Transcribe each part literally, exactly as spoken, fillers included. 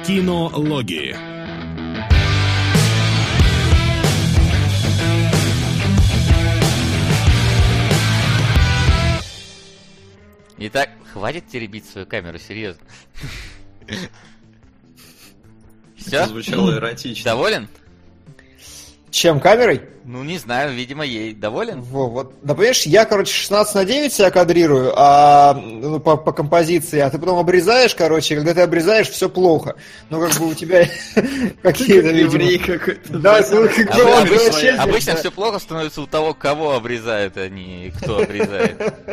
Кинологии. Итак, хватит теребить свою камеру, серьезно. Все? Это звучало эротично. Доволен? Чем, камерой? Ну, не знаю, видимо, ей. Доволен? Во, вот. Да, понимаешь, я, короче, шестнадцать на девять себя кадрирую, а, ну, по, по композиции, а ты потом обрезаешь, короче, и когда ты обрезаешь, все плохо. Ну, как бы у тебя какие-то, видимо... Да, ну, как бы он вообще... Обычно все плохо становится у того, кого обрезают, а не кто обрезает.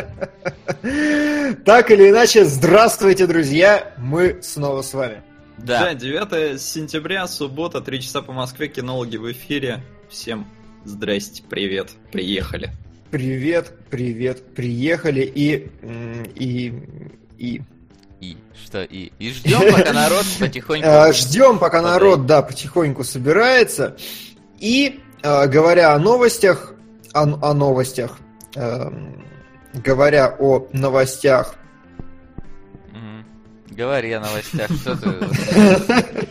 Так или иначе, здравствуйте, друзья, мы снова с вами. Да. Да, девятое сентября, суббота, три часа по Москве, кинологи в эфире. Всем здрасте, привет, приехали. Привет, привет, приехали и... и... и... И что, и, и ждем, пока народ потихоньку... Ждем, пока народ, да, потихоньку собирается. И, говоря о новостях, о, о новостях, э, говоря о новостях, Говори о новостях, что ты...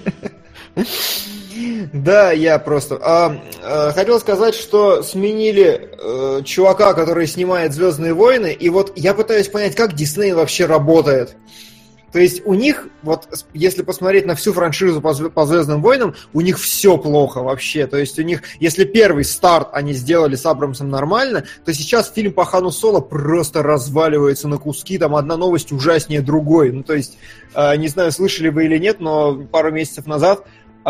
Да, я просто... А, а, хотел сказать, что сменили э, чувака, который снимает «Звездные войны», и вот я пытаюсь понять, как Дисней вообще работает. То есть у них, вот если посмотреть на всю франшизу по, по «Звездным войнам», у них все плохо вообще. То есть у них, если первый старт они сделали с Абрамсом нормально, то сейчас фильм по Хану Соло просто разваливается на куски, там одна новость ужаснее другой. Ну то есть, э, не знаю, слышали вы или нет, но пару месяцев назад э,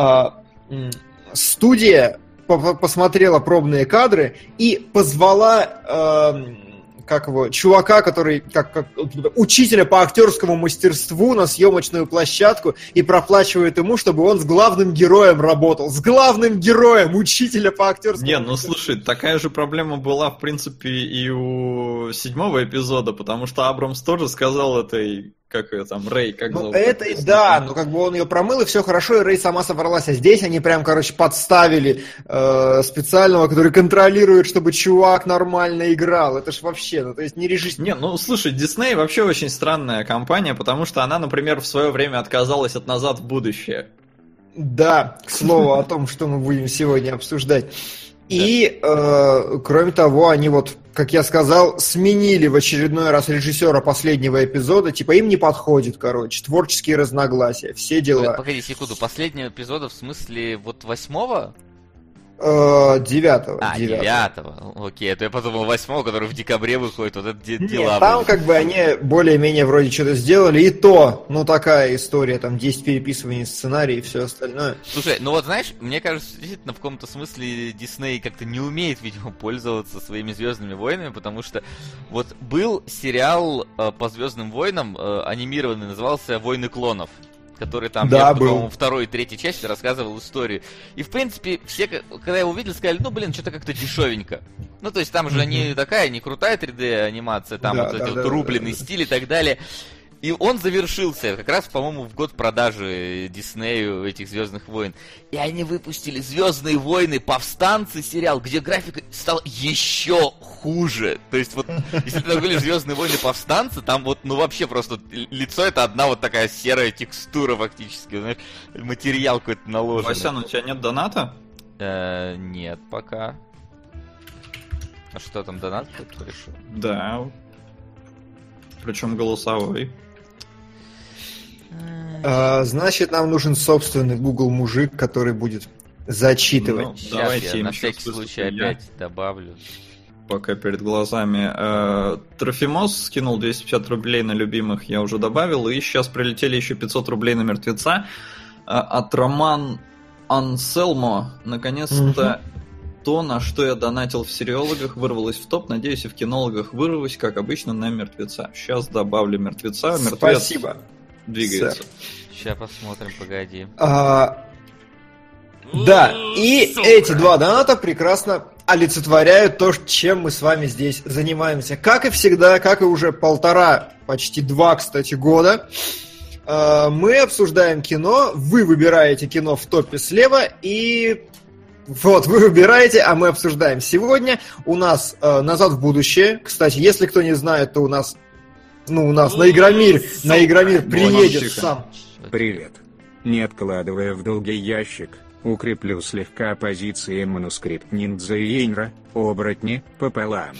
студия по- посмотрела пробные кадры и позвала... Э, как его, чувака, который, как, как учителя по актерскому мастерству на съемочную площадку и проплачивает ему, чтобы он с главным героем работал. С главным героем учителя по актерскому Не, мастерству. ну слушай, такая же проблема была, в принципе, и у седьмого эпизода, потому что Абрамс тоже сказал этой, как ее там, Рэй, как Ну, зовут? это, да, ну, как бы он ее промыл, и все хорошо, и Рэй сама собралась. А здесь они прям, короче, подставили э, специального, который контролирует, чтобы чувак нормально играл. Это ж вообще, ну, то есть не режиссер. Не, ну, слушай, Дисней вообще очень странная компания, потому что она, например, в свое время отказалась от «Назад в будущее». Да, к слову о том, что мы будем сегодня обсуждать. И, э, кроме того, они вот, как я сказал, сменили в очередной раз режиссера последнего эпизода. Типа им не подходит, короче, творческие разногласия, все дела. Погоди секунду, последнего эпизода в смысле вот восьмого? Э, девятого. А, девятого. Окей, это я подумал восьмого, который в декабре выходит, вот это де- Нет, дела. там были. как бы они более-менее вроде что-то сделали, и то, ну такая история, там десять переписываний сценария и все остальное. Слушай, ну вот знаешь, мне кажется, действительно в каком-то смысле Дисней как-то не умеет, видимо, пользоваться своими «Звездными войнами», потому что вот был сериал э, по «Звездным войнам», э, анимированный, назывался «Войны клонов», который там, Да, я, был. по-моему, второй и третьей части рассказывал историю. И, в принципе, все, когда его увидели, сказали, ну, блин, что-то как-то дешевенько. Ну, то есть там же не такая, не крутая три дэ-анимация, там Да, вот да, эти да, вот рубленый да, да. стиль и так далее. И он завершился как раз, по-моему, в год продажи Диснею этих «Звездных войн». И они выпустили «Звездные войны. Повстанцы» сериал, где графика стала еще хуже. То есть вот, если ты говоришь «Звездные войны. Повстанцы», там вот, ну вообще просто лицо это одна вот такая серая текстура фактически, знаешь, материал какой-то наложенный. Васян, у тебя нет доната? Э, нет, пока. А что там, донат кто-то пришел? Да. Причем голосовой. А, значит, нам нужен собственный Google мужик, который будет зачитывать. Ну, Сейчас давайте я им на сейчас всякий случай выступлю я. опять добавлю. Пока перед глазами. Э, Трофимос скинул двести пятьдесят рублей на любимых, я уже добавил. И сейчас прилетели еще пятьсот рублей на мертвеца. Э, от Роман Анселмо. Наконец-то то, на что я донатил в сериологах, вырвалось в топ. Надеюсь, и в кинологах вырвалось, как обычно, на мертвеца. Сейчас добавлю мертвеца. Мертвец Спасибо. двигается. Сэр. Сейчас посмотрим, погоди. А, да, и Сука. эти два доната прекрасно олицетворяют то, чем мы с вами здесь занимаемся. Как и всегда, как и уже полтора, почти два, кстати, года, э, мы обсуждаем кино, вы выбираете кино в топе слева, и вот, вы выбираете, а мы обсуждаем. Сегодня у нас э, «Назад в будущее». Кстати, если кто не знает, то у нас, ну, у нас на Игромир, на Игромир приедет Тихо. сам. Привет. не откладывая в долгий ящик, укреплю слегка позиции манускрипт ниндзя Йенра, оборотни, пополам.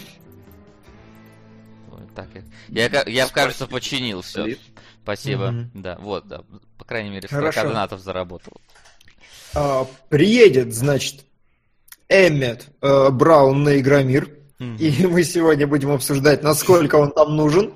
Так, я, я, я кажется, починил все. Спасибо. Mm-hmm. Да, вот, да. По крайней мере, сто донатов заработал. А, приедет, значит, Эммет э, Браун на Игромир. Mm-hmm. И мы сегодня будем обсуждать, насколько он там нужен.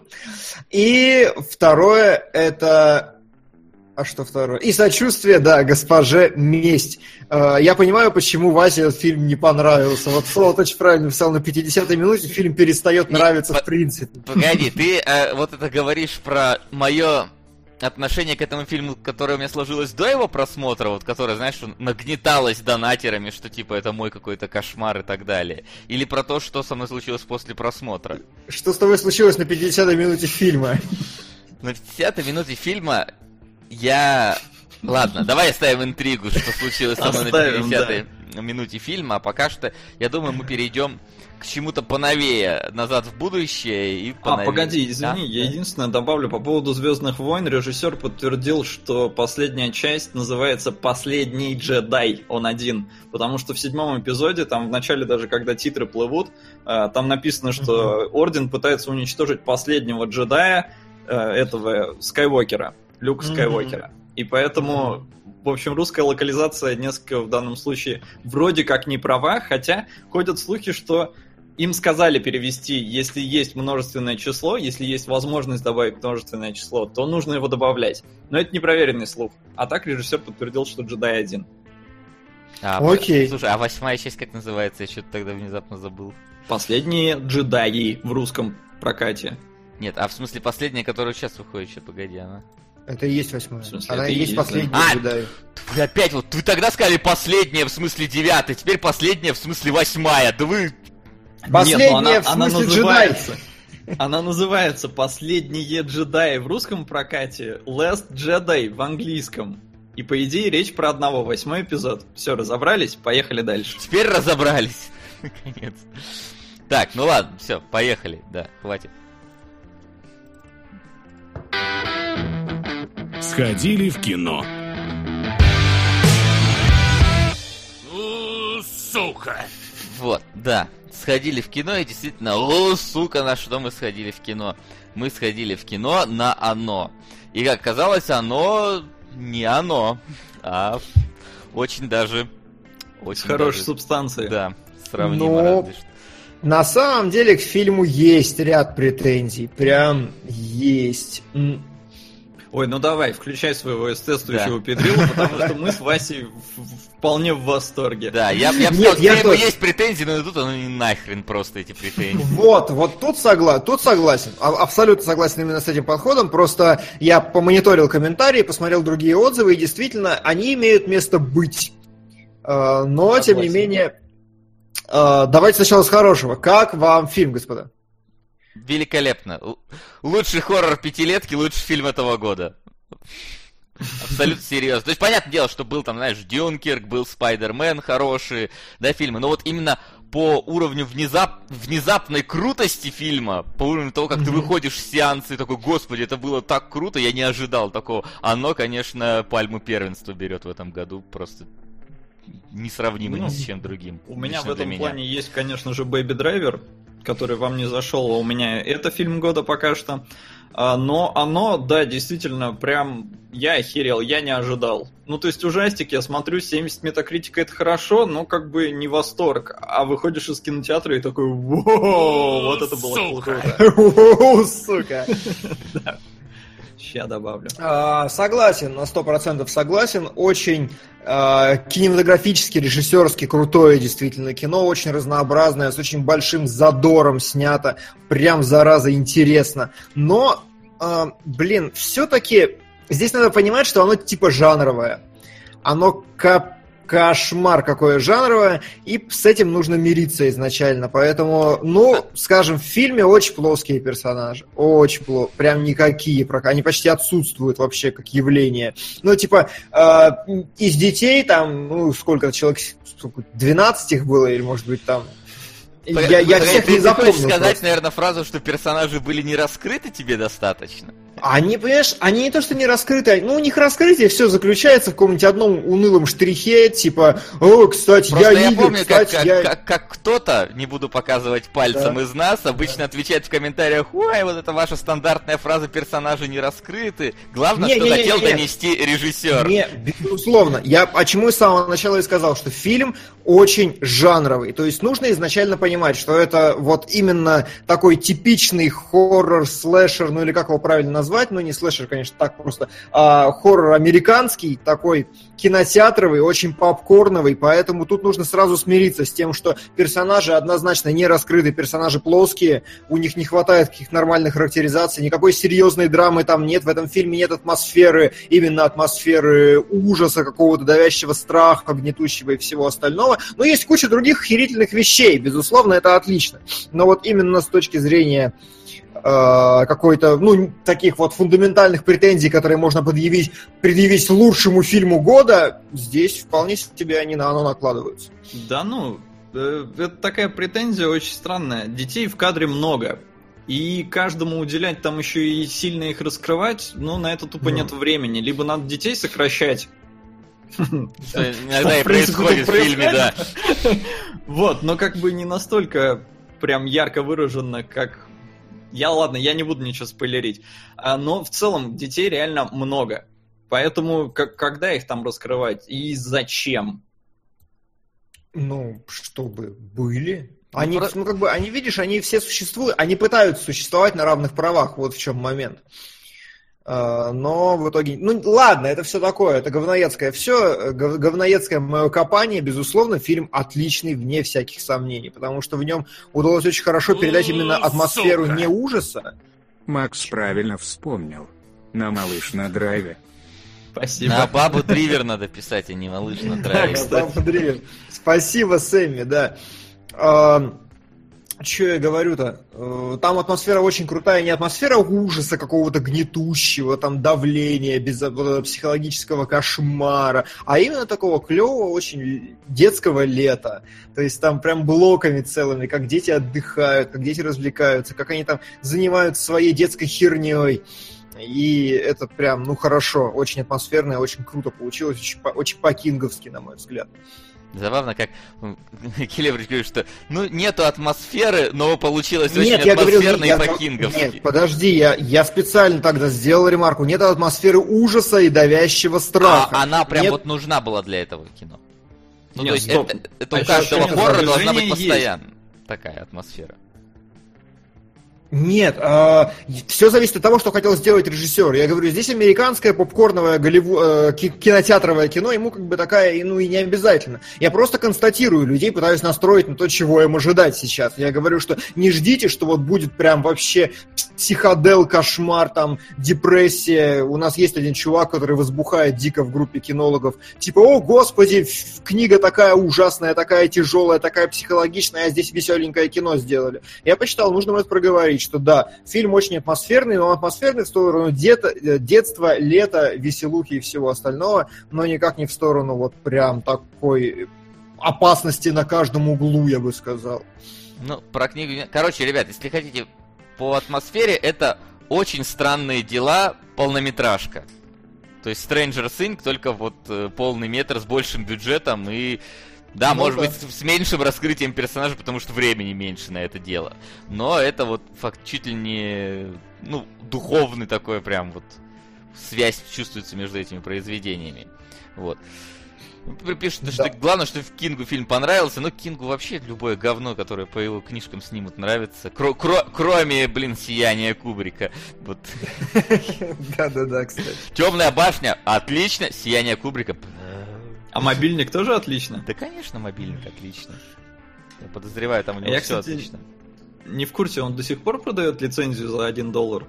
И второе, это... А что второе? И сочувствие, да, госпоже Месть. Э, я понимаю, почему Васе этот фильм не понравился. Вот Солод очень правильно писал, на пятидесятой минуте фильм перестает нравиться в принципе. Погоди, ты э, вот это говоришь про мое отношение к этому фильму, которое у меня сложилось до его просмотра, вот которое, знаешь, нагнеталось донатерами, что типа это мой какой-то кошмар и так далее. Или про то, что со мной случилось после просмотра. Что с тобой случилось на пятидесятой минуте фильма? На пятидесятой минуте фильма... Я... Ладно, давай оставим интригу, что случилось со мной на пятидесятой да. минуте фильма, а пока что, я думаю, мы перейдем к чему-то поновее, назад в будущее и поновее. А, погоди, извини, да? я единственное добавлю по поводу «Звездных войн». Режиссер подтвердил, что последняя часть называется «Последний джедай», он один. Потому что в седьмом эпизоде, там в начале даже, когда титры плывут, там написано, что uh-huh. Орден пытается уничтожить последнего джедая, этого Скайуокера. Люка Скайуокера. Mm-hmm. И поэтому, в общем, русская локализация несколько в данном случае вроде как не права, хотя ходят слухи, что им сказали перевести, если есть множественное число, если есть возможность добавить множественное число, то нужно его добавлять. Но это непроверенный слух. А так режиссер подтвердил, что джедай один. А, Окей. Слушай, а восьмая часть как называется? Я что-то тогда внезапно забыл. Последние джедаи в русском прокате. Нет, а в смысле последняя, которая сейчас выходит, еще погоди, она... Это и есть восьмая. В смысле, она и есть, есть последняя. А, вы опять вот, вы тогда сказали последняя в смысле девятая, теперь последняя в смысле восьмая. Да вы... Последняя Нет, в она, смысле она джедай. Она называется «Последние джедаи» в русском прокате, «Last Jedi» в английском. И по идее речь про одного, восьмой эпизод. Все, разобрались, поехали дальше. Теперь разобрались. Наконец. Так, ну ладно, все, поехали. Да, хватит. Сходили в кино. У, сука! Вот, да. Сходили в кино и действительно, о, сука, на что мы сходили в кино? Мы сходили в кино на «Оно». И как казалось, оно не оно, а очень даже... Очень С хорошей даже, субстанцией. Да, сравнимо Но... разве что. На самом деле к фильму есть ряд претензий. Прям есть. Ой, ну давай, включай своего эстетствующего да. педрила, потому что мы с Васей вполне в восторге. Да, я, я бы сказал, у него есть претензии, но тут оно не нахрен просто эти претензии. Вот, вот тут, согла... тут согласен, абсолютно согласен именно с этим подходом, просто я помониторил комментарии, посмотрел другие отзывы, и действительно, они имеют место быть. Но, согласен. Тем не менее, давайте сначала с хорошего. Как вам фильм, господа? Великолепно. Лучший хоррор пятилетки, лучший фильм этого года. Абсолютно серьезно. То есть, понятное дело, что был там, знаешь, Дюнкерк, был Спайдермен хороший, да, фильмы. Но вот именно по уровню внезап... внезапной крутости фильма, по уровню того, как mm-hmm. ты выходишь с сеанса и такой, господи, это было так круто, я не ожидал такого. Оно, конечно, пальму первенства берет в этом году, просто несравнимо ну, ни с чем другим. У меня в этом плане есть, конечно же, Бэйби Драйвер, который вам не зашел, а у меня это фильм года пока что. Но оно, да, действительно, прям я охерел, я не ожидал. Ну, то есть ужастик, я смотрю, семьдесят метакритика это хорошо, но как бы не восторг. А выходишь из кинотеатра и такой, воу, вот это было круто. Сука. Ща добавлю. Согласен, на сто процентов согласен. Очень кинематографически, режиссерски крутое действительно кино, очень разнообразное, с очень большим задором снято, прям зараза интересно. Но, э, блин, все-таки здесь надо понимать, что оно типа жанровое. Оно ка- кошмар какое жанровое, и с этим нужно мириться изначально. Поэтому, ну, скажем, в фильме очень плоские персонажи. Очень плохо. Прям никакие. Они почти отсутствуют вообще как явление. Ну, типа, э, из детей там, ну, сколько человек, двенадцать их было, или, может быть, там... Я, я всех ты, не запомнил. Ты хочешь сказать, просто. Наверное, фразу, что персонажи были не раскрыты тебе достаточно? Они, понимаешь, они не то, что не раскрыты, ну, у них раскрытие все заключается в каком-нибудь одном унылом штрихе, типа, о, кстати, Просто я, я Игорь, помню, кстати, как, я... как, как, как кто-то, не буду показывать пальцем Да. из нас, обычно отвечает в комментариях: ой, вот это ваша стандартная фраза, персонажи не раскрыты. Главное, Не, что не, не, хотел не, не. донести режиссер. Не, безусловно. Я почему с самого начала и сказал, что фильм очень жанровый. То есть нужно изначально понимать, что это вот именно такой типичный хоррор-слэшер, ну или как его правильно назвать, ну не слэшер, конечно, так просто, а хоррор американский, такой кинотеатровый, очень попкорновый, поэтому тут нужно сразу смириться с тем, что персонажи однозначно не раскрыты, персонажи плоские, у них не хватает каких-то нормальных характеризаций, никакой серьезной драмы там нет, в этом фильме нет атмосферы, именно атмосферы ужаса, какого-то давящего страха, гнетущего и всего остального, но есть куча других охерительных вещей, безусловно, это отлично, но вот именно с точки зрения какой-то, ну, таких вот фундаментальных претензий, которые можно предъявить, предъявить лучшему фильму года, здесь вполне себе они на оно накладываются. Да ну, э, это такая претензия очень странная. Детей в кадре много. И каждому уделять там еще и сильно их раскрывать, ну, на это тупо Ну. нет времени. Либо надо детей сокращать. Что иногда и в принципе, происходит тут в фильме, да. Вот, но как бы не настолько прям ярко выражено, как... Я, ладно, я не буду ничего спойлерить. А, но в целом детей реально много. Поэтому как, когда их там раскрывать и зачем? Ну, чтобы были. Они, про- ну, как бы, они, видишь, они все существуют, они пытаются существовать на равных правах, вот в чем момент. А, но в итоге, ну ладно, это все такое, это говноедское все, гов- говноедское мое копание, безусловно, фильм отличный, вне всяких сомнений, потому что в нем удалось очень хорошо передать именно атмосферу Сука. не ужаса. Макс правильно вспомнил. На «Малыш на драйве». Спасибо. На бабу Тривер надо писать, а не малыш на траве. кстати. Андрей, спасибо, Сэмми, да. А, Че я говорю-то? Э, Там атмосфера очень крутая, не атмосфера ужаса какого-то гнетущего, там давления, без вот этого психологического кошмара, а именно такого клевого, очень детского лета. То есть там прям блоками целыми, как дети отдыхают, как дети развлекаются, как они там занимаются своей детской херней. И это прям, ну хорошо, очень атмосферно, очень круто получилось, очень, по- очень по-кинговски, на мой взгляд. Забавно, как Келебрич говорит, что ну нету атмосферы, но получилось Нет, очень я говорю, атмосферно я- и по-кинговски. Нет, подожди, я, я специально тогда сделал ремарку. Нет атмосферы ужаса и давящего страха. А она прям Нет- вот нужна была для этого кино. Ну, Нет, то есть стоп. это, это у Ощущение каждого хоррора должна быть напряжения есть. постоянно такая атмосфера. Нет, все зависит от того, что хотел сделать режиссер. Я говорю, здесь американское попкорновое голливу- э, ки- кинотеатровое кино, ему как бы такая, ну и не обязательно. Я просто констатирую, людей пытаюсь настроить на то, чего им ожидать сейчас. Я говорю, что не ждите, что вот будет прям вообще психодел, кошмар, там, депрессия. У нас есть один чувак, который возбухает дико в группе кинологов. Типа, о, господи, ф- книга такая ужасная, такая тяжелая, такая психологичная, а здесь веселенькое кино сделали. Я почитал, нужно это проговорить, что да, фильм очень атмосферный, но он атмосферный в сторону дета, детства, лета, веселухи и всего остального, но никак не в сторону вот прям такой опасности на каждом углу, я бы сказал. Ну, про книгу... Короче, ребят, если хотите по атмосфере, это очень странные дела, полнометражка. То есть Stranger Things, только вот э, полный метр с большим бюджетом и... Да, Ну может да. быть, с меньшим раскрытием персонажа, потому что времени меньше на это дело. Но это вот факт чуть ли не... Ну, духовный такой прям вот... Связь чувствуется между этими произведениями. Вот. Пишут, Да. что главное, что в Кингу фильм понравился, но Кингу вообще любое говно, которое по его книжкам снимут, нравится. Кро- кро- кроме, блин, «Сияния» Кубрика. Вот. Да-да-да, кстати. «Темная башня» отлично, «Сияние» Кубрика. А мобильник тоже отлично? Да, конечно, мобильник отлично. Я подозреваю, там у него Я, все кстати, отлично. Не в курсе, он до сих пор продает лицензию за один доллар?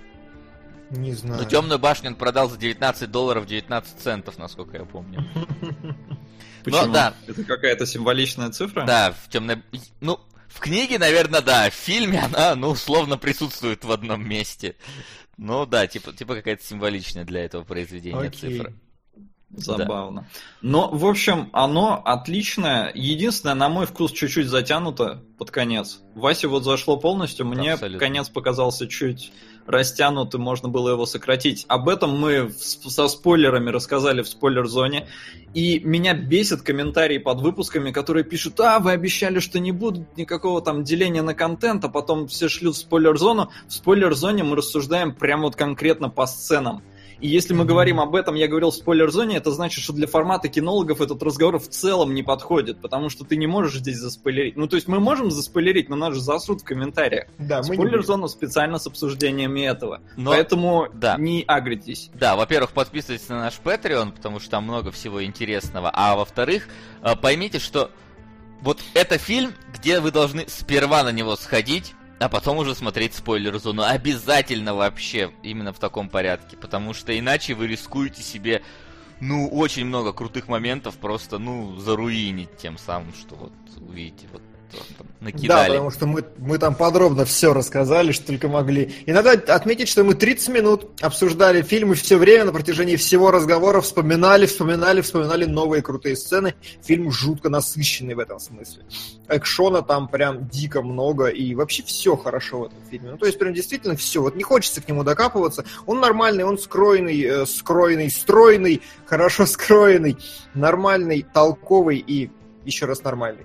Не знаю. Ну, «Темную башню» он продал за девятнадцать долларов девятнадцать центов, насколько я помню. Почему? да. Это какая-то символичная цифра? Да, в темной... Ну, в книге, наверное, да. В фильме она, ну, условно присутствует в одном месте. Ну, да, типа, типа какая-то символичная для этого произведения Окей. цифра. Забавно. Но, в общем, оно отличное. Единственное, на мой вкус, чуть-чуть затянуто под конец. Васе вот зашло полностью. Мне Абсолютно. конец показался чуть растянут, и можно было его сократить. Об этом мы со спойлерами рассказали в спойлер-зоне. И меня бесит комментарии под выпусками, которые пишут: а, вы обещали, что не будет никакого там деления на контент, а потом все шлют в спойлер-зону. В спойлер-зоне мы рассуждаем прямо вот конкретно по сценам. И если мы говорим об этом, я говорил в спойлер-зоне, это значит, что для формата кинологов этот разговор в целом не подходит, потому что ты не можешь здесь заспойлерить. Ну, то есть мы можем заспойлерить, но нас же засрут в комментариях. Да, спойлер-зону специально с обсуждениями этого. Но... Поэтому да. не агритесь. Да, во-первых, подписывайтесь на наш Patreon, потому что там много всего интересного. А во-вторых, поймите, что вот это фильм, где вы должны сперва на него сходить, а потом уже смотреть спойлер-зону. Обязательно вообще именно в таком порядке. Потому что иначе вы рискуете себе, ну, очень много крутых моментов просто, ну, заруинить тем самым, что вот увидите, вот там накидали. Да, потому что мы, мы там подробно все рассказали, что только могли. И надо отметить, что мы тридцать минут обсуждали фильм и все время на протяжении всего разговора вспоминали, вспоминали, вспоминали новые крутые сцены. Фильм жутко насыщенный в этом смысле. Экшона там прям дико много, и вообще все хорошо в этом фильме. Ну, то есть прям действительно все. Вот не хочется к нему докапываться. Он нормальный, он скроенный, э, скроенный, стройный, хорошо скроенный, нормальный, толковый и еще раз нормальный.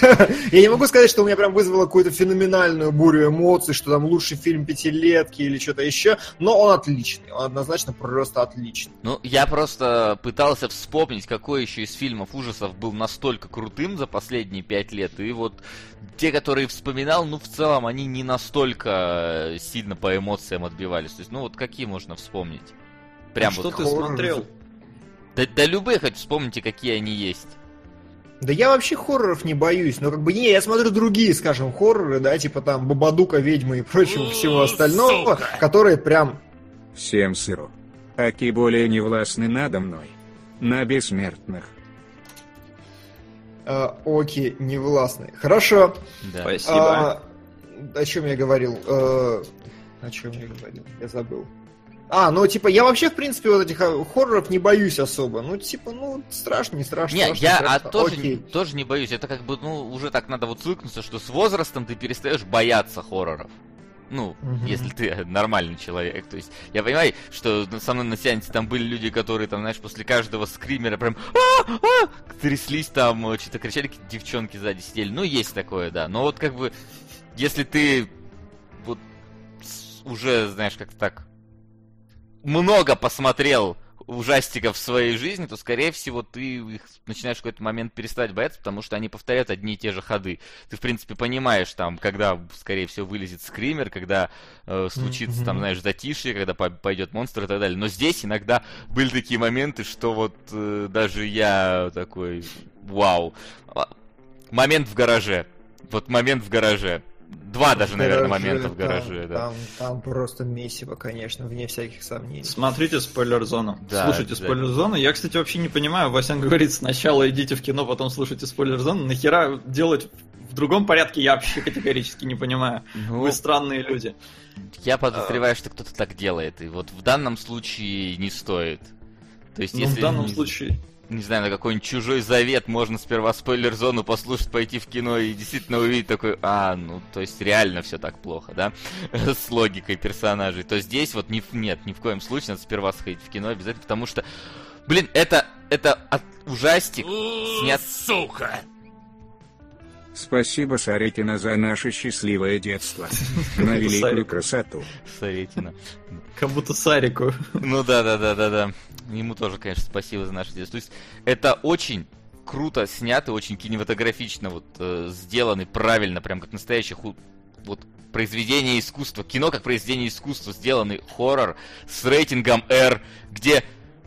Я не могу сказать, что у меня прям вызвало какую-то феноменальную бурю эмоций, что там лучший фильм пятилетки или что-то еще, но он отличный, он однозначно просто отличный. Ну, я просто пытался вспомнить, какой еще из фильмов ужасов был настолько крутым за последние пять лет, и вот те, которые вспоминал, ну, в целом, они не настолько сильно по эмоциям отбивались. То есть, ну, вот какие можно вспомнить? Прям а вот что ты смотрел? Да, да любые, хоть вспомните, какие они есть. Да я вообще хорроров не боюсь, но как бы не, я смотрю другие, скажем, хорроры, да, типа там Бабадука, Ведьмы и прочего всего остального, сука, которые прям... Всем сыру. Аки более не властны надо мной. На бессмертных. А, оки не властны. Хорошо. Да. Спасибо. А, о чем я говорил? А, о чем я говорил? Я забыл. А, ну, типа, я вообще, в принципе, вот этих хорроров не боюсь особо. Ну, типа, ну, страшно, не страшно. Нет, страшно, я страшно. А тоже, не, тоже не боюсь. Это как бы, ну, уже так надо вот свыкнуться, что с возрастом ты перестаешь бояться хорроров. Ну, угу. Если ты нормальный человек. То есть, я понимаю, что со мной на сеансе там были люди, которые, там, знаешь, после каждого скримера прям а-а-а! Тряслись там, что-то кричали, какие-то девчонки сзади сидели. Ну, есть такое, да. Но вот как бы, если ты вот уже, знаешь, как-то так много посмотрел ужастиков в своей жизни, то, скорее всего, ты их начинаешь в какой-то момент перестать бояться, потому что они повторяют одни и те же ходы. Ты, в принципе, понимаешь, там, когда, скорее всего, вылезет скример, когда э, случится, mm-hmm. там, знаешь, затишье, когда пойдет монстр и так далее. Но здесь иногда были такие моменты, что вот э, даже я такой, вау. Момент в гараже. Вот момент в гараже. Два в даже, гараже, наверное, момента в гараже, там, да. Там, там просто месиво, конечно, вне всяких сомнений. Смотрите спойлер-зону. Да, слушайте спойлер-зону. Я, кстати, вообще не понимаю. Васян говорит, сначала идите в кино, потом слушайте спойлер-зону. Нахера делать в другом порядке, я вообще категорически не понимаю. Ну, вы странные люди. Я подозреваю, а... что кто-то так делает. И вот в данном случае не стоит. То есть, ну, если в данном не... случае... не знаю, на какой-нибудь «Чужой завет» можно сперва спойлер-зону послушать, пойти в кино и действительно увидеть такой, а, ну, то есть реально все так плохо, да, с логикой персонажей, то здесь вот ни, нет, ни в коем случае надо сперва сходить в кино обязательно, потому что, блин, это, это от, ужастик снят... Сука! Спасибо, Саретина, за наше счастливое детство. На великую красоту. Саретина. Как будто Сарику. Ну да, да, да, да, да. Ему тоже, конечно, спасибо за наше детство. То есть это очень круто снято, очень кинематографично вот э, сделаны, правильно, прям как настоящее ху... вот произведение искусства. Кино как произведение искусства, сделанный хоррор с рейтингом R, где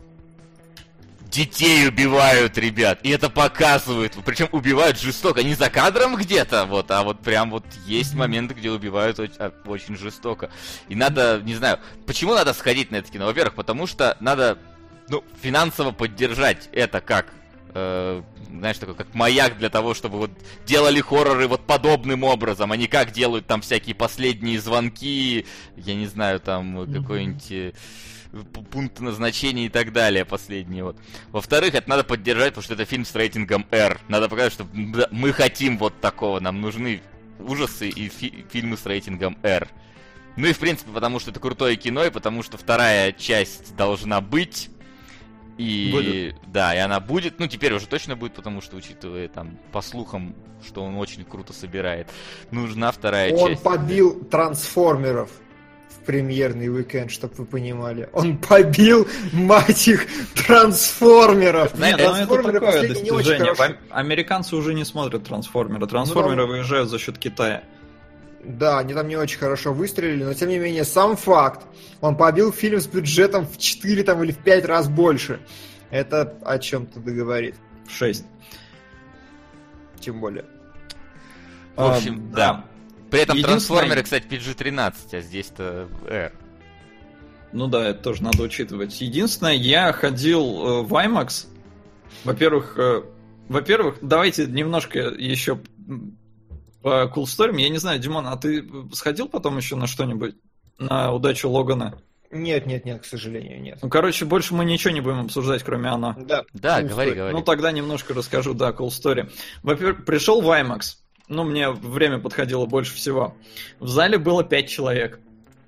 детей убивают, ребят, и это показывают, причем убивают жестоко, не за кадром где-то, вот, а вот прям вот есть моменты, где убивают очень, очень жестоко. И надо, не знаю, почему надо сходить на это кино? Во-первых, потому что надо, ну, финансово поддержать это как, э, знаешь, такой, как маяк для того, чтобы вот делали хорроры вот подобным образом, а не как делают там всякие последние звонки, я не знаю, там какой-нибудь... пункты назначения и так далее, последние вот. Во-вторых, это надо поддержать, потому что это фильм с рейтингом R. Надо показать, что мы хотим вот такого, нам нужны ужасы и фи- фильмы с рейтингом R. Ну и, в принципе, потому что это крутое кино, и потому что вторая часть должна быть. И Будет. да, и она будет, ну теперь уже точно будет, потому что, учитывая там, по слухам, что он очень круто собирает, нужна вторая Он часть. побил трансформеров в премьерный уикенд, чтобы вы понимали. Он побил, мать их, трансформеров. Нет, ну это Трансформеры такое последние не очень достижение. хорошо. Американцы уже не смотрят трансформеры. Трансформеры Ну, да. выезжают за счет Китая. Да, они там не очень хорошо выстрелили, но тем не менее, сам факт, он побил фильм с бюджетом в четыре там, или в пять раз больше. Это о чем-то договорит, шесть. тем более. В общем, А, да. При этом Единственное- трансформеры, кстати, пи джи тринадцать, а здесь-то R. Ну да, это тоже надо учитывать. Единственное, я ходил э, в IMAX. Во-первых, э, во-первых, давайте немножко еще по Cool Story. Я не знаю, Димон, а ты сходил потом еще на что-нибудь? На удачу Логана? Нет, нет, нет, к сожалению, нет. Ну, короче, больше мы ничего не будем обсуждать, кроме она. Да, Да, Cool говори, Story. говори. Ну, тогда немножко расскажу, да, Cool Story. Во-первых, пришел в IMAX. Ну, мне время подходило больше всего. В зале было пять человек.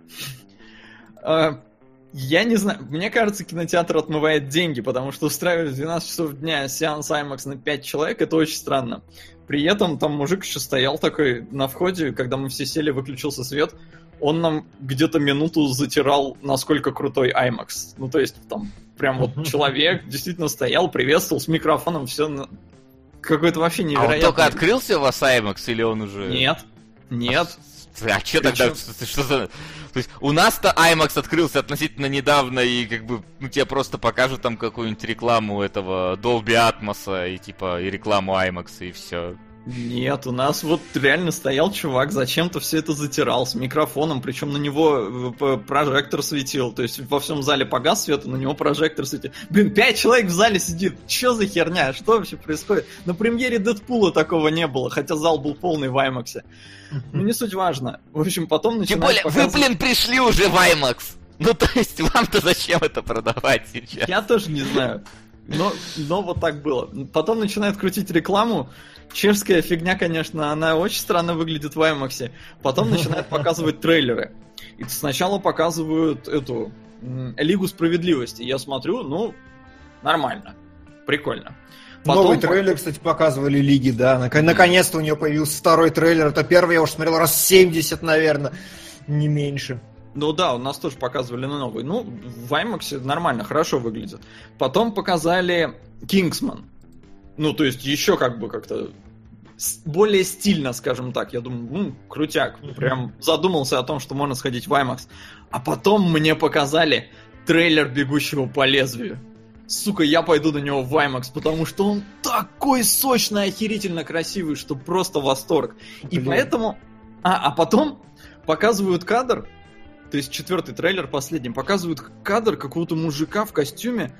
А, Я не знаю, мне кажется, кинотеатр отмывает деньги, потому что устраивать в двенадцать часов дня сеанс IMAX на пять человек, это очень странно. При этом там мужик еще стоял такой на входе, когда мы все сели, выключился свет, он нам где-то минуту затирал, насколько крутой IMAX. Ну, то есть, там, прям вот человек действительно стоял, приветствовал с микрофоном, все какое-то вообще А невероятное. он только открылся у вас IMAX или он уже... Нет, нет. А что тогда? Причем- Что, что за... То есть у нас-то IMAX открылся относительно недавно, и как бы, ну, тебе просто покажут там какую-нибудь рекламу этого Dolby Atmos, и типа, и рекламу IMAX, и все. Нет, у нас вот реально стоял чувак, зачем-то все это затирал с микрофоном, причем на него э, прожектор светил, то есть во всем зале погас свет, а на него прожектор светил. Блин, пять человек в зале сидит, что за херня, что вообще происходит? На премьере Дэдпула такого не было, хотя зал был полный в IMAX. Ну не суть важно. В общем, потом Тем начинают более, вы, показывать- блин, пришли уже в IMAX. Ну, то есть, вам-то зачем это продавать сейчас? Я тоже не знаю. Но, но вот так было. Потом начинают крутить рекламу. Чешская фигня, конечно, она очень странно выглядит в IMAX. Потом начинают показывать трейлеры. И сначала показывают эту м, Лигу Справедливости. Я смотрю, ну, нормально. Прикольно. Потом Новый по- трейлер, кстати, показывали Лиги, да. Нак- Наконец-то у нее появился второй трейлер. Это первый, я уже смотрел раз семьдесят, наверное, не меньше. Ну да, у нас тоже показывали новый. Ну, в IMAX нормально, хорошо выглядит. Потом показали Кингсман. Ну, то есть еще как бы как-то с- более стильно, скажем так. Я думаю, ну, крутяк. Прям задумался о том, что можно сходить в IMAX. А потом мне показали трейлер «Бегущего по лезвию». Сука, я пойду на него в IMAX, потому что он такой сочный, охерительно красивый, что просто восторг. И Блин. поэтому... А, а потом показывают кадр, то есть четвертый трейлер, последний, показывают кадр какого-то мужика в костюме.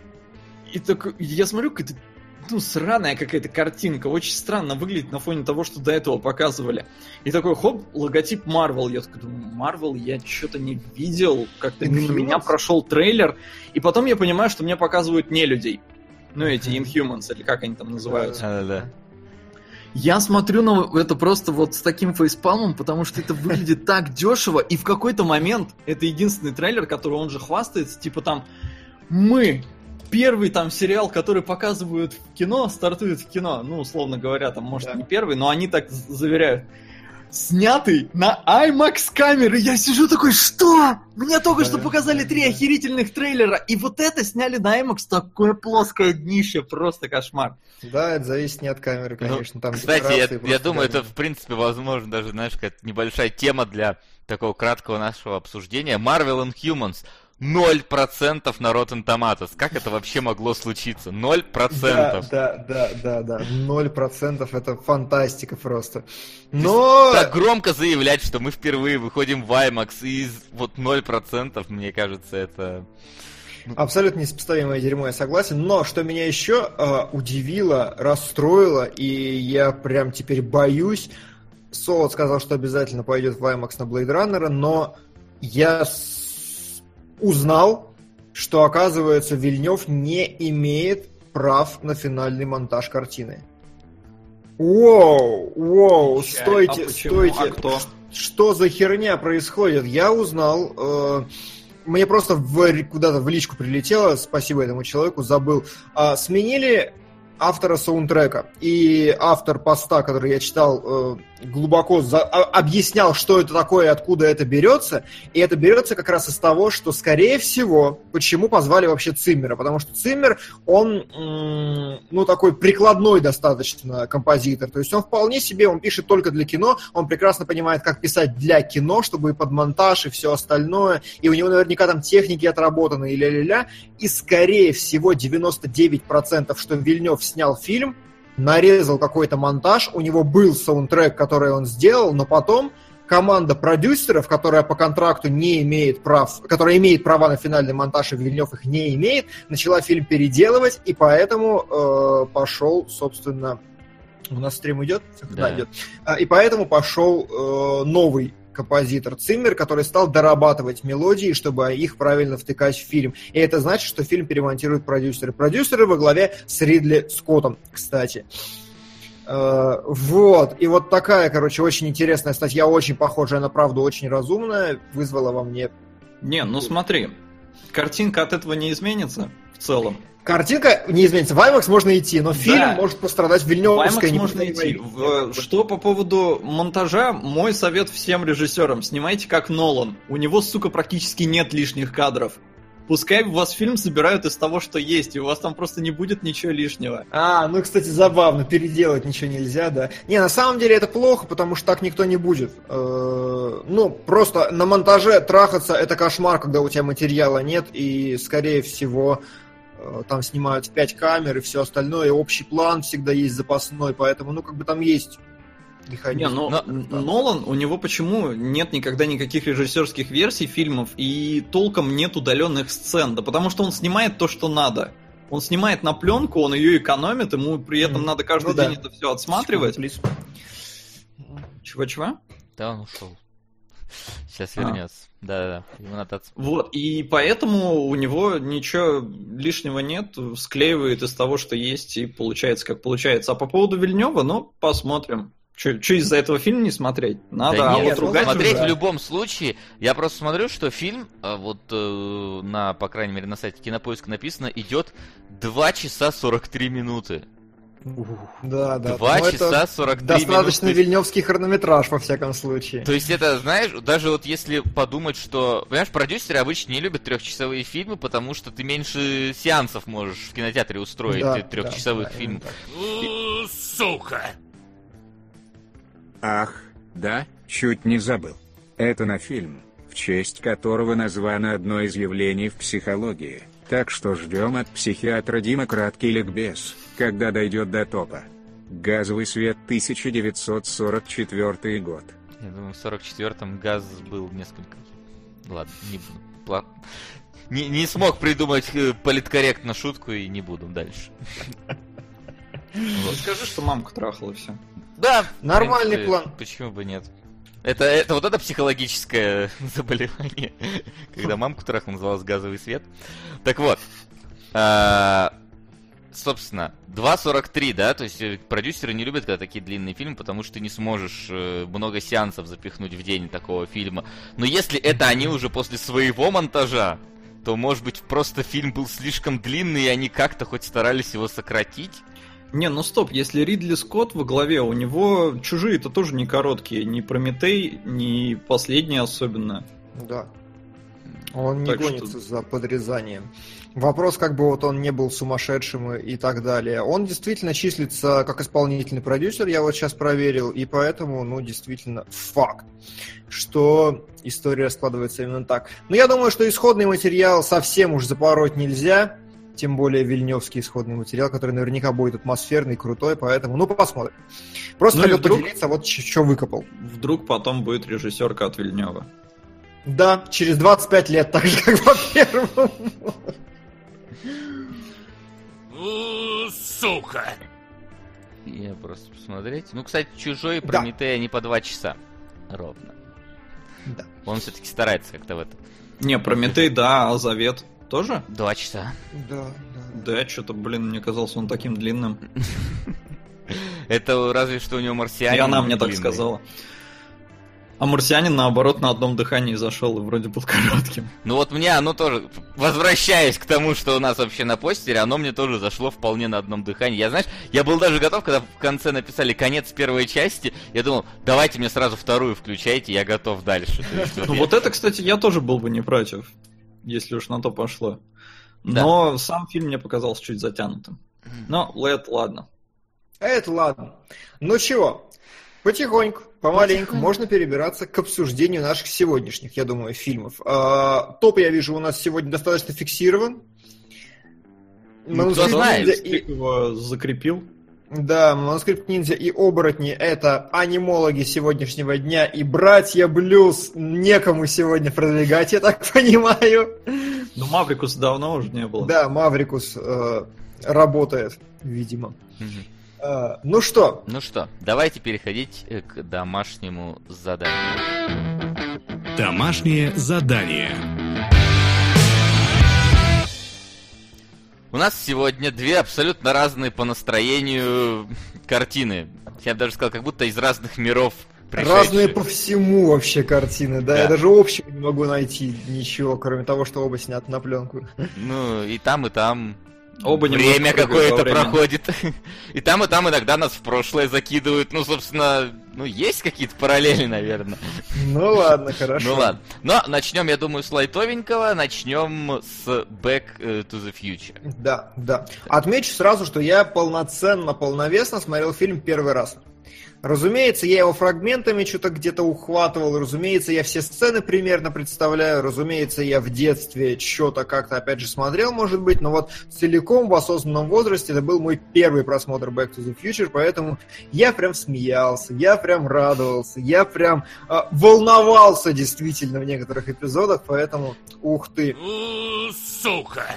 И так я смотрю, какая-то, ну, сраная какая-то картинка. Очень странно выглядит на фоне того, что до этого показывали. И такой, хоп, логотип Marvel. Я такой думаю, Marvel я что-то не видел. Как-то мимо Inhumans? меня прошел трейлер. И потом я понимаю, что мне показывают не людей. Ну, эти Inhumans, или как они там называются. Да-да-да. Я смотрю на это просто вот с таким фейспалмом, потому что это выглядит так дешево, и в какой-то момент, это единственный трейлер, который он же хвастается, типа там, мы, первый там сериал, который показывают в кино, стартует в кино, ну, условно говоря, там, может, Да. не первый, но они так з- заверяют, снятый на IMAX камеры. Я сижу такой, что? Мне только что Да, показали да, три да. охерительных трейлера, и вот это сняли на IMAX, такое плоское днище, просто кошмар. Да, это зависит не от камеры, Ну, конечно. Там кстати, я, декорации я просто думаю, это, камеры. в принципе, возможно, даже, знаешь, какая-то небольшая тема для такого краткого нашего обсуждения. Marvel Inhumans. Ноль процентов на Rotten Tomatoes. Как это вообще могло случиться? Ноль процентов. Да, да, да, да, да. Ноль процентов это фантастика просто. Но... Так громко заявлять, что мы впервые выходим в IMAX, и из- вот ноль процентов, мне кажется, это... Абсолютно несопоставимое дерьмо, я согласен. Но что меня еще э, удивило, расстроило, и я прям теперь боюсь. Солод сказал, что обязательно пойдет в IMAX на Blade Runner, но я с- узнал, что, оказывается, Вильнёв не имеет прав на финальный монтаж картины. Воу, воу, стойте, А почему? стойте. А кто? что за херня происходит, я узнал... Э, мне просто в, куда-то в личку прилетело, спасибо этому человеку, забыл. Э, сменили автора саундтрека. И автор поста, который я читал, э, глубоко за... объяснял, что это такое и откуда это берется. И это берется как раз из того, что, скорее всего, почему позвали вообще Циммера. Потому что Циммер, он, м- ну, такой прикладной достаточно композитор. То есть он вполне себе, он пишет только для кино, он прекрасно понимает, как писать для кино, чтобы и под монтаж, и все остальное. И у него наверняка там техники отработаны, и ля-ля-ля. И, скорее всего, девяносто девять процентов, что Вильнёв снял фильм, нарезал какой-то монтаж, у него был саундтрек, который он сделал, но потом команда продюсеров, которая по контракту не имеет прав, которая имеет права на финальный монтаж, и Вильнёв их не имеет, начала фильм переделывать, и поэтому э, пошел, собственно... У нас стрим идет? Да, да идет. И поэтому пошел э, новый композитор Циммер, который стал дорабатывать мелодии, чтобы их правильно втыкать в фильм. И это значит, что фильм перемонтируют продюсеры. Продюсеры во главе с Ридли Скоттом, кстати. Uh, вот, и вот такая, короче, очень интересная статья, очень похожая на правду, очень разумная, вызвала во мне... Не, ну смотри, картинка от этого не изменится в целом. Картинка не изменится. В IMAX можно идти, но фильм Да. может пострадать в Вильнёвской. В IMAX можно идти. В- Что по поводу монтажа, мой совет всем режиссерам: снимайте как Нолан. У него, сука, практически нет лишних кадров. Пускай у вас фильм собирают из того, что есть, и у вас там просто не будет ничего лишнего. А, ну, кстати, забавно, переделать ничего нельзя, да. Не, на самом деле это плохо, потому что так никто не будет. Э, Ну, просто на монтаже трахаться — это кошмар, когда у тебя материала нет, и, скорее всего, э, там снимают в пять камер и все остальное, и общий план всегда есть запасной, поэтому, ну, как бы там есть механизм. Не, ну, Но- Нолан, у него почему нет никогда никаких режиссерских версий фильмов и толком нет удаленных сцен? Да потому что он снимает то, что надо. Он снимает на пленку, он ее экономит, ему при этом Мгм. надо каждый Ну да. день это все отсматривать. Плиз. Чего-чего? Да, он ушел. Сейчас А. вернется. Да-да-да, ему надо отс- Вот, и поэтому у него ничего лишнего нет, склеивает из того, что есть, и получается, как получается. А по поводу Вильнёва, ну, посмотрим. Че из-за этого фильм не смотреть? Надо, Да а нет, вот ругать смотреть уже- в любом случае. Я просто смотрю, что фильм, а, вот э, на, по крайней мере, на сайте Кинопоиска написано, идет два часа сорок три минуты. Да, да. два Ну, часа это сорок три достаточно минуты. вильнёвский хронометраж, во всяком случае. То есть это, знаешь, даже вот если подумать, что... Понимаешь, продюсеры обычно не любят трехчасовые фильмы, потому что ты меньше сеансов можешь в кинотеатре устроить Да, трехчасовых да, да, фильмов. именно Сука! Ах, да, чуть не забыл. Это на фильм, в честь которого названо одно из явлений в психологии. Так что ждем от психиатра Дима краткий ликбез, когда дойдет до топа. «Газовый свет», тысяча девятьсот сорок четвёртый год. Я думаю, в сорок четвёртом газ был несколько... Ладно, не буду. Пла- Не, не смог придумать э, политкорректно шутку и не буду дальше. Вот. Скажи, что мамку трахала, и все. Да, в Нормальный принципе, план. Почему бы нет? Это, это вот это психологическое заболевание, когда мамку трахнул, называлось газовый свет. Так вот, а, собственно, два сорок три, да, то есть э, продюсеры не любят, когда такие длинные фильмы, потому что ты не сможешь э, много сеансов запихнуть в день такого фильма. Но если это они уже после своего монтажа, то, может быть, просто фильм был слишком длинный, и они как-то хоть старались его сократить. Не, ну стоп, если Ридли Скотт во главе, у него чужие-то тоже не короткие, ни Прометей, ни последний особенно. Да. Он не Так что- гонится за подрезанием. Вопрос, как бы вот он не был сумасшедшим и и так далее. Он действительно числится как исполнительный продюсер, я вот сейчас проверил, и поэтому, ну, действительно, факт, что история складывается именно так. Но я думаю, что исходный материал совсем уж запороть нельзя, тем более вильнёвский исходный материал, который наверняка будет атмосферный, крутой, поэтому, ну, посмотрим. Просто Ну и хотел вдруг- поделиться, вот что выкопал. Вдруг потом будет режиссерка от Вильнёва. Да, через двадцать пять лет, так же, как по первому. Сука! Я просто посмотреть. Ну, кстати, Чужой и Да. Прометей, они по два часа. Ровно. Да. Он все-таки старается как-то в это. Не, Прометей, да, а Завет тоже? Два часа. Да, да. Да, что-то, блин, мне казался он таким длинным. Это разве что у него марсиане. И она мне так длинные. сказала. А «Марсианин», наоборот, на одном дыхании зашел и вроде был коротким. Ну вот мне оно тоже, возвращаясь к тому, что у нас вообще на постере, оно мне тоже зашло вполне на одном дыхании. Я, знаешь, я был даже готов, когда в конце написали конец первой части, я думал, давайте мне сразу вторую включайте, я готов дальше. Ну вот это, кстати, я тоже был бы не против, если уж на то пошло. Но сам фильм мне показался чуть затянутым. Но это ладно. Это ладно. Ну чего, потихоньку, помаленьку можно перебираться к обсуждению наших сегодняшних, я думаю, фильмов. А, топ, я вижу, у нас сегодня достаточно фиксирован. Ну, кто знает, и... его закрепил. Да, «Манускрипт ниндзя» и «Оборотни» — это анимологи сегодняшнего дня, и «Братья Блюз» некому сегодня продвигать, я так понимаю. Ну, «Маврикус» давно уже не было. Да, «Маврикус» э, работает, видимо. Uh, ну что? Ну что, давайте переходить к домашнему заданию. Домашнее задание. У нас сегодня две абсолютно разные по настроению картины. Я бы даже сказал, как будто из разных миров пришедшие. Разные по всему вообще картины, да? да. Я даже общего не могу найти ничего, кроме того, что оба сняты на пленку. Ну, и там, и там... Оба время какое-то проходит. И там, и там иногда нас в прошлое закидывают. Ну, собственно, ну, есть какие-то параллели, наверное. Ну ладно, хорошо. Ну ладно. Но начнем, я думаю, с лайтовенького. Начнем с Back to the Future. Да, да. Отмечу сразу, что я полноценно, полновесно смотрел фильм первый раз. Разумеется, я его фрагментами что-то где-то ухватывал, разумеется, я все сцены примерно представляю, разумеется, я в детстве что-то как-то, опять же, смотрел, может быть, но вот целиком в осознанном возрасте это был мой первый просмотр Back to the Future, поэтому я прям смеялся, я прям радовался, я прям э, волновался действительно в некоторых эпизодах, поэтому ух ты. Сука!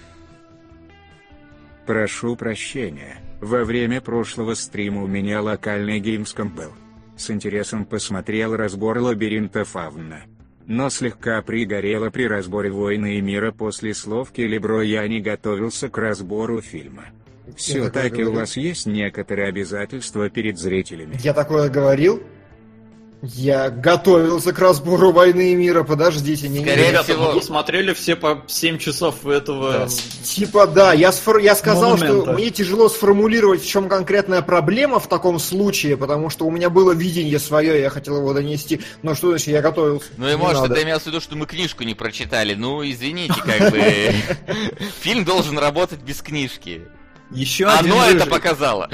Прошу прощения. Во время прошлого стрима у меня локальный геймском был. С интересом посмотрел разбор «Лабиринта Фавна». Но слегка пригорело при разборе «Войны и мира» после слов Келебро, я не готовился к разбору фильма. Все-таки у вас есть некоторые обязательства перед зрителями. Я такое говорил? Я готовился к разбору «Войны и мира», подождите. Не, Скорее Ребята, всего... мы смотрели все по семь часов этого... Да. Типа, да, я, сфор... я сказал, Монумента. что мне тяжело сформулировать, в чем конкретная проблема в таком случае, потому что у меня было видение свое, я хотел его донести, но что значит, я готовился. Ну и не может, надо. это имелось в виду, что мы книжку не прочитали. Ну, извините, как бы... Фильм должен работать без книжки. Еще один Оно это рыжий. показало.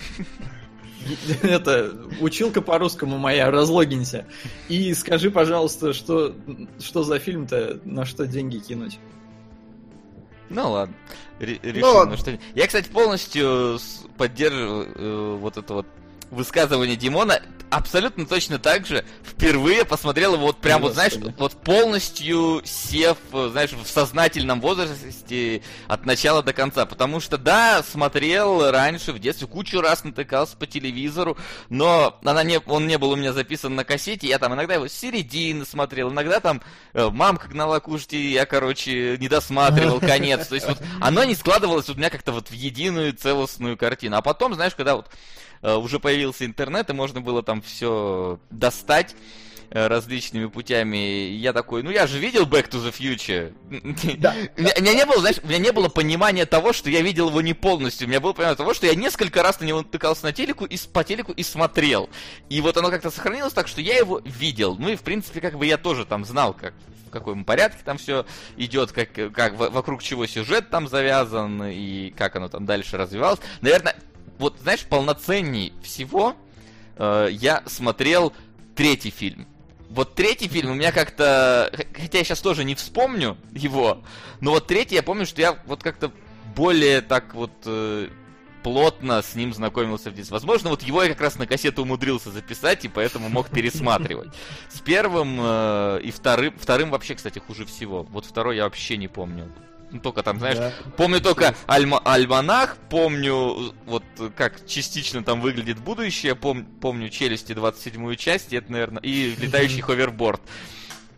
Это, училка по-русскому моя, разлогинься. И скажи, пожалуйста, что, что за фильм-то, на что деньги кинуть? Ну ладно, Ре- решим. Ну, ладно. на что... Я, кстати, полностью с- поддерживаю э, вот это вот высказывание Димона. Абсолютно точно так же впервые посмотрел его вот прям, вот знаешь, вот полностью сев, знаешь, в сознательном возрасте от начала до конца. Потому что, да, смотрел раньше, в детстве, кучу раз натыкался по телевизору, но она не, он не был у меня записан на кассете, я там иногда его с середины смотрел, иногда там э, мамка гнала кушать, и я, короче, не досматривал конец. То есть вот оно не складывалось у меня как-то вот в единую целостную картину. А потом, знаешь, когда вот уже появился интернет, и можно было там все достать различными путями. Я такой, ну я же видел Back to the Future. Да. У меня, у меня не было, знаешь, у меня не было понимания того, что я видел его не полностью. У меня было понимание того, что я несколько раз на него натыкался на телеку и по телеку и смотрел. И вот оно как-то сохранилось так, что я его видел. Ну и в принципе, как бы я тоже там знал, как в каком порядке там все идет, как, как вокруг чего сюжет там завязан и как оно там дальше развивалось. Наверное, вот, знаешь, полноценней всего э, я смотрел третий фильм. Вот третий фильм у меня как-то... Хотя я сейчас тоже не вспомню его, но вот третий я помню, что я вот как-то более так вот э, плотно с ним знакомился в детстве. Возможно, вот его я как раз на кассету умудрился записать, и поэтому мог пересматривать. С первым э, и вторым... Вторым вообще, кстати, хуже всего. Вот второй я вообще не помню. Ну, только там, знаешь, да. Помню только альма- альманах, помню, вот как частично там выглядит будущее, пом- помню «Челюсти» двадцать седьмую часть, это, наверное, и «Летающий ховерборд».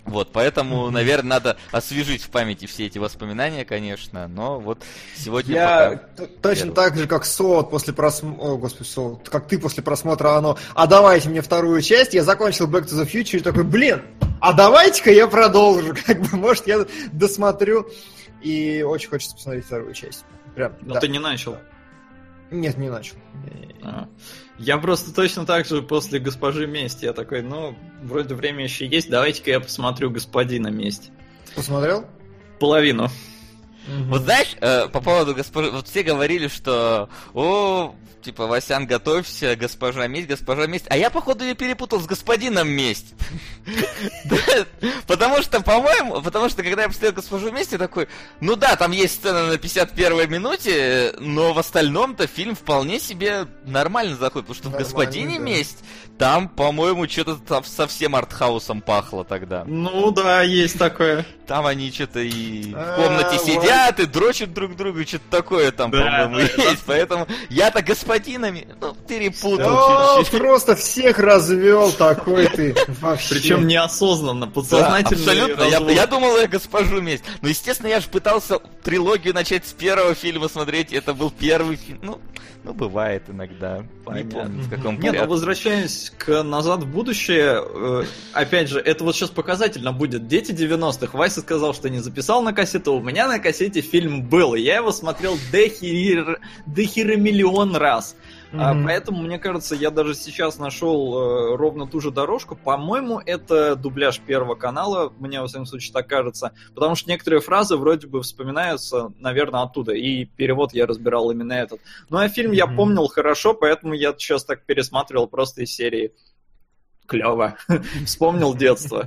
Вот, поэтому, mm-hmm. наверное, надо освежить в памяти все эти воспоминания, конечно, но вот сегодня Я пока... т- точно первый. Так же, как Солод после просмотра... О, господи, Солод, как ты после просмотра оно, а давайте мне вторую часть, я закончил Back to the Future и такой, блин, а давайте-ка я продолжу, как бы, может, я досмотрю, и очень хочется посмотреть вторую часть. Прям, но да. ты не начал? Нет, не начал. А. Я просто точно так же после «Госпожи Месть», я такой, ну, вроде время еще есть, давайте-ка я посмотрю «Господина Месть». Посмотрел? Половину. Mm-hmm. Вот знаешь, э, по поводу госпожи, вот все говорили, что, о, типа, Васян, готовься, госпожа Месть, госпожа Месть, а я, походу, ее перепутал с господином Месть. Потому что, по-моему, потому что, когда я посмотрел госпожу Месть, я такой, ну да, там есть сцена на пятьдесят первой минуте, но в остальном-то фильм вполне себе нормально заходит, потому что в господине Месть там, по-моему, что-то там совсем артхаусом пахло тогда. Ну да, есть такое. Там они что-то и в комнате сидят, и дрочат друг другу, что-то такое там, по-моему, есть. Поэтому я-то господинами, ну, перепутал чуть-чуть. Просто всех развел такой ты вообще. Причем неосознанно, подсознательно. Абсолютно, я, я думал, я госпожу Месть. Но, естественно, я же пытался трилогию начать с первого фильма смотреть, это был первый фильм. Ну, ну бывает иногда. Не помню, в каком порядке. Нет, но возвращаясь к «Назад в будущее», э, опять же, это вот сейчас показательно будет. Дети девяностых. Вася сказал, что не записал на кассету. У меня на кассете фильм был, и я его смотрел дохер... дохеромиллион раз. Mm-hmm. А, поэтому, мне кажется, я даже сейчас нашел э, ровно ту же дорожку. По-моему, это дубляж Первого канала, мне, во всяком случае, так кажется. Потому что некоторые фразы вроде бы вспоминаются, наверное, оттуда. И перевод я разбирал именно этот. Ну, а фильм mm-hmm. я помнил хорошо, поэтому я сейчас так пересматривал просто из серии. Клево. Вспомнил детство.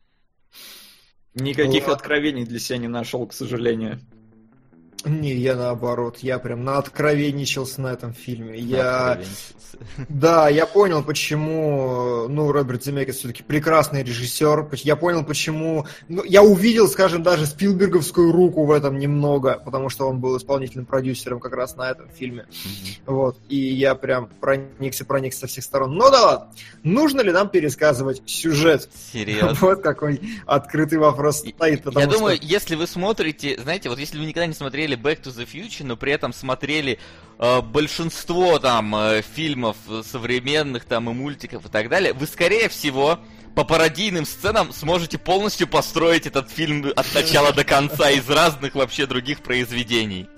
Никаких откровений для себя не нашел, к сожалению. Не, я наоборот, я прям наоткровенничался на этом фильме. Я... Да, я понял, почему, ну, Роберт Земекис все-таки прекрасный режиссер. Я понял, почему... Ну, я увидел, скажем, даже Спилберговскую руку в этом немного, потому что он был исполнительным продюсером как раз на этом фильме. Mm-hmm. Вот, и я прям проникся, проникся со всех сторон. Ну да ладно, нужно ли нам пересказывать сюжет? Серьезно? Вот какой открытый вопрос стоит. Я что... думаю, если вы смотрите, знаете, вот если вы никогда не смотрели Back to the Future, но при этом смотрели э, большинство там э, фильмов современных там и мультиков и так далее, вы, скорее всего, по пародийным сценам сможете полностью построить этот фильм от начала до конца из разных вообще других произведений.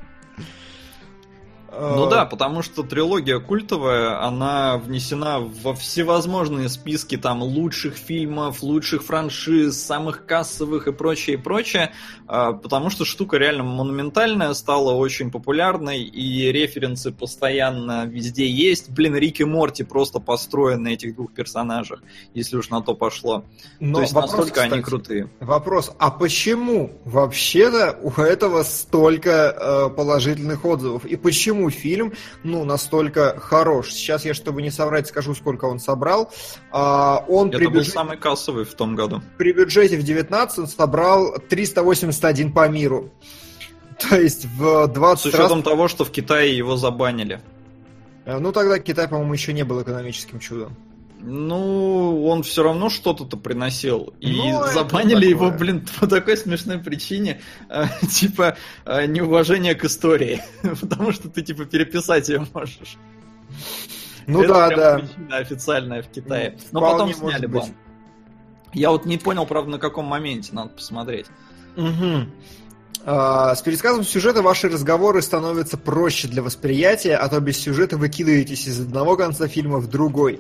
Ну да, потому что трилогия культовая, она внесена во всевозможные списки там лучших фильмов, лучших франшиз, самых кассовых и прочее, и прочее, потому что штука реально монументальная, стала очень популярной, и референсы постоянно везде есть. Блин, Рик и Морти просто построены на этих двух персонажах, если уж на то пошло. Но то есть вопрос, настолько кстати, они крутые. Вопрос, а почему вообще-то у этого столько э, положительных отзывов? И почему фильм, ну, настолько хорош? Сейчас я, чтобы не соврать, скажу, сколько он собрал. А, он Это при был бюджете, самый кассовый в том году. При бюджете в девятнадцатом собрал триста восемьдесят один по миру. То есть в двадцать С учетом раз... того, что в Китае его забанили. Ну, тогда Китай, по-моему, еще не был экономическим чудом. Ну, он все равно что-то-то приносил. И ну, забанили его, блин, по такой смешной причине, э, типа, э, неуважение к истории. Потому что ты, типа, переписать ее можешь. Ну это да, прям да. Причина официальная в Китае. Ну, но потом сняли бан. Я вот не понял, правда, на каком моменте, надо посмотреть. Угу. С пересказом сюжета ваши разговоры становятся проще для восприятия, а то без сюжета вы кидаетесь из одного конца фильма в другой.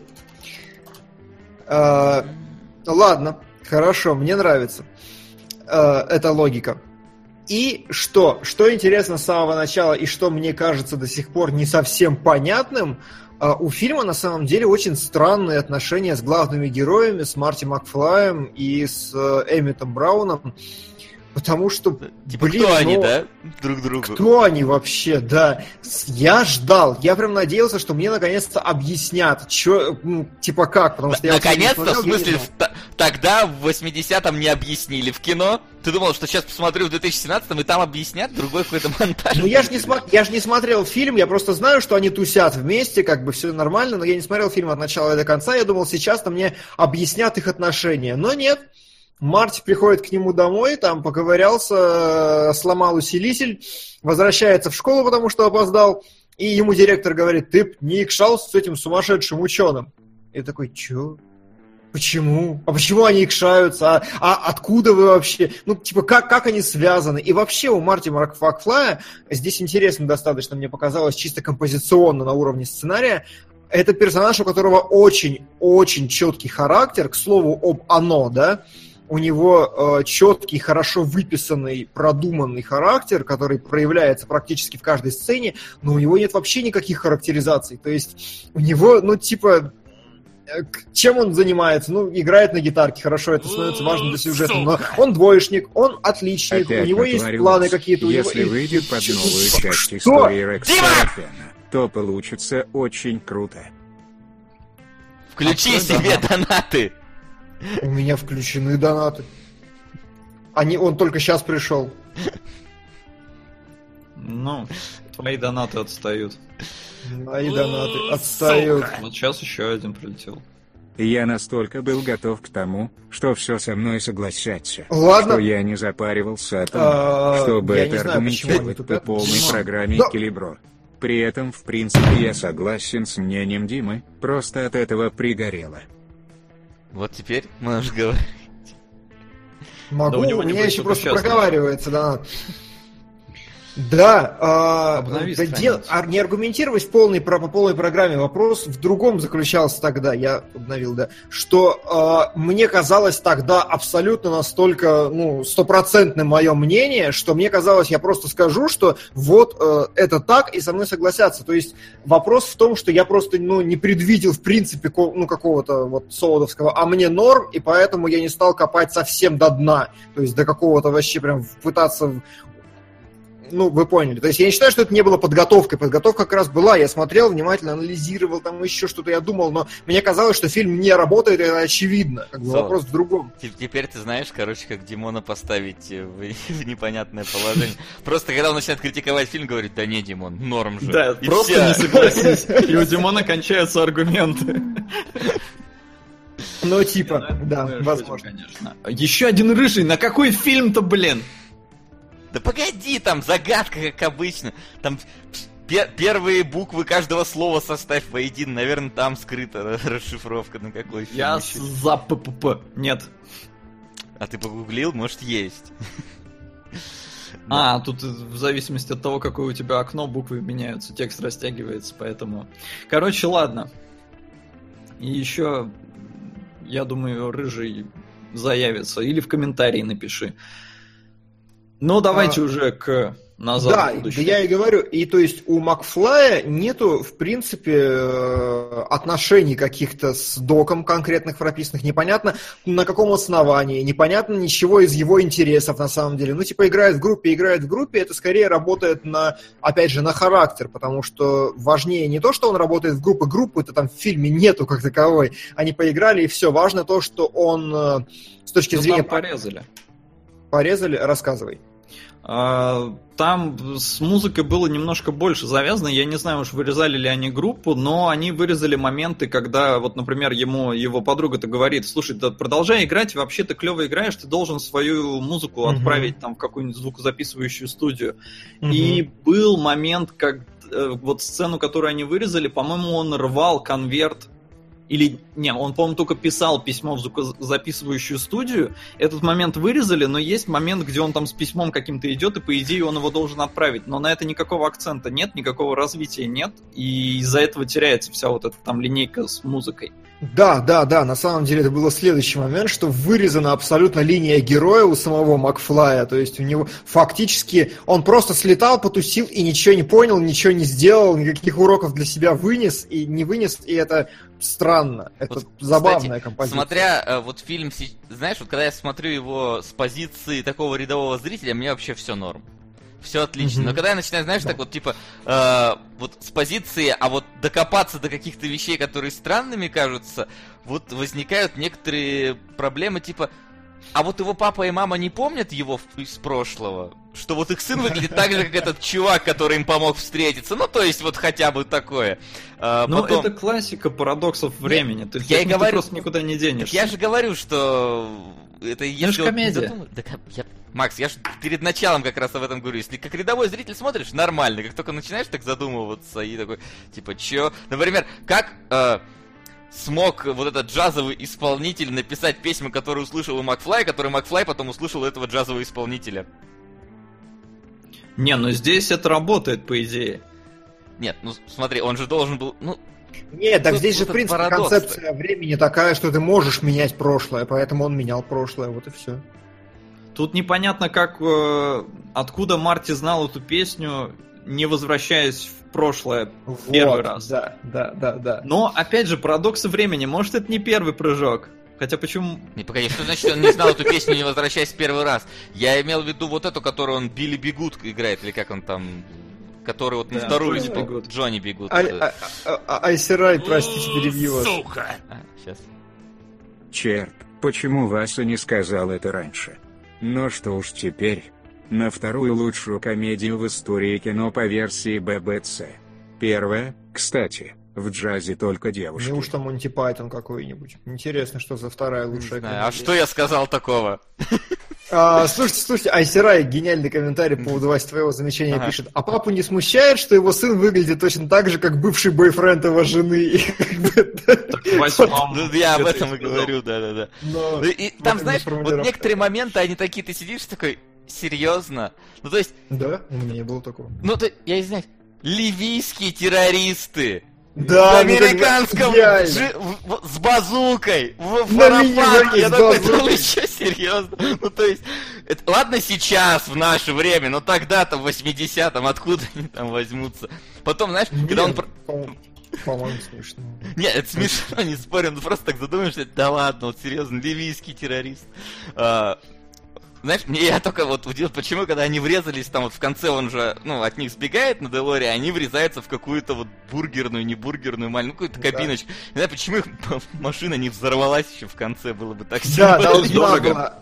Uh, ладно, хорошо, мне нравится uh, эта логика. И что? Что интересно с самого начала и что мне кажется до сих пор не совсем понятным, uh, у фильма на самом деле очень странные отношения с главными героями, с Марти Макфлаем и с uh, Эмметом Брауном. Потому что, типа, блин, кто ну, они, да? Друг другу. Кто они вообще, да. Я ждал, я прям надеялся, что мне наконец-то объяснят, чё, ну, типа как, потому что я... Наконец-то, в смысле, т- тогда в восьмидесятом не объяснили в кино. Ты думал, что сейчас посмотрю в две тысячи семнадцатом, и там объяснят другой какой-то монтаж? Ну, я же не, смо- я ж не смотрел фильм, я просто знаю, что они тусят вместе, как бы все нормально, но я не смотрел фильм от начала до конца, я думал, сейчас-то мне объяснят их отношения, но нет. Марти приходит к нему домой, там поковырялся, сломал усилитель, возвращается в школу, потому что опоздал, и ему директор говорит: ты не икшался с этим сумасшедшим ученым. И такой: чё? Почему? А почему они икшаются? А, а откуда вы вообще? Ну, типа, как, как они связаны? И вообще у Марти Макфлая здесь интересно достаточно, мне показалось, чисто композиционно на уровне сценария. Это персонаж, у которого очень-очень четкий характер. К слову, об «Оно», да? У него э, четкий, хорошо выписанный, продуманный характер, который проявляется практически в каждой сцене, но у него нет вообще никаких характеризаций. То есть у него, ну, типа, э, чем он занимается? Ну, играет на гитарке, хорошо, это становится важно для сюжета, но он двоечник, он отличник, Опять у него есть натворилось. планы какие-то. Если у него... выйдет под новую часть Что? истории Рекса Рапена, то получится очень круто. Включи Открой себе донат. донаты! У меня включены донаты. Они, он только сейчас пришел. Ну, твои донаты отстают. Мои донаты отстают. Вот сейчас еще один прилетел. Я настолько был готов к тому, что все со мной согласятся, Ладно. что я не запаривался о том, А, чтобы я не это знаю, почему они аргументировать по тупят. полной Но- программе Да. Келебро. При этом, в принципе, я согласен с мнением Димы, просто от этого пригорело. Вот теперь можешь говорить. Могу, Да у него у не меня будет еще только просто сейчас, проговаривается, да. Да, а, Обнови да страницу. дел- а не аргументировать в полной, про- по полной программе. Вопрос в другом заключался тогда, я обновил, да, что а, мне казалось тогда абсолютно настолько, ну, стопроцентным мое мнение, что мне казалось, я просто скажу, что вот э, это так, и со мной согласятся. То есть вопрос в том, что я просто, ну, не предвидел в принципе ко- ну, какого-то вот солодовского, а мне норм, и поэтому я не стал копать совсем до дна. То есть до какого-то вообще прям пытаться... Ну, вы поняли. То есть я не считаю, что это не было подготовкой. Подготовка как раз была. Я смотрел, внимательно анализировал, там еще что-то я думал, но мне казалось, что фильм не работает, и это очевидно. Как бы Солод. вопрос в другом. Т- Теперь ты знаешь, короче, как Димона поставить э, в, в непонятное положение. Просто когда он начинает критиковать фильм, говорит: да не, Димон, норм же. Да, И просто всё. не согласись. И у Димона кончаются аргументы. Ну, типа, Ну, это да, мы шутим, возможно. конечно. Еще один рыжий, на какой фильм-то, блин? Да погоди, там загадка, как обычно. Там пер- первые буквы каждого слова составь воедино. Наверное, там скрыта расшифровка, на какой фильм. Я еще. за ППП. Нет. А ты погуглил? Может, есть. А, тут в зависимости от того, какое у тебя окно, буквы меняются, текст растягивается, поэтому... Короче, ладно. И еще, я думаю, рыжий заявится. Или в комментарии напиши. Ну, давайте А, уже к назад Да, в да будущее. я и говорю, и то есть у Макфлая нету, в принципе, э, отношений каких-то с доком конкретных прописанных, непонятно на каком основании, непонятно ничего из его интересов на самом деле. Ну, типа, играет в группе, играет в группе, это скорее работает на, опять же, на характер, потому что важнее не то, что он работает в группе, группы-то там в фильме нету как таковой, они поиграли и все, важно то, что он э, с точки Ну, зрения... там порезали. Порезали? Рассказывай. А, Там с музыкой было немножко больше завязано. Я не знаю, уж вырезали ли они группу, но они вырезали моменты, когда, вот, например, ему его подруга-то говорит: слушай, да продолжай играть, вообще ты клево играешь, ты должен свою музыку Мгм. отправить там в какую-нибудь звукозаписывающую студию. Мгм. И был момент, как э, вот сцену, которую они вырезали, по-моему, он рвал конверт. Или, не, он, по-моему, только писал письмо в звукозаписывающую студию. Этот момент вырезали, но есть момент, где он там с письмом каким-то идет, и, по идее, он его должен отправить. Но на это никакого акцента нет, никакого развития нет, и из-за этого теряется вся вот эта там линейка с музыкой. Да, да, да, на самом деле это был следующий момент, что вырезана абсолютно линия героя у самого Макфлая, то есть у него фактически он просто слетал, потусил и ничего не понял, ничего не сделал, никаких уроков для себя вынес и не вынес, и это странно, это Вот, забавная кстати, композиция. Смотря э, вот фильм, си- знаешь, вот когда я смотрю его с позиции такого рядового зрителя, мне вообще все норм. Все отлично. Мгм. Но когда я начинаю, знаешь, Да. так вот, типа, э, вот с позиции, а вот докопаться до каких-то вещей, которые странными кажутся, вот возникают некоторые проблемы, типа, А вот его папа и мама не помнят его в- из прошлого? Что вот их сын выглядит так же, как этот чувак, который им помог встретиться. Ну, то есть, вот хотя бы такое. А, Но потом- это классика парадоксов времени. Ты, я и ты говорю- просто никуда не денешься. Так я же говорю, что это если ж вот комедия. задумать- Да как- я- Макс, я же перед началом как раз об этом говорю. Если как рядовой зритель смотришь, нормально. Как только начинаешь так задумываться и такой, типа, чё? Например, как э, смог вот этот джазовый исполнитель написать песню, которую услышал у Макфлай, которую Макфлай потом услышал у этого джазового исполнителя? Не, ну здесь это работает, по идее. Нет, ну смотри, он же должен был... Ну, Нет, так Тут здесь же, вот в принципе, парадокс. концепция времени такая, что ты можешь менять прошлое, поэтому он менял прошлое, вот и все. Тут непонятно, как э, откуда Марти знал эту песню, не возвращаясь в прошлое в первый раз. Да, да, да, да. Но, опять же, парадоксы времени. Может, это не первый прыжок. Хотя почему... не, погоди, что значит, он не знал эту песню, не возвращаясь в первый раз? Я имел в виду вот эту, которую он Билли Бигут играет, или как он там... Который вот на Да, вторую Джонни испол- Бигут. Джонни Бигут. А- а- а- а- Айсерай, простите, перебью вас. Сука! сейчас. Черт, почему Васа не сказал это раньше? Но что уж теперь. На вторую лучшую комедию в истории кино по версии би би си. Первая, кстати, в джазе только девушки. Неужто Монти Пайтон какой-нибудь? Интересно, что за вторая лучшая комедия. А что я сказал такого? А, слушайте, слушайте, Айсерай, гениальный комментарий по поводу Васи твоего замечания, Ага. пишет: а папу не смущает, что его сын выглядит точно так же, как бывший бойфренд его жены? И как бы, Так, Вася, по-моему, Ну, я об это этом и сказал. говорю, да-да-да. но- Ну, И вот там, это знаешь, вот формулировка. некоторые моменты, они такие, ты сидишь такой, серьезно? Ну, то есть, Да, у меня не было такого. ну, ты, я извиняюсь, ливийские террористы. Да, в ну, американском как бы идеально. джи- в- в- с базукой, в На фарафанке. минивэне Я с такой, базукой. ну вы что, серьезно? Ну то есть, это, ладно сейчас, в наше время, но тогда-то, в восьмидесятом, откуда они там возьмутся? Потом, знаешь, когда он... Нет, про- по-моему, по-моему, смешно. Не, это смешно, не спорю, но просто так задумаешься, да ладно, вот серьезно, ливийский террорист. А, знаешь, мне я только вот удивил, почему, когда они врезались, там вот в конце он же, ну, от них сбегает на Делоре, они врезаются в какую-то вот бургерную, не бургерную, маленькую какую-то Да. кабиночку. Не знаю, почему их машина не взорвалась еще в конце, было бы так Да, должна дорого. была.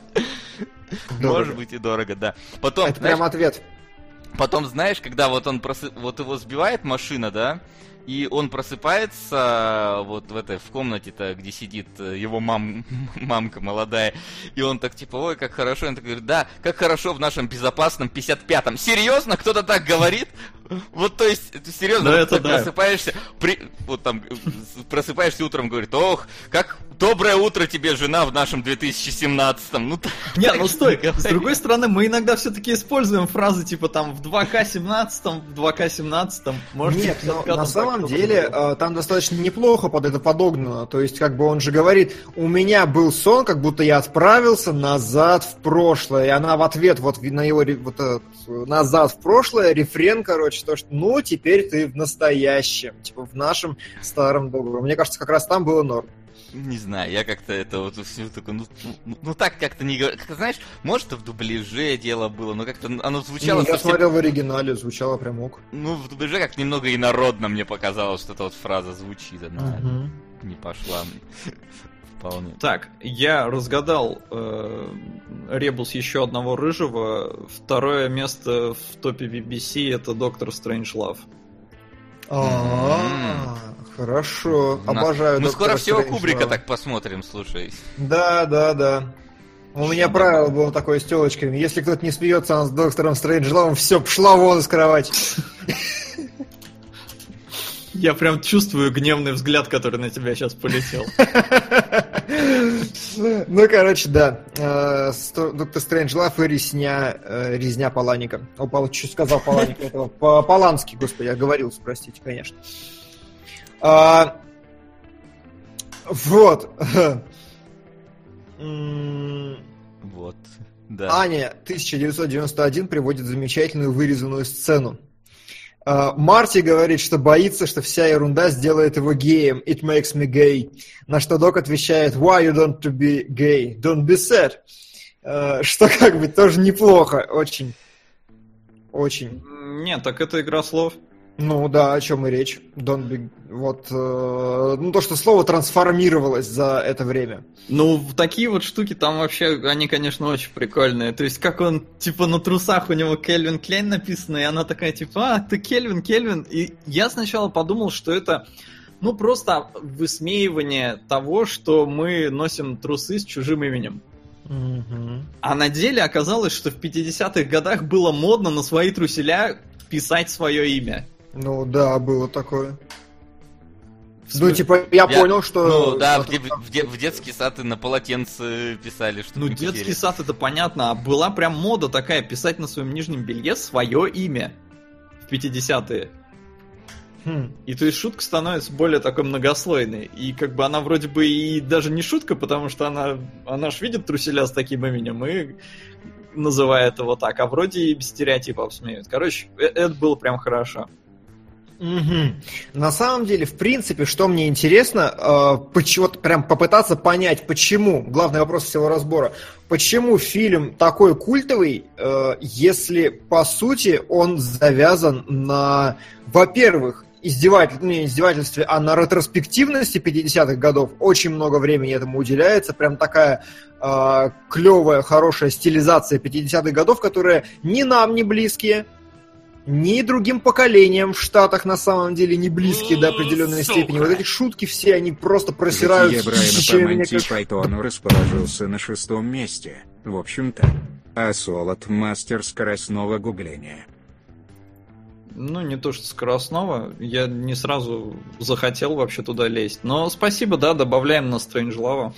Может Дорого. быть и дорого, да. Потом, Это знаешь, прям ответ. Потом, знаешь, когда вот он просы... вот его сбивает машина, да, и он просыпается вот в этой, в комнате-то, где сидит э, его мам... мамка молодая, и он так типа, ой, как хорошо, он так говорит, да, как хорошо в нашем безопасном пятьдесят пятом. Серьезно? Кто-то так говорит? Вот, то есть, ты серьезно, Да, вот это ты да. просыпаешься, при... вот там, э, просыпаешься утром, говорит, ох, как доброе утро тебе, жена, в нашем две тысячи семнадцатом. Ну, так- Не, так ну же стой, не говори. с другой стороны, мы иногда все-таки используем фразы типа там в два ка семнадцатом, в два ка семнадцатом, может Нет, быть, в но пятом на так самом тоже деле было. э, там достаточно неплохо под это подогнано. То есть, как бы он же говорит, у меня был сон, как будто я отправился назад в прошлое. И она в ответ вот на его ре- вот этот, назад в прошлое, рефрен, короче, то, что ну, теперь ты в настоящем, типа в нашем старом добром. Мне кажется, как раз там было норм. Не знаю, я как-то это вот все такое, ну, ну, ну так как-то не говорю. Как, знаешь, может, и в дубляже дело было, но как-то оно звучало Не, я совсем... смотрел в оригинале, звучало прям ок. Ну, в дубляже как немного инородно мне показалось, что эта вот фраза звучит, она Мгм. не пошла мне вполне. Так, я разгадал э, ребус еще одного рыжего. Второе место в топе би би си это Доктор Стрэнджлав. А, хорошо, У нас- обожаю. Мы Доктора скоро всего Стрэнджлава. Кубрика так посмотрим, слушай. Да, да, да. У меня Что правило было такое с телочками. Если кто-то не смеется с доктором Стрэнджлавом, все, пшла вон из кровати. Я прям чувствую гневный взгляд, который на тебя сейчас полетел. Ну, короче, да. Э, сто- Доктор Стрэнджлав и резня, э, резня Паланика. О, Пал- чуть сказал Паланика этого. По- Полански, господи, я говорил, простите, конечно. А, Вот. М, Вот, да. Аня тысяча девятьсот девяносто один приводит замечательную вырезанную сцену. А, Марти говорит, что боится, что вся ерунда сделает его геем. It makes me gay. На что Док отвечает, why you don't to be gay? Don't be sad. А, Что как бы тоже неплохо. Очень. Очень. Нет, так это игра слов. Ну да, о чем и речь. Don't be... Вот, э, ну то, что слово трансформировалось за это время. Ну, такие вот штуки там вообще, они, конечно, очень прикольные. То есть, как он, типа, на трусах у него Кельвин Клейн написано, и она такая, типа, а, ты Кельвин, Кельвин. И я сначала подумал, что это, ну, просто высмеивание того, что мы носим трусы с чужим именем. Угу. А на деле оказалось, что в пятидесятых годах было модно на свои труселя писать свое имя. Ну да, было такое. Ну, типа, я, я понял, что... Ну, да, в, в, в, в детский сад и на полотенце писали, что... Ну, детский сад, это понятно, а была прям мода такая, писать на своем нижнем белье свое имя в пятидесятые. Хм. И то есть шутка становится более такой многослойной. И как бы она вроде бы и даже не шутка, потому что она, она ж видит труселя с таким именем и называет его так, а вроде и без стереотипов смеют. Короче, это было прям хорошо. Угу. На самом деле, в принципе, что мне интересно, э, почему, прям попытаться понять, почему, главный вопрос всего разбора, почему фильм такой культовый, э, если, по сути, он завязан на, во-первых, издеватель, не издевательстве, а на ретроспективности пятидесятых годов. Очень много времени этому уделяется, прям такая э, клевая, хорошая стилизация пятидесятых годов, которая ни нам не близкие, ни другим поколениям в Штатах на самом деле не близкие до определенной Сука. степени. Вот эти шутки все, они просто просирают. Житие Брайана по Монти Пайтону расположился на шестом месте. В общем-то. А Солод — мастер скоростного гугления. Ну, не то что скоростного, я не сразу захотел вообще туда лезть. Но спасибо, да, добавляем на Strangelove.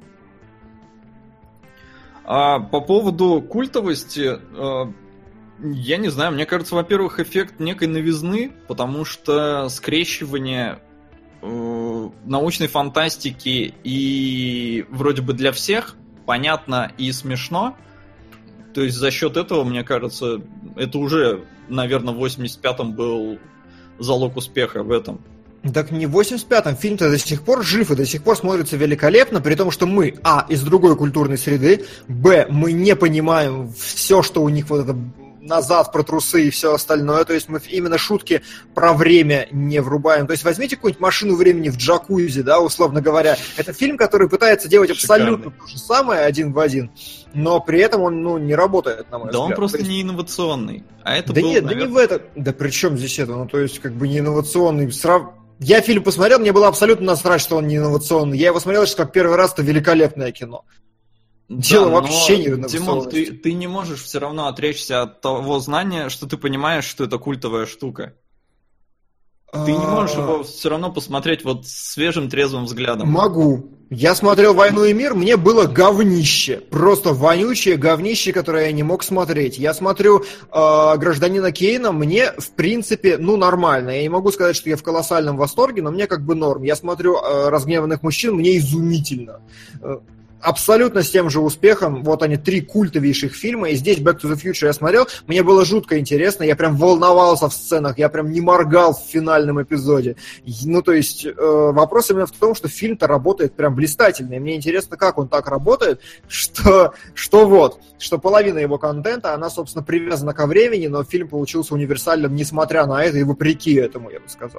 А по поводу культовости... Я не знаю, мне кажется, во-первых, эффект некой новизны, потому что скрещивание э, научной фантастики и вроде бы для всех понятно и смешно. То есть за счет этого, мне кажется, это уже, наверное, в восемьдесят пятом был залог успеха в этом. Так не в восемьдесят пятом, фильм-то до сих пор жив и до сих пор смотрится великолепно, при том, что мы, а, из другой культурной среды, б, мы не понимаем все, что у них вот это... назад про трусы и все остальное, то есть мы именно шутки про время не врубаем. То есть возьмите какую-нибудь машину времени в джакузи, да, условно говоря. Это фильм, который пытается делать абсолютно Шикарный. То же самое, один в один, но при этом он, ну, не работает, на мой да взгляд. Да он просто есть... не инновационный. А это да был, нет, наверное... да не в это. Да при чем здесь это? Ну, то есть, как бы не инновационный. Срав... Я фильм посмотрел, мне было абсолютно насрать, что он не инновационный. Я его смотрел, что как первый раз, это великолепное кино. Дело да, вообще не в Димон, ты, ты не можешь все равно отречься от того знания, что ты понимаешь, что это культовая штука. Ты не можешь его все равно посмотреть вот свежим, трезвым взглядом. Могу. Я смотрел «Войну и мир», мне было говнище. Просто вонючее говнище, которое я не мог смотреть. Я смотрю э, «Гражданина Кейна», мне, в принципе, ну, нормально. Я не могу сказать, что я в колоссальном восторге, но мне как бы норм. Я смотрю э, «Разгневанных мужчин», мне изумительно. Абсолютно с тем же успехом. Вот они, три культовейших фильма. И здесь Back to the Future я смотрел. Мне было жутко интересно. Я прям волновался в сценах. Я прям не моргал в финальном эпизоде. Ну, то есть, э, вопрос именно в том, что фильм-то работает прям блистательно. И мне интересно, как он так работает, что, что вот, что половина его контента, она, собственно, привязана ко времени, но фильм получился универсальным, несмотря на это и вопреки этому, я бы сказал.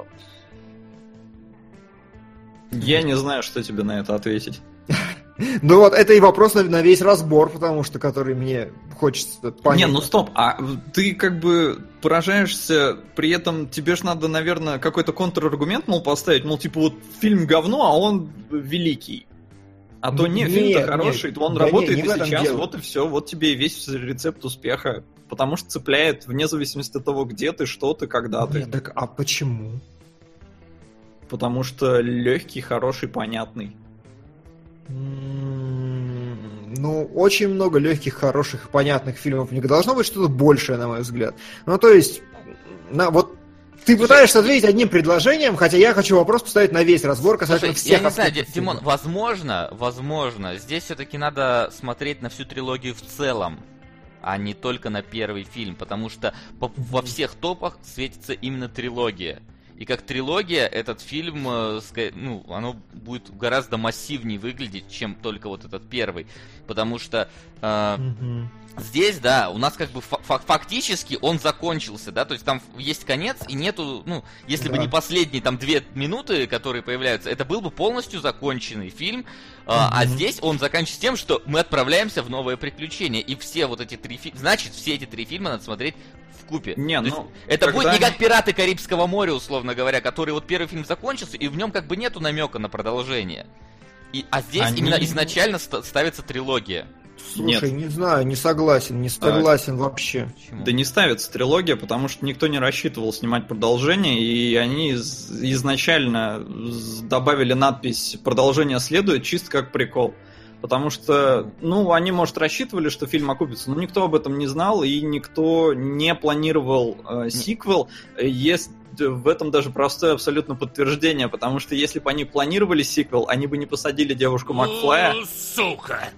Я не знаю, что тебе на это ответить. Ну вот, это и вопрос на, на весь разбор, потому что, который мне хочется понять. Не, ну стоп, а ты как бы поражаешься, при этом тебе ж надо, наверное, какой-то контраргумент, мол, поставить, мол, типа вот фильм говно, а он великий. А то не, фильм-то хороший, нет, он да работает не, не и сейчас, дело. Вот и все, вот тебе и весь рецепт успеха. Потому что цепляет вне зависимости от того, где ты, что ты, когда ты. Нет, так а почему? Потому что легкий, хороший, понятный. Ну, очень много легких, хороших, понятных фильмов. У них должно быть что-то большее, на мой взгляд. Ну, то есть, на, вот ты пытаешься ответить одним предложением, хотя я хочу вопрос поставить на весь разбор касательно Слушай, всех я не знаю, аспектов. Димон, возможно, возможно, здесь все-таки надо смотреть на всю трилогию в целом, а не только на первый фильм, потому что по, во всех топах светится именно трилогия. И как трилогия этот фильм, ну, оно будет гораздо массивнее выглядеть, чем только вот этот первый. Потому что э, mm-hmm. здесь, да, у нас как бы фа- фактически он закончился, да, то есть там есть конец и нету, ну, если да. бы не последние там две минуты, которые появляются, это был бы полностью законченный фильм. Mm-hmm. А, а здесь он заканчивается тем, что мы отправляемся в новое приключение. И все вот эти три фильма, значит, все эти три фильма надо смотреть купе. Не, ну, это когда... будет не как «Пираты Карибского моря», условно говоря, который вот первый фильм закончился, и в нем как бы нету намека на продолжение. И, а здесь Они... именно изначально ст- ставится трилогия. Слушай, Нет. не знаю, не согласен, не согласен а, вообще. Почему? Да не ставится трилогия, потому что никто не рассчитывал снимать продолжение, и они изначально добавили надпись «Продолжение следует» чисто как прикол. Потому что, ну, они, может, рассчитывали, что фильм окупится, но никто об этом не знал, и никто не планировал э, сиквел. Есть в этом даже простое абсолютно подтверждение, потому что если бы они планировали сиквел, они бы не посадили девушку Макфлая. Сука!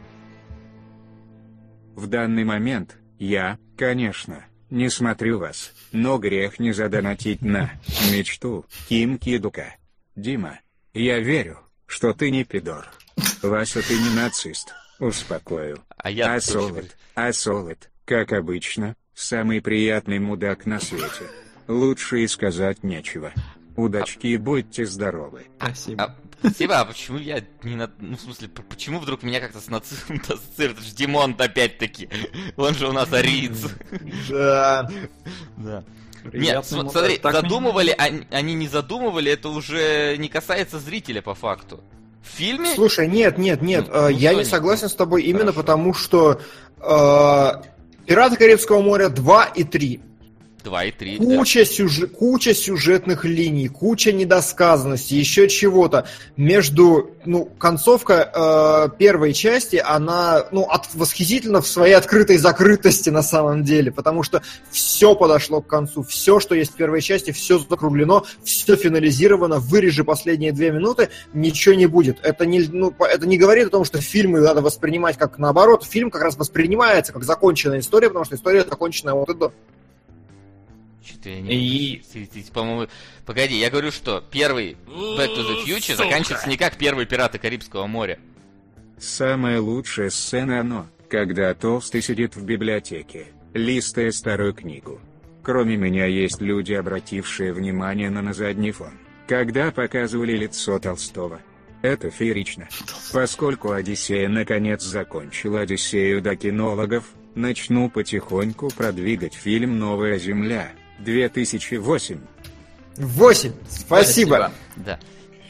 В данный момент я, конечно, не смотрю вас, но грех не задонатить на мечту Ким Кидука. Дима, я верю, что ты не пидор. Вася, ты не нацист, успокою. А я а Солод, а Солод, как обычно, самый приятный мудак на свете. Лучше и сказать нечего. Удачки и будьте здоровы. Спасибо. А, спасибо, а почему я не на... Ну, в смысле, почему вдруг меня как-то с нацизмом ассоциируют? Это же Димон опять-таки. Он же у нас ариец. Да. Да. Нет, смотри, задумывали, они не задумывали, это уже не касается зрителя по факту. В фильме? Слушай, нет, нет, нет, ну, я ну, не согласен нет. с тобой именно Хорошо. потому, что э, «Пираты Карибского моря» два и три. два и три, куча, да. сюжет, куча сюжетных линий, куча недосказанности, еще чего-то. Между, ну, концовка э, первой части, она, ну, от, восхитительна в своей открытой закрытости на самом деле, потому что все подошло к концу, все, что есть в первой части, все закруглено, все финализировано, вырежи последние две минуты, ничего не будет. Это не, ну, это не говорит о том, что фильмы надо воспринимать как наоборот, фильм как раз воспринимается как законченная история, потому что история законченная вот и до. Что-то я не... И... По-моему... Погоди, я говорю, что первый Back to the Future Сука. заканчивается не как первый «Пираты Карибского моря». Самая лучшая сцена оно, когда Толстый сидит в библиотеке, листая старую книгу. Кроме меня есть люди, обратившие внимание на, на задний фон, когда показывали лицо Толстого. Это феерично. Поскольку «Одиссея» наконец закончила «Одиссею» до кинологов, начну потихоньку продвигать фильм «Новая земля». две тысячи восемь. восемь. Спасибо. Да.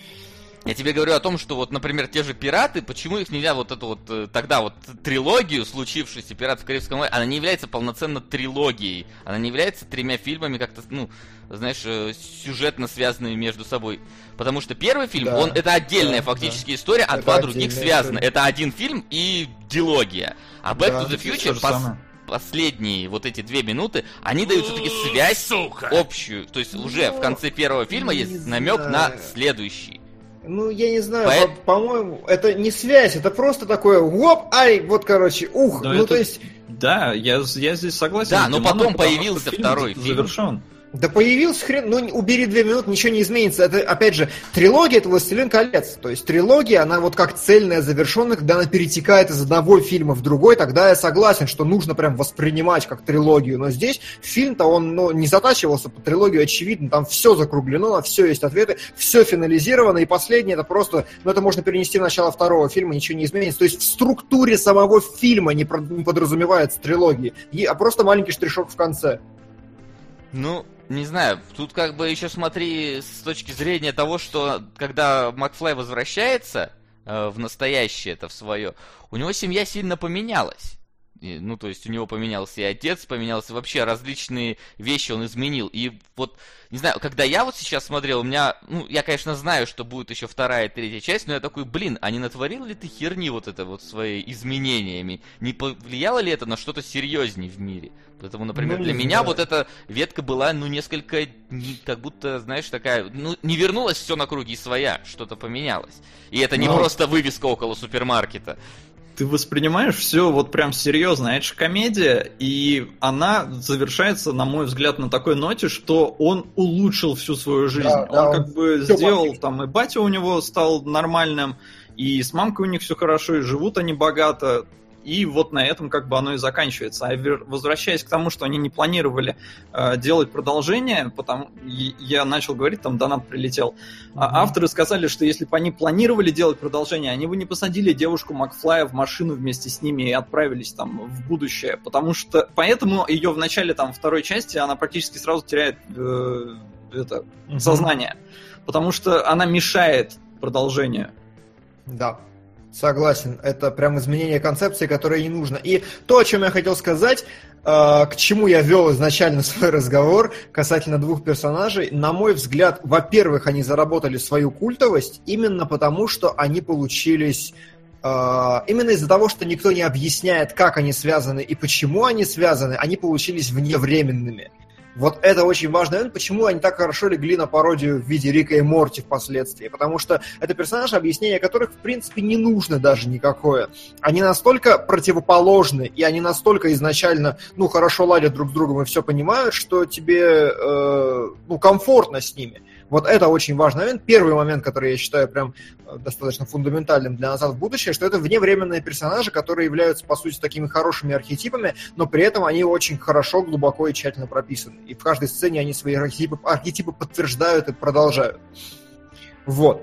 Я тебе говорю о том, что вот, например, те же «Пираты», почему их нельзя вот эту вот тогда вот трилогию, случившуюся «Пиратов Карибского моря», она не является полноценно трилогией, она не является тремя фильмами как-то, ну, знаешь, сюжетно связанными между собой. Потому что первый фильм, да, он это отдельная да, фактически да. история, а это два других связаны. История. Это один фильм и дилогия. А Back да, to the Future пос- последние вот эти две минуты, они дают все-таки связь Сука. общую. То есть уже в конце первого фильма есть намек на следующий. Ну, я не знаю, По... по- по-моему, это не связь, это просто такое воп, ай, вот, короче, ух, да ну, это... то есть... Да, я, я здесь согласен. Да, но потом появился второй фильм. Завершен. Да появился хрен, ну убери две минуты, ничего не изменится. Это, опять же, трилогия — это «Властелин колец». То есть трилогия, она вот как цельная, завершенная, когда она перетекает из одного фильма в другой, тогда я согласен, что нужно прям воспринимать как трилогию. Но здесь фильм-то, он ну, не затачивался по трилогию, очевидно, там все закруглено, на все есть ответы, все финализировано, и последнее это просто, ну это можно перенести в начало второго фильма, ничего не изменится. То есть в структуре самого фильма не, про, не подразумевается трилогии, а просто маленький штришок в конце. Ну, не знаю, тут как бы еще смотри с точки зрения того, что когда Макфлай возвращается э, в настоящее, это в свое, у него семья сильно поменялась. И, ну, то есть у него поменялся и отец, поменялся вообще различные вещи он изменил. И вот, не знаю, когда я вот сейчас смотрел, у меня, ну, я, конечно, знаю, что будет еще вторая и третья часть, но я такой, блин, а не натворил ли ты херни вот это вот своими изменениями? Не повлияло ли это на что-то серьезнее в мире? Поэтому, например, ну, для меня вот эта ветка была, ну, несколько, не, как будто, знаешь, такая, ну, не вернулось все на круги своя, что-то поменялось. И это не но... просто вывеска около супермаркета. ты воспринимаешь все вот прям серьезно. Это же комедия, и она завершается, на мой взгляд, на такой ноте, что он улучшил всю свою жизнь. Да, он да, как он бы всё сделал, понятно. там, и батя у него стал нормальным, и с мамкой у них все хорошо, и живут они богато. И вот на этом как бы оно и заканчивается. А вер- возвращаясь к тому, что они не планировали э, делать продолжение, потому и- я начал говорить, там донат прилетел. А авторы сказали, что если бы они планировали делать продолжение, они бы не посадили девушку Макфлая в машину вместе с ними и отправились там в будущее. Потому что поэтому ее в начале там второй части она практически сразу теряет э, это, Мгм. сознание. Потому что она мешает продолжению. Да, согласен. Это прям изменение концепции, которое не нужно. И то, о чем я хотел сказать, э, к чему я вел изначально свой разговор касательно двух персонажей, на мой взгляд, во-первых, они заработали свою культовость именно потому, что они получились... э, именно из-за того, что никто не объясняет, как они связаны и почему они связаны, они получились вневременными. Вот это очень важный момент, почему они так хорошо легли на пародию в виде Рика и Морти впоследствии. Потому что это персонажи, объяснение которых, в принципе, не нужно даже никакое. Они настолько противоположны, и они настолько изначально, ну, хорошо ладят друг с другом и все понимают, что тебе, э, ну, комфортно с ними. Вот это очень важный момент. Первый момент, который я считаю прям достаточно фундаментальным для «Назад в будущее», что это вневременные персонажи, которые являются, по сути, такими хорошими архетипами, но при этом они очень хорошо, глубоко и тщательно прописаны. И в каждой сцене они свои архетипы, архетипы подтверждают и продолжают. Вот.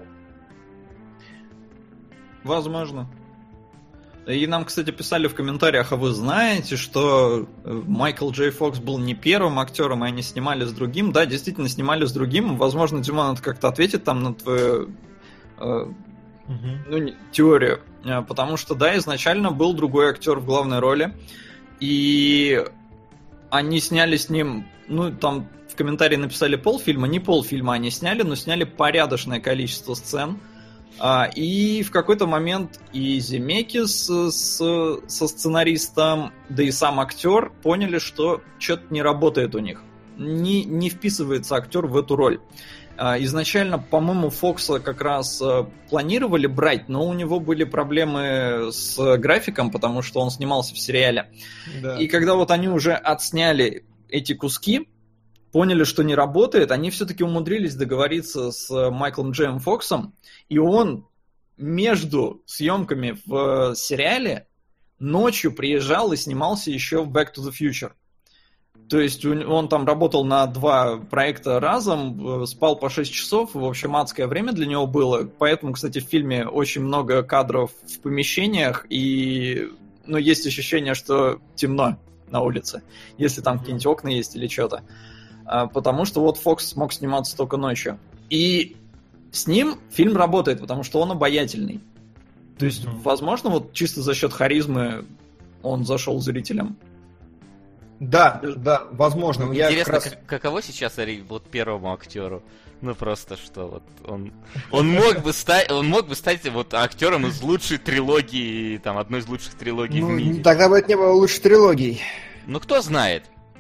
Возможно. И нам, кстати, писали в комментариях, а вы знаете, что Майкл Джей Фокс был не первым актером, и они снимали с другим? Да, действительно, снимали с другим. Возможно, Димон это как-то ответит там на твою э, Угу. ну, не, теорию. Потому что, да, изначально был другой актер в главной роли, и они сняли с ним, ну, там в комментарии написали полфильма, не полфильма они сняли, но сняли порядочное количество сцен. А, и в какой-то момент и Земекис с, со сценаристом, да и сам актер поняли, что что-то не работает у них. Не, не вписывается актер в эту роль. А, изначально, по-моему, Фокса как раз а, планировали брать, но у него были проблемы с графиком, потому что он снимался в сериале. Да. И когда вот они уже отсняли эти куски, поняли, что не работает, они все-таки умудрились договориться с Майклом Джеем Фоксом, и он между съемками в сериале ночью приезжал и снимался еще в Back to the Future. То есть он там работал на два проекта разом, спал по шесть часов, в общем, адское время для него было. Поэтому, кстати, в фильме очень много кадров в помещениях, и ну, есть ощущение, что темно на улице, если там какие-нибудь окна есть или что-то. Потому что вот Фокс смог сниматься только ночью. И с ним фильм работает, потому что он обаятельный. То есть, mm-hmm. возможно, вот чисто за счет харизмы он зашел зрителям. Да, да, возможно. Я Интересно, как раз... как, каково сейчас вот первому актеру? Ну просто что вот он он мог бы стать он мог бы стать вот актером из лучшей трилогии, там одной из лучших трилогий ну, в мире. Тогда бы это не было лучшей трилогией. Ну кто знает.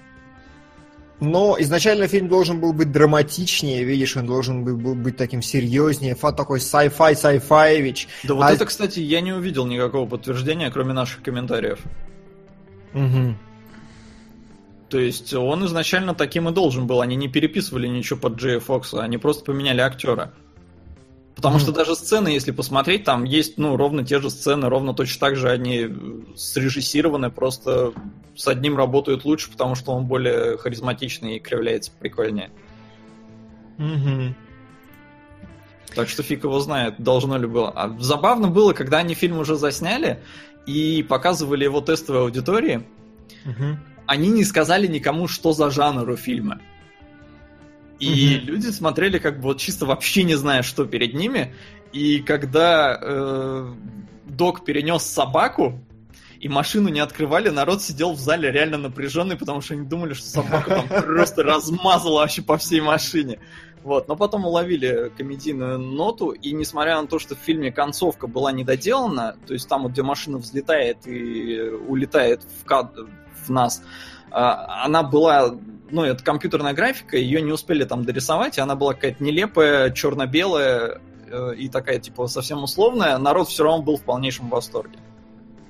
Но изначально фильм должен был быть драматичнее, видишь, он должен был быть таким серьезнее, фан такой sci-fi, sci-fi-вич. Да вот а... это, кстати, я не увидел никакого подтверждения, кроме наших комментариев. Угу. То есть он изначально таким и должен был, они не переписывали ничего под Джея Фокса, они просто поменяли актера. Потому mm. что даже сцены, если посмотреть, там есть, ну, ровно те же сцены, ровно точно так же они срежиссированы, просто с одним работают лучше, потому что он более харизматичный и кривляется прикольнее. Mm-hmm. Так что фиг его знает, должно ли было. А забавно было, когда они фильм уже засняли и показывали его тестовой аудитории, mm-hmm. они не сказали никому, что за жанр у фильма. И mm-hmm. люди смотрели как бы вот чисто вообще не зная, что перед ними. И когда э, Док перенес собаку, и машину не открывали, народ сидел в зале реально напряженный, потому что они думали, что собаку там просто размазала вообще по всей машине. Вот. Но потом уловили комедийную ноту, и несмотря на то, что в фильме концовка была недоделана, то есть там вот где машина взлетает и улетает в, кад... в нас, она была... Ну, это компьютерная графика, ее не успели там дорисовать, и она была какая-то нелепая, черно-белая э, и такая, типа, совсем условная. Народ все равно был в полнейшем восторге.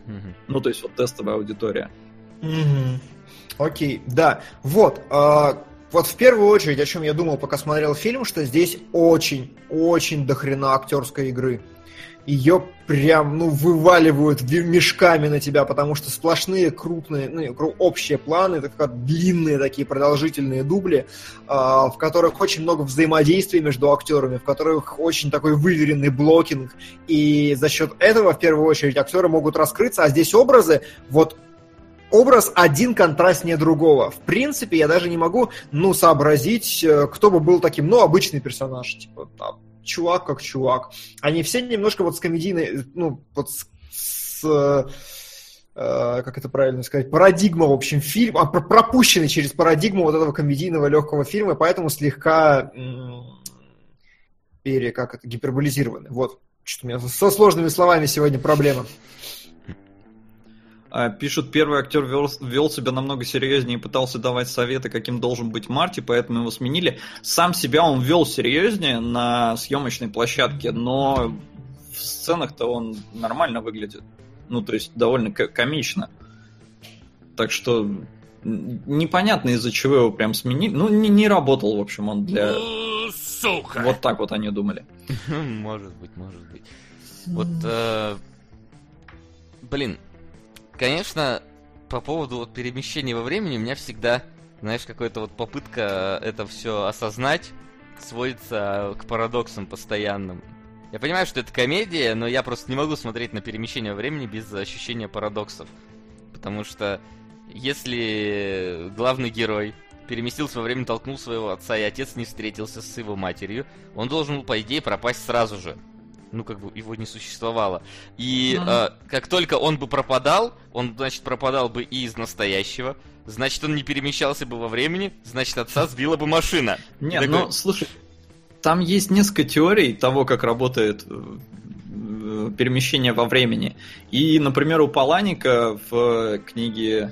Мгм. Ну, то есть вот тестовая аудитория. Мгм. Окей, да. Вот. а, Вот в первую очередь, о чем я думал, пока смотрел фильм, что здесь очень-очень дохрена актерской игры. Ее прям, ну, вываливают ви- мешками на тебя, потому что сплошные крупные, ну, кру- общие планы, так как длинные такие продолжительные дубли, а, в которых очень много взаимодействия между актерами, в которых очень такой выверенный блокинг, и за счет этого, в первую очередь, актеры могут раскрыться, а здесь образы, вот образ один контрастнее другого. В принципе, я даже не могу, ну, сообразить, э, кто бы был таким, ну, обычный персонаж, типа, там, чувак как чувак. Они все немножко вот с комедийной, ну, вот с, с, э, э, как это правильно сказать, парадигма, в общем, фильм, а, про- пропущенный через парадигму вот этого комедийного легкого фильма, поэтому слегка м, пере, как это, гиперболизированы. Вот, что у меня со сложными словами сегодня проблема. А, Пишут, первый актер вел, вел себя намного серьезнее и пытался давать советы, каким должен быть Марти, поэтому его сменили. Сам себя он вел серьезнее на съемочной площадке, но в сценах-то он нормально выглядит. Ну, то есть довольно к- комично. Так что н- непонятно, из-за чего его прям сменили. Ну, не, не работал, в общем, он для... Ну, сука! Вот так вот они думали. Может быть, может быть. Вот, э, блин, конечно, по поводу вот перемещения во времени у меня всегда, знаешь, какая-то вот попытка это все осознать сводится к парадоксам постоянным. Я понимаю, что это комедия, но я просто не могу смотреть на перемещение во времени без ощущения парадоксов. Потому что если главный герой переместился во время, толкнул своего отца, и отец не встретился с его матерью, он должен был, по идее, пропасть сразу же. Ну, как бы его не существовало. И Мгм. э, как только он бы пропадал, он, значит, пропадал бы и из настоящего, значит, он не перемещался бы во времени, значит, отца сбила бы машина. Нет, Такой, ну, слушай, там есть несколько теорий того, как работает э, э, перемещение во времени. И, например, у Паланика в книге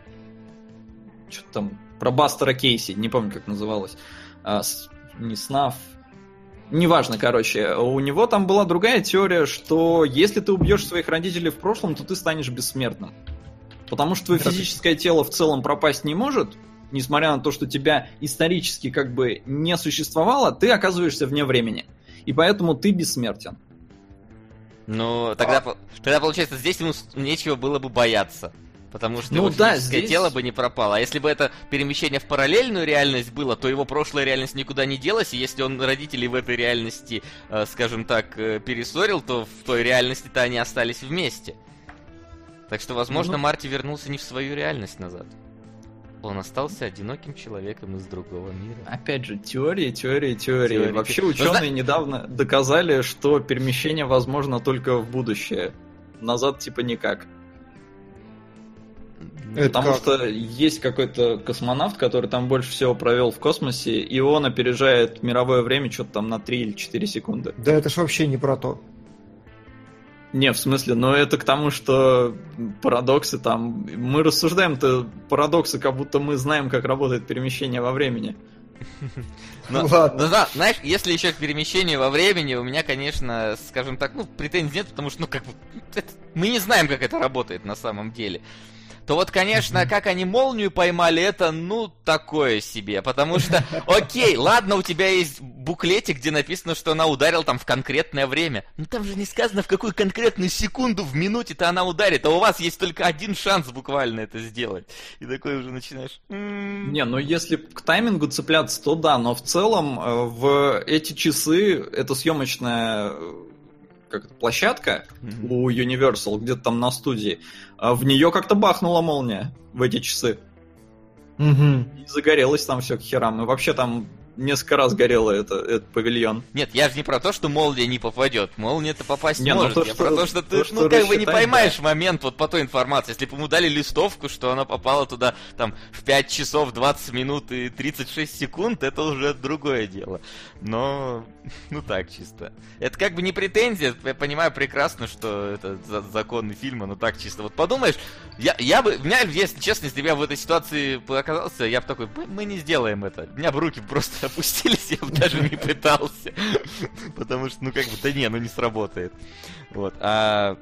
что-то там про Бастера Кейси, не помню, как называлось, а, с- не снав, неважно, короче, у него там была другая теория, что если ты убьешь своих родителей в прошлом, то ты станешь бессмертным. Потому что твое физическое тело в целом пропасть не может, несмотря на то, что тебя исторически как бы не существовало, ты оказываешься вне времени. И поэтому ты бессмертен. Ну, тогда, по- тогда получается, здесь ему с- нечего было бы бояться. Потому что Ну его да, физическое здесь- тело бы не пропало. А если бы это перемещение в параллельную реальность было, то его прошлая реальность никуда не делась. И если он родителей в этой реальности, э, скажем так, э, перессорил, то в той реальности-то они остались вместе. Так что, возможно, Ну. Марти вернулся не в свою реальность назад. Он остался одиноким человеком из другого мира. Опять же, теории, теории, теории. Теории. Вообще Ну, ученые зна- недавно доказали, что перемещение возможно только в будущее. Назад типа никак. Это Потому как? что есть какой-то космонавт, который там больше всего провел в космосе, и он опережает мировое время что-то там на три или четыре секунды. Да это ж вообще не про то. Не, в смысле, но это к тому, что парадоксы там... Мы рассуждаем-то парадоксы, как будто мы знаем, как работает перемещение во времени. Но, Ладно. но да, знаешь, если еще перемещение во времени, у меня, конечно, скажем так, ну, претензий нет, потому что, ну, как бы, это- мы не знаем, как это работает на самом деле. То вот, конечно, как они молнию поймали, это, ну, такое себе. Потому что, окей, ладно, у тебя есть буклетик, где написано, что она ударила там в конкретное время. Но там же не сказано, в какую конкретную секунду в минуте-то она ударит. А у вас есть только один шанс буквально это сделать. И такой уже начинаешь... «М-м-м». Не, ну если к таймингу цепляться, то да, но в целом э, в эти часы это съемочная э, как это, площадка Мгм. у Universal, где-то там на студии, а в нее как-то бахнула молния в эти часы. Мгм. И загорелось там все к херам. И вообще там несколько раз горело это, этот павильон. Нет, я же не про то, что молния не попадет. Молния-то попасть Не, ну может. то, я что- про то, что ты, то, что ну, как бы не рассчитать, поймаешь момент вот по той информации. Если бы ему дали листовку, что она попала туда там в пять часов двадцать минут и тридцать шесть секунд, это уже другое дело. Но, ну так, чисто. Это как бы не претензия, я понимаю прекрасно, что это за- законы фильма, но так чисто. Вот подумаешь, я, я бы, у меня, если честно, если бы я в этой ситуации оказался, я бы такой, мы, мы не сделаем это. У меня бы руки просто опустились, я бы даже не пытался. Потому что, ну как бы, да не, ну не сработает. Вот. А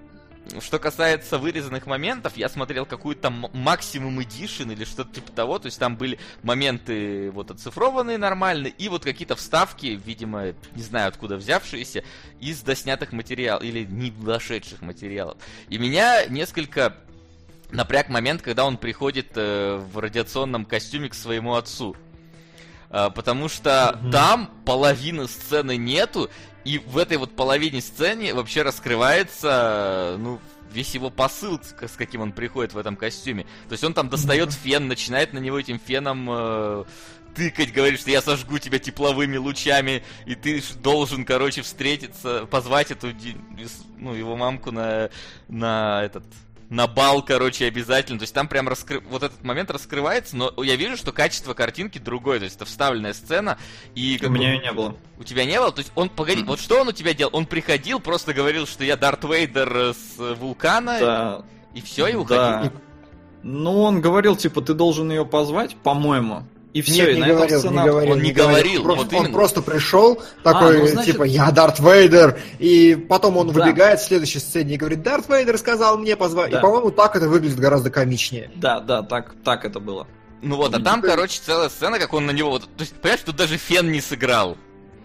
что касается вырезанных моментов, я смотрел какую-то максимум эдишн или что-то типа того, то есть там были моменты вот оцифрованные нормально, и вот какие-то вставки, видимо, не знаю откуда взявшиеся, из доснятых материалов, или не дошедших материалов. И меня несколько напряг момент, когда он приходит э, в радиационном костюме к своему отцу. Э, потому что mm-hmm. там половины сцены нету, и в этой вот половине сцены вообще раскрывается, ну, весь его посыл, с каким он приходит в этом костюме. То есть он там достает mm-hmm. фен, начинает на него этим феном э, тыкать, говорит, что я сожгу тебя тепловыми лучами, и ты должен, короче, встретиться, позвать эту, ну, его мамку на, на этот... на бал, короче, обязательно. То есть там прям раскры... вот этот момент раскрывается, но я вижу, что качество картинки другое. То есть это вставленная сцена. И у меня ее не было. У тебя не было? То есть он, погоди, mm-hmm. вот что он у тебя делал? Он приходил, просто говорил, что я Дарт Вейдер с вулкана, да. и все, и уходил. Да. Ну, он говорил, типа, ты должен ее позвать, по-моему. И все, Нет, и не на говорил, сцена... не говорил, он не, не говорил. Просто, Вот он именно. просто пришел такой, а, ну, значит... типа, я Дарт Вейдер, и потом он да. выбегает в следующей сцене и говорит, Дарт Вейдер сказал мне позвать. Да. И, по-моему, так это выглядит гораздо комичнее. Да, да, так, так это было. Ну вот, а там, короче, целая сцена, как он на него... Вот, то есть, понимаешь, тут даже фен не сыграл.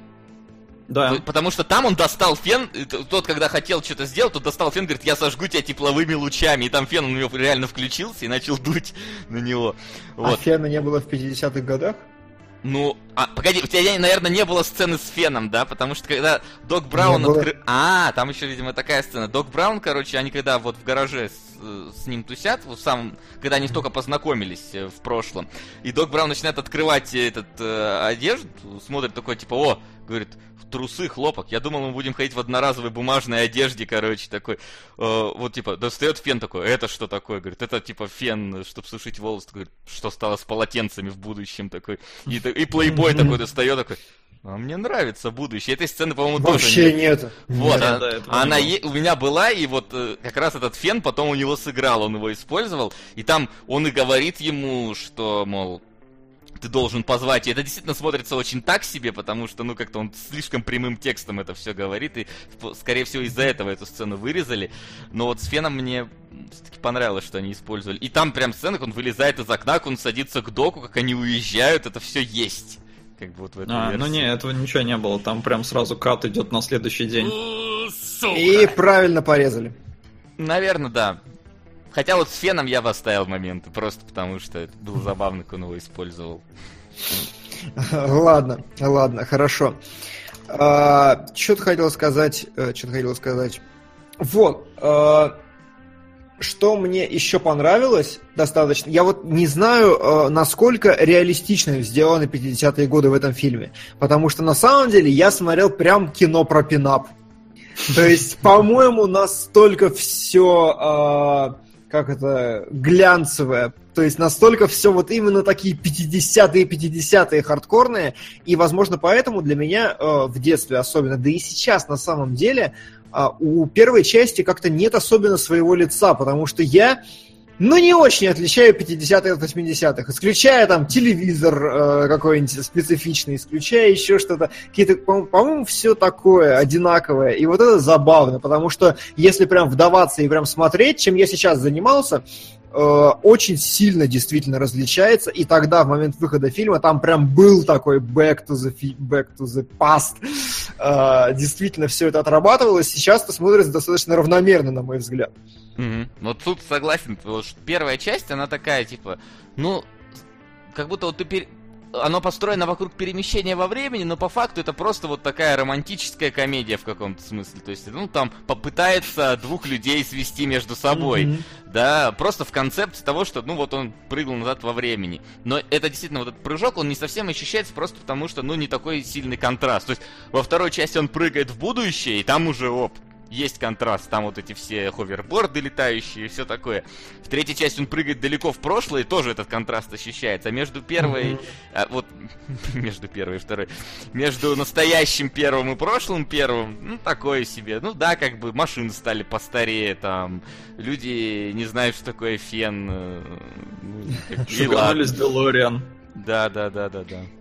Да. Потому что там он достал фен, тот, когда хотел что-то сделать, тот достал фен, говорит, я сожгу тебя тепловыми лучами. И там фен у него реально включился и начал дуть на него. Вот. А фена не было в пятидесятых годах? Ну, а, погоди, у тебя, наверное, не было сцены с феном, да? Потому что когда Док Браун открыл... А, там еще, видимо, такая сцена. Док Браун, короче, они когда вот в гараже с, с ним тусят, в самом... когда они только познакомились в прошлом, и Док Браун начинает открывать этот э, одежду, смотрит такой, типа, о, говорит, трусы, хлопок. Я думал, мы будем ходить в одноразовой бумажной одежде, короче, такой. Э, вот, типа, достает фен такой, это что такое? Говорит, это, типа, фен, чтобы сушить волосы. Говорит, что стало с полотенцами в будущем, такой. И, и плейбой такой достает, такой, а мне нравится будущее. Этой сцены, по-моему, вообще тоже нет. нет. Вот, нет, а, да, она е- у меня была, и вот э, как раз этот фен потом у него сыграл, он его использовал. И там он и говорит ему, что, мол, ты должен позвать. И это действительно смотрится очень так себе, потому что, ну, как-то он слишком прямым текстом это все говорит, и, скорее всего, из-за этого эту сцену вырезали. Но вот с феном мне все-таки понравилось, что они использовали. И там прям сцена, как он вылезает из окна, как он садится к доку, как они уезжают, это все есть. Как бы вот в этой а, версии. ну не, этого ничего не было. Там прям сразу кат идет на следующий день. И правильно порезали. Наверное, да. Хотя вот с феном я бы оставил моменты, просто потому что это было забавно, как он его использовал. Ладно, ладно, хорошо. А, что-то хотел сказать, что-то хотел сказать. Вот, а, что мне еще понравилось достаточно, я вот не знаю, насколько реалистично сделаны пятидесятые годы в этом фильме, потому что на самом деле я смотрел прям кино про пинап. То есть, по-моему, настолько все... как это, глянцевое, то есть настолько все вот именно такие пятидесятые пятидесятые хардкорные, и, возможно, поэтому для меня э, в детстве особенно, да и сейчас на самом деле, э, у первой части как-то нет особенно своего лица, потому что я, ну, не очень отличаю пятидесятые от восьмидесятых, исключая там телевизор э, какой-нибудь специфичный, исключая еще что-то, какие-то, по- по-моему, все такое одинаковое, и вот это забавно, потому что если прям вдаваться и прям смотреть, чем я сейчас занимался, э, очень сильно действительно различается, и тогда, в момент выхода фильма, там прям был такой back to the, back to the past, э, действительно все это отрабатывалось, сейчас это смотрится достаточно равномерно, на мой взгляд. Угу. Вот тут согласен, потому что первая часть, она такая, типа, ну, как будто вот ты пер... оно построено вокруг перемещения во времени, но по факту это просто вот такая романтическая комедия в каком-то смысле. То есть, ну, там попытается двух людей свести между собой, mm-hmm. да, просто в концепции того, что, ну, вот он прыгнул назад во времени. Но это действительно, вот этот прыжок, он не совсем ощущается просто потому, что, ну, не такой сильный контраст. То есть, во второй части он прыгает в будущее, и там уже, оп, есть контраст, там вот эти все ховерборды летающие и все такое. В третьей части он прыгает далеко в прошлое, и тоже этот контраст ощущается. А между первой... Mm-hmm. А, вот, между первой и второй... Между настоящим первым и прошлым первым, ну, такое себе. Ну, да, как бы машины стали постарее, там... Люди не знают, что такое фен. Шуганулись Делориан. Да, да, да, да, да.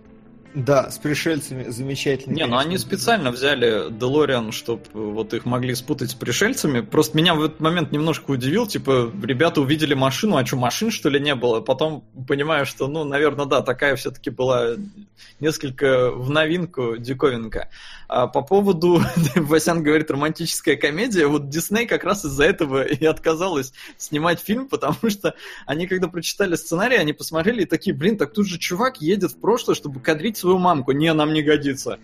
Да, с пришельцами замечательно. Не, ну они специально взяли DeLorean, чтобы вот их могли спутать с пришельцами. Просто меня в этот момент немножко удивил, типа, ребята увидели машину, а что, машин что ли не было? Потом понимаю, что, ну, наверное, да, такая все-таки была несколько в новинку, диковинка. А по поводу, Васян говорит, романтическая комедия, вот Дисней как раз из-за этого и отказалась снимать фильм, потому что они, когда прочитали сценарий, они посмотрели и такие, блин, так тут же чувак едет в прошлое, чтобы кадрить свою мамку. Не, нам не годится.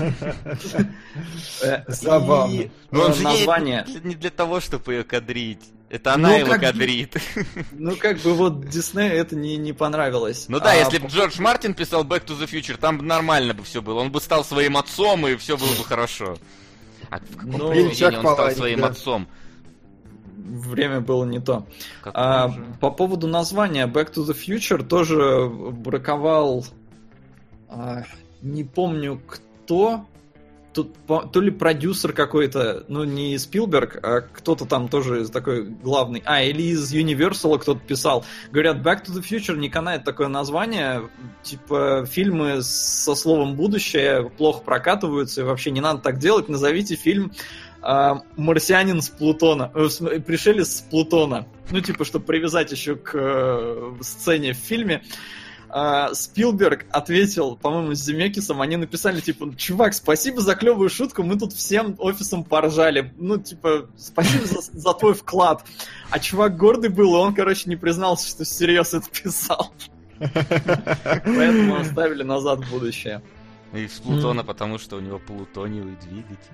Забавно. Но он же название. не для того, чтобы ее кадрить. Это она его кадрит. Ну, как бы вот Диснею это не, не понравилось. Ну да, а, если бы Джордж Мартин писал Back to the Future, там бы нормально бы все было. Он бы стал своим отцом, и все было бы хорошо. А в каком ну, произведении он стал своим да. отцом? Время было не то. А, по поводу названия Back to the Future тоже браковал... А, не помню кто... Тут, то ли продюсер какой-то, ну не Спилберг, а кто-то там тоже такой главный. А, или из Universal кто-то писал. Говорят, Back to the Future не канает такое название. Типа фильмы со словом «будущее» плохо прокатываются, и вообще не надо так делать. Назовите фильм а, «Марсианин с Плутона», э, «Пришелец с Плутона». Ну типа, чтобы привязать еще к э, сцене в фильме. Спилберг ответил, по-моему, с Земекисом, они написали, типа, чувак, спасибо за клевую шутку, мы тут всем офисом поржали. Ну, типа, спасибо за, за твой вклад. А чувак гордый был, и он, короче, не признался, что всерьез это писал. Поэтому оставили назад в будущее. И с Плутона, потому что у него плутониевый двигатель.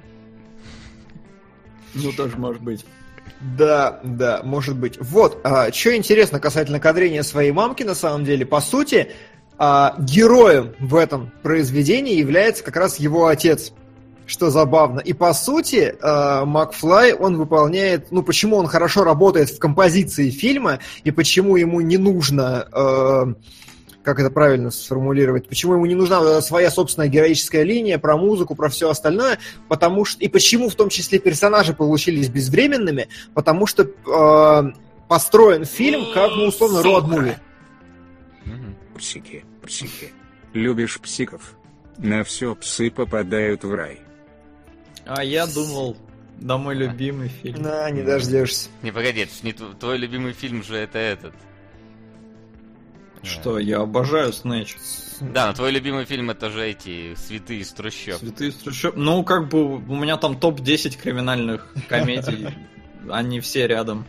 Ну, тоже может быть. Да, да, может быть. Вот, а, что интересно касательно кадрения своей мамки, на самом деле, по сути, а, героем в этом произведении является как раз его отец, что забавно. И по сути, а, Макфлай, он выполняет, ну, почему он хорошо работает в композиции фильма, и почему ему не нужно... А, как это правильно сформулировать, почему ему не нужна своя собственная героическая линия про музыку, про все остальное, потому что, и почему в том числе персонажи получились безвременными, потому что э, построен фильм как, ну, условно, роуд-муви. Псики, псики. Любишь псиков? На все псы попадают в рай. А я думал, да, мой любимый фильм. Да, не дождешься. Не, погоди, это не твой любимый фильм же, это этот. Что, я обожаю Снэч. Да, но твой любимый фильм это же эти «Святые из трущоб». «Святые из трущоб». Ну, как бы, у меня там топ десять криминальных комедий. Они все рядом.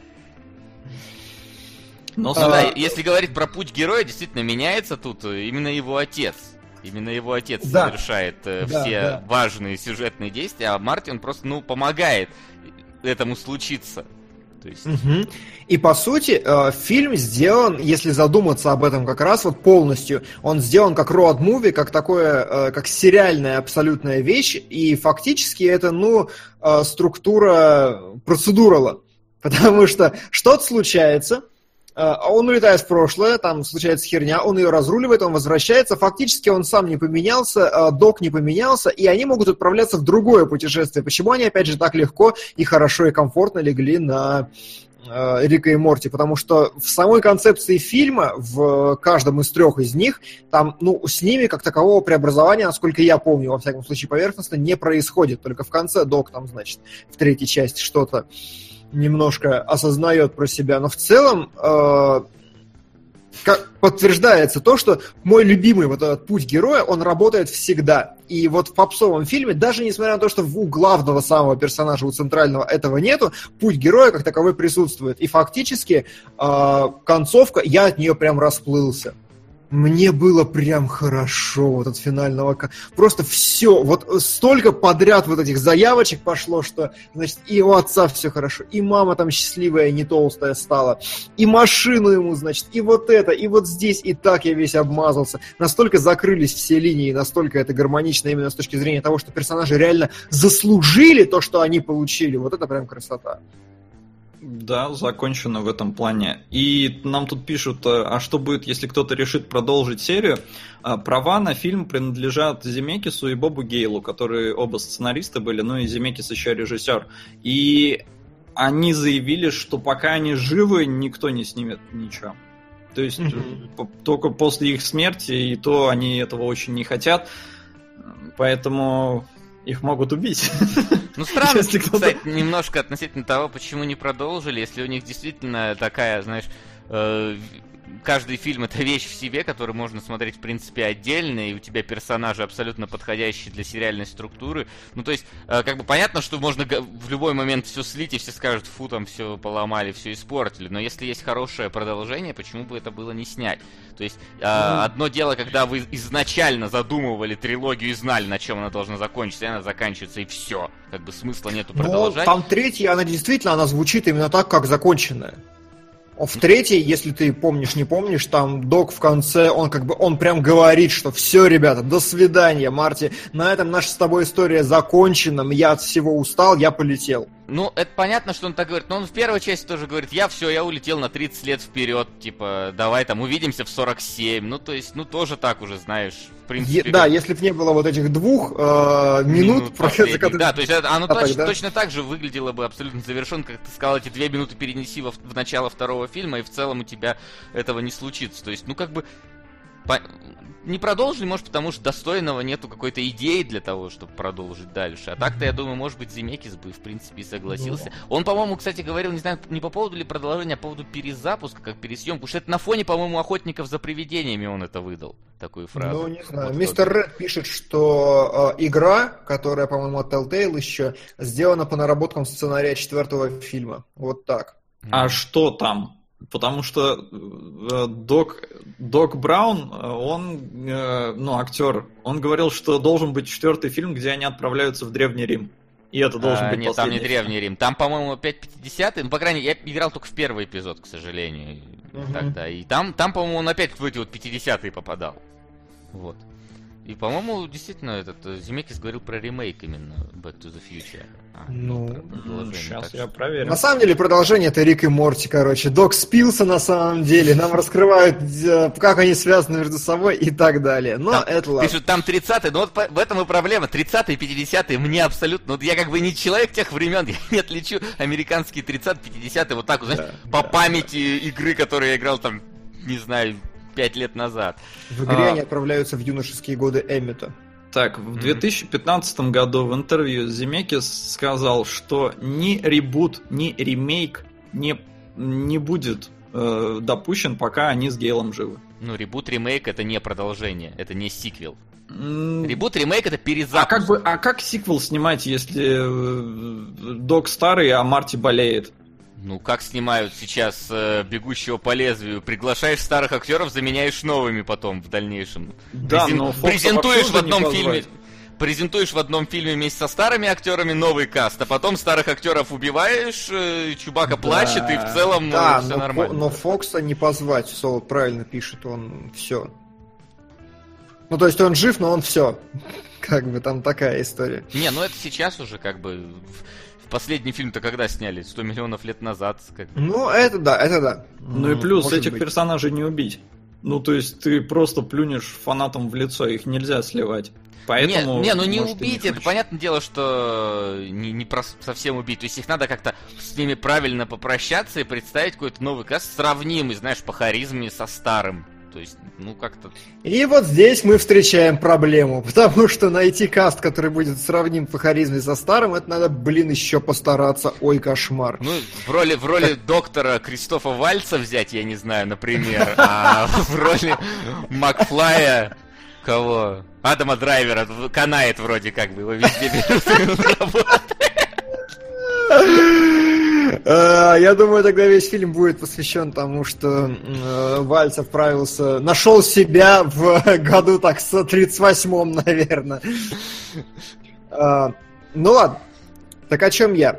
Но а... да, если говорить про путь героя, действительно меняется тут именно его отец. Именно его отец да. совершает да, все да. важные сюжетные действия, а Мартин просто, ну, помогает этому случиться. То есть... Угу. И по сути, э, фильм сделан, если задуматься об этом как раз вот полностью, он сделан как роуд-муви, как такое, э, как сериальная абсолютная вещь, и фактически это, ну, э, структура процедурала. Потому что что-то случается, э, он улетает в прошлое, там случается херня, он ее разруливает, он возвращается, фактически он сам не поменялся, э, док не поменялся, и они могут отправляться в другое путешествие. Почему они, опять же, так легко и хорошо и комфортно легли на э, Рика и Морти? Потому что в самой концепции фильма, в каждом из трех из них, там, ну, с ними как такового преобразования, насколько я помню, во всяком случае поверхностно, не происходит. Только в конце док там, значит, в третьей части что-то немножко осознает про себя, но в целом э, как подтверждается то, что мой любимый вот этот путь героя, он работает всегда. И вот в попсовом фильме, даже несмотря на то, что у главного самого персонажа, у центрального этого нету, путь героя как таковой присутствует. И фактически э, концовка, я от нее прям расплылся. Мне было прям хорошо вот от финального... Просто все, вот столько подряд вот этих заявочек пошло, что, значит, и у отца все хорошо, и мама там счастливая, не толстая стала, и машину ему, значит, и вот это, и вот здесь, и так я весь обмазался. Настолько закрылись все линии, настолько это гармонично именно с точки зрения того, что персонажи реально заслужили то, что они получили. Вот это прям красота. Да, закончено в этом плане. И нам тут пишут, а что будет, если кто-то решит продолжить серию? Права на фильм принадлежат Земекису и Бобу Гейлу, которые оба сценаристы были, ну и Земекис еще режиссер. И они заявили, что пока они живы, никто не снимет ничего. То есть mm-hmm. только после их смерти, и то они этого очень не хотят. Поэтому их могут убить. Ну, странно, кстати, немножко относительно того, почему не продолжили, если у них действительно такая, знаешь, э, каждый фильм — это вещь в себе, которую можно смотреть, в принципе, отдельно, и у тебя персонажи абсолютно подходящие для сериальной структуры. Ну, то есть, э, как бы понятно, что можно в любой момент все слить, и все скажут: фу, там все поломали, все испортили. Но если есть хорошее продолжение, почему бы это было не снять? То есть, э, mm. одно дело, когда вы изначально задумывали трилогию и знали, на чем она должна закончиться, и она заканчивается, и все. Как бы смысла нету продолжать. Но там третья, она действительно, она звучит именно так, как законченная. В третьей, если ты помнишь, не помнишь, там Док в конце, он как бы, он прям говорит, что все, ребята, до свидания, Марти, на этом наша с тобой история закончена, я от всего устал, я полетел. Ну, это понятно, что он так говорит, но он в первой части тоже говорит: я все, я улетел на тридцать лет вперед, типа, давай там увидимся в сорок семь, ну, то есть, ну, тоже так уже, знаешь, в принципе... Е- да, как... если бы не было вот этих двух э, минут... минут которые... Да, то есть оно а точ- так, да? точно так же выглядело бы абсолютно завершенно, как ты сказал, эти две минуты перенеси во, в начало второго фильма, и в целом у тебя этого не случится. То есть, ну, как бы... По... Не продолжили, может, потому что достойного нету какой-то идеи для того, чтобы продолжить дальше. А так-то, я думаю, может быть, Земекис бы, в принципе, и согласился. Он, по-моему, кстати, говорил, не знаю, не по поводу ли продолжения, а по поводу перезапуска, как пересъемку. Потому что это на фоне, по-моему, «Охотников за привидениями» он это выдал, такую фразу. Ну, не знаю. Вот Мистер Ред пишет, что э, игра, которая, по-моему, от Telltale еще, сделана по наработкам сценария четвертого фильма. Вот так. А mm. что там? Потому что э, Док, Док Браун, он, э, ну, актер, он говорил, что должен быть четвертый фильм, где они отправляются в Древний Рим. И это должен а, быть нет, последний. Нет, там не Древний Рим. Там, по-моему, опять пятидесятые. Ну, по крайней мере, я играл только в первый эпизод, к сожалению. Uh-huh. Тогда. И там, там, по-моему, он опять в эти вот пятидесятые попадал. Вот. И, по-моему, действительно, этот Земекис говорил про ремейк именно Back to the Future. А, ну, сейчас так я что... проверю. На самом деле, продолжение — это Рик и Морти, короче. Док спился на самом деле, нам раскрывают, как они связаны между собой и так далее. Но там, это ладно. Пишут, там тридцатые, но вот по, в этом и проблема. тридцатые, пятидесятые мне абсолютно... Вот я как бы не человек тех времен, я не отличу американские тридцатые, пятидесятые вот так вот, знаешь, да, по да, памяти да. игры, которые я играл там, не знаю... пять лет назад. В игре а... они отправляются в юношеские годы Эммета. Так, в две тысячи пятнадцатом году в интервью Земекис сказал, что ни ребут, ни ремейк не, не будет э, допущен, пока они с Гейлом живы. Ну, ребут, ремейк — это не продолжение, это не сиквел. Mm. Ребут, ремейк — это перезапуск. А как, бы, а как сиквел снимать, если э, Док старый, а Марти болеет? Ну, как снимают сейчас э, «Бегущего по лезвию»? Приглашаешь старых актеров, заменяешь новыми потом в дальнейшем. Да, Презен... но презентуешь в одном фильме, презентуешь в одном фильме вместе со старыми актерами новый каст, а потом старых актеров убиваешь, э, Чубака да. плачет, и в целом да, э, все но нормально. Фо- но Фокса не позвать, Соло правильно пишет, он все. Ну, то есть он жив, но он все. Как бы там такая история. Не, ну это сейчас уже как бы... Последний фильм-то когда сняли? сто миллионов лет назад. Как... Ну, это да, это да. Ну и плюс Может этих быть. персонажей не убить. Ну, то есть ты просто плюнешь фанатам в лицо, их нельзя сливать. Поэтому, не, не, ну не может, убить, не это понятное дело, что не, не про, совсем убить. То есть их надо как-то с ними правильно попрощаться и представить какой-то новый каст, сравнимый, знаешь, по харизме со старым. То есть, ну как-то... И вот здесь мы встречаем проблему, потому что найти каст, который будет сравним по харизме со старым, это надо, блин, еще постараться, ой, кошмар. Ну, в роли, в роли доктора Кристофа Вальца взять, я не знаю, например, а в роли Макфлая кого? Адама Драйвера, канает вроде как бы, его везде берут на работу. Я думаю, тогда весь фильм будет посвящен тому, что Вальц отправился, нашел себя в году так с тридцать восьмом, наверное. Ну ладно, так о чем я?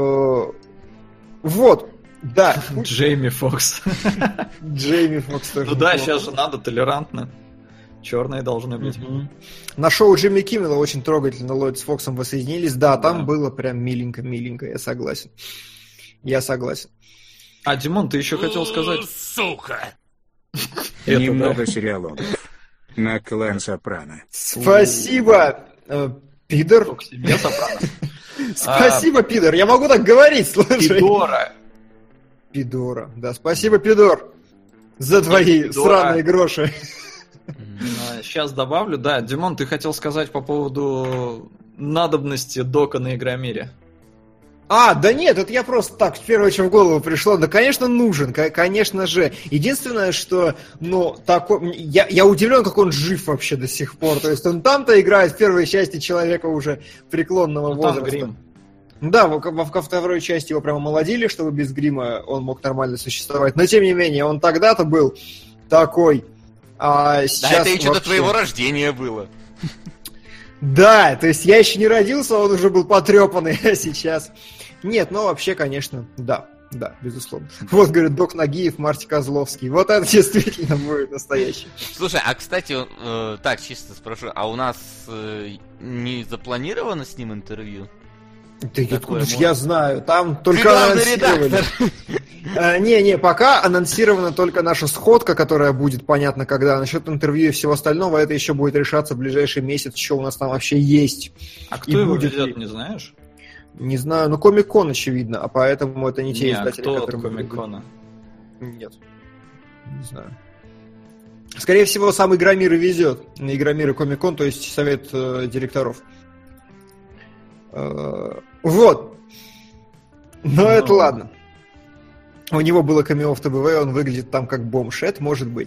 Вот, да. Джейми Фокс. Джейми Фокс тоже. Ну да, сейчас же надо толерантно. Черные должны быть. Mm-hmm. На шоу Джимми Киммела очень трогательно Ллойд с Фоксом воссоединились. Да, там да. было прям миленько-миленько, я согласен. Я согласен. А, Димон, ты еще хотел сказать? Сука! Немного сериалов. На клан Сопрано. Спасибо, э, пидор. Спасибо, пидор. Я могу так говорить, слушай. Пидора. Пидора. Да, спасибо, пидор. За твои Два. сраные гроши. Сейчас добавлю. Да, Димон, ты хотел сказать по поводу надобности дока на Игромире. А, да нет, это я просто так, первое, что в голову пришло. Да, конечно, нужен, конечно же. Единственное, что, ну, такой... Я, я удивлен, как он жив вообще до сих пор. То есть он там-то играет в первой части человека уже преклонного Ну, там возраста. грим. Да, во, во, во второй части его прямо молодили, чтобы без грима он мог нормально существовать. Но, тем не менее, он тогда-то был такой... А сейчас да это и что-то вообще... твоего рождения было. Да, то есть я еще не родился, он уже был потрепанный, а сейчас... Нет, ну вообще, конечно, да, да, безусловно. Вот, говорит, Док Нагиев, Марти Козловский. Вот это действительно будет настоящий. Слушай, а, кстати, э, так, чисто спрошу, а у нас э, не запланировано с ним интервью? Да откуда же я знаю, там только Ты главный анонсировали. редактор. А, Не-не, пока анонсирована только наша сходка, которая будет понятно когда. Насчет интервью и всего остального, это еще будет решаться в ближайший месяц, что у нас там вообще есть. А кто И его будет ведет, ли. не знаешь? Не знаю, ну Комик-кон, очевидно, а поэтому это не те Не, а издатели, кто от которые... мы Комик-кона? любим. Нет, не знаю. Скорее всего, сам Игромир и везет на Игромир и Комик-кон, то есть совет э, директоров. Э, вот. Но Ну. это ладно. У него было камео в ТБВ, он выглядит там как бомж, это может быть.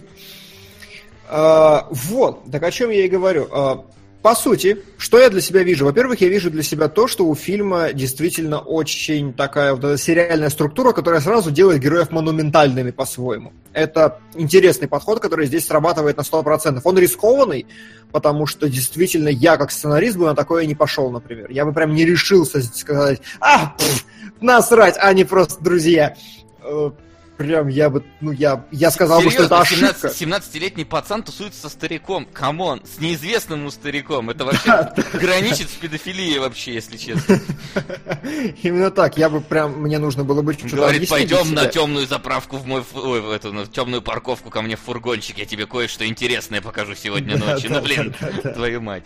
Э, вот, так о чем я и говорю. Э, По сути, что я для себя вижу? Во-первых, я вижу для себя то, что у фильма действительно очень такая вот эта сериальная структура, которая сразу делает героев монументальными по-своему. Это интересный подход, который здесь срабатывает на сто процентов. Он рискованный, потому что действительно я, как сценарист, бы на такое не пошел, например. Я бы прям не решился сказать, а, пф, насрать, они просто друзья. Прям я бы, ну я, я сказал бы, что это ошибка. семнадцатилетний пацан тусуется со стариком, камон, с неизвестным стариком. Это вообще граничит с педофилией вообще, если честно. Именно так, я бы прям, мне нужно было бы что-то говорит, пойдем на темную заправку в мой, ой, в эту, на темную парковку ко мне в фургончик, я тебе кое-что интересное покажу сегодня ночью. Ну блин, твою мать.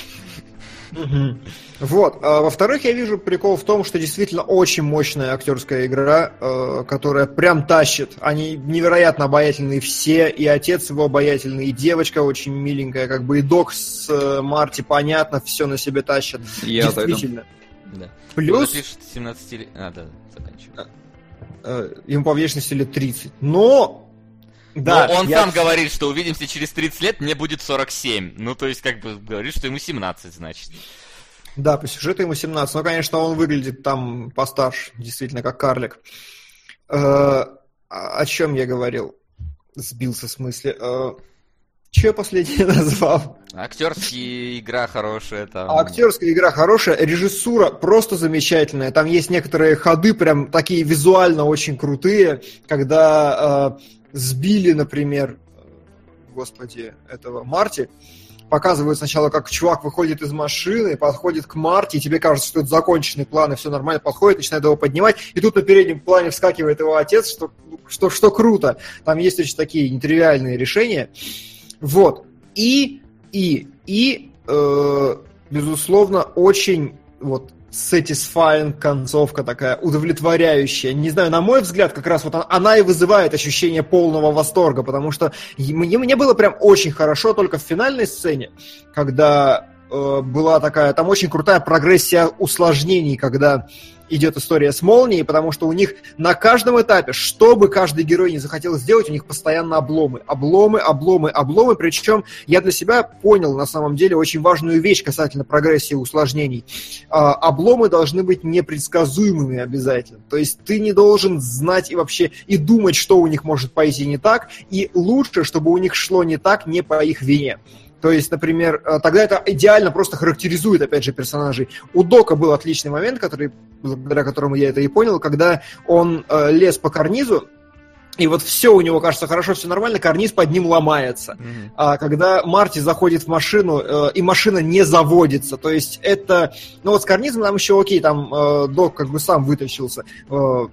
Угу. Вот. А, во-вторых, я вижу прикол в том, что действительно очень мощная актерская игра, э, которая прям тащит. Они невероятно обаятельные все, и отец его обаятельный, и девочка очень миленькая, как бы и Док с э, Марти, понятно, все на себе тащат. Я действительно. Да. Плюс... пишет семнадцать лет... А, да, заканчиваю. Э, ему по внешности лет тридцать. Но... Да, но он я... сам говорит, что увидимся через тридцать лет, мне будет сорок семь. Ну, то есть, как бы, говорит, что ему семнадцать, значит. Да, по сюжету ему семнадцать. Но, конечно, он выглядит там постарше, действительно, как карлик. Э-э- о чем я говорил? Сбился в смысле. Э-э- Че я последнее назвал? Актерская игра хорошая там. Актерская игра хорошая, режиссура просто замечательная. Там есть некоторые ходы, прям такие визуально очень крутые, когда... Э- сбили, например, господи, этого Марти, показывают сначала, как чувак выходит из машины, подходит к Марти, и тебе кажется, что это законченный план, и все нормально, подходит, начинает его поднимать, и тут на переднем плане вскакивает его отец, что, что, что круто. Там есть очень такие нетривиальные решения. Вот. И, и, и, э, безусловно, очень вот satisfying концовка такая, удовлетворяющая. Не знаю, на мой взгляд, как раз вот она, она и вызывает ощущение полного восторга, потому что мне, мне было прям очень хорошо только в финальной сцене, когда э, была такая, там очень крутая прогрессия усложнений, когда идет история с Молнией, потому что у них на каждом этапе, что бы каждый герой не захотел сделать, у них постоянно обломы. Обломы, обломы, обломы. Причем я для себя понял, на самом деле, очень важную вещь касательно прогрессии усложнений. А, обломы должны быть непредсказуемыми обязательно. То есть ты не должен знать и вообще и думать, что у них может пойти не так, и лучше, чтобы у них шло не так, не по их вине. То есть, например, тогда это идеально просто характеризует, опять же, персонажей. У Дока был отличный момент, который, благодаря которому я это и понял, когда он э, лез по карнизу, и вот все у него кажется хорошо, все нормально, карниз под ним ломается. Mm-hmm. А когда Марти заходит в машину, э, и машина не заводится, то есть это... Ну вот с карнизом нам еще окей, там э, Док как бы сам вытащился. Э,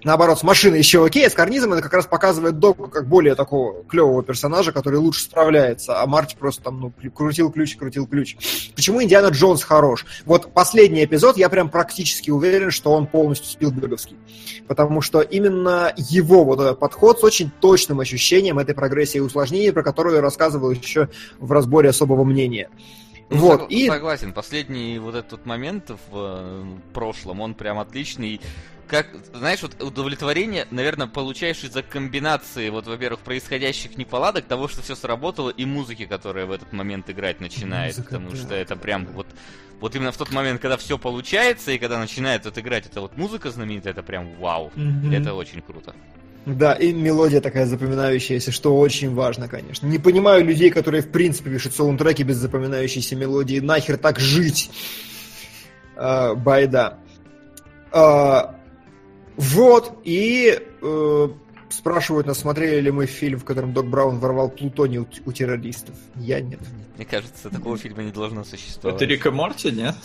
наоборот, с машиной еще окей, а с карнизом это как раз показывает Дога как более такого клевого персонажа, который лучше справляется, а Марти просто там, ну, крутил ключ, крутил ключ. Почему Индиана Джонс хорош? Вот последний эпизод, я прям практически уверен, что он полностью спилберговский, потому что именно его вот этот подход с очень точным ощущением этой прогрессии и усложнения, про которую я рассказывал еще в разборе особого мнения. Ну, вот, сог- и... Согласен, последний вот этот момент в э, прошлом, он прям отличный. Как, знаешь, вот удовлетворение, наверное, получаешь из-за комбинации, вот, во-первых, происходящих неполадок, того, что все сработало, и музыки, которая в этот момент играть начинает. Музыка, потому да. что это прям вот, вот именно в тот момент, когда все получается, и когда начинает вот играть эта вот музыка знаменитая, это прям вау. Мгм. Это очень круто. Да, и мелодия такая запоминающаяся, что очень важно, конечно. Не понимаю людей, которые в принципе пишут саундтреки без запоминающейся мелодии. Нахер так жить? А, байда. А, вот, и э, спрашивают нас, смотрели ли мы фильм, в котором Док Браун воровал плутоний у, у террористов. Я нет. Мне кажется, такого фильма не должно существовать. Это Рик и Морти, нет?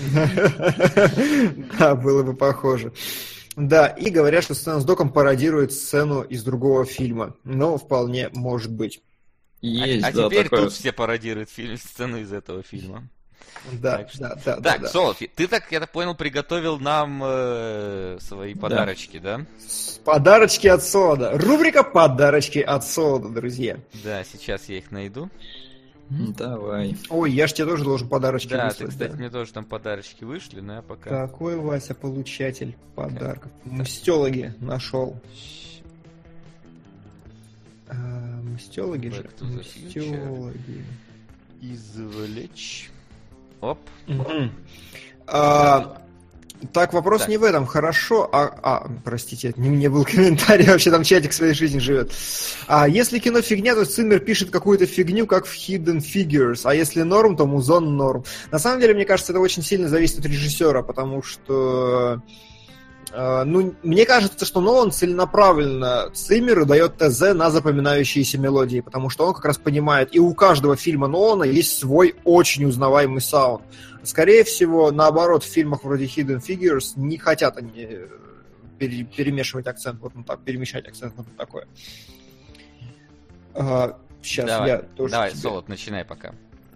Да, было бы похоже. Да, и говорят, что сцена с Доком пародирует сцену из другого фильма. Но вполне может быть. Есть, а а да, теперь такое. тут все пародируют фильм, сцену из этого фильма. Да, Так что- да, да, да, Так, да. Солод, ты так, я так понял, приготовил нам э, свои подарочки, да? Подарочки от Солода. Рубрика «Подарочки от Солода», друзья. Да, сейчас я их найду. М, Давай. Ой, я ж тебе тоже должен подарочки Да, выслать. ты, кстати, да. мне тоже там подарочки вышли, но я пока... Какой Вася получатель подарков? Мстёлоги нашел. А, мстёлоги же. Back to the future. Мстёлоги. Извлечь. Оп. Мгм. А, так, вопрос Так. не в этом. Хорошо. А, а, простите, это не мне был комментарий, вообще там чатик своей жизни живет. А если кино фигня, то Циммер пишет какую-то фигню, как в Hidden Figures. А если норм, то Музон норм. На самом деле, мне кажется, это очень сильно зависит от режиссера, потому что... э, ну, мне кажется, что Нолан целенаправленно Циммеру дает ТЗ на запоминающиеся мелодии, потому что он как раз понимает, и у каждого фильма Нолана есть свой очень узнаваемый саунд. Скорее всего, наоборот, в фильмах вроде Hidden Figures не хотят они пере- перемешивать акцент, вот ну так, перемещать акцент вот на такое. А, сейчас Давай, я тоже давай, тебе- Солод, начинай пока.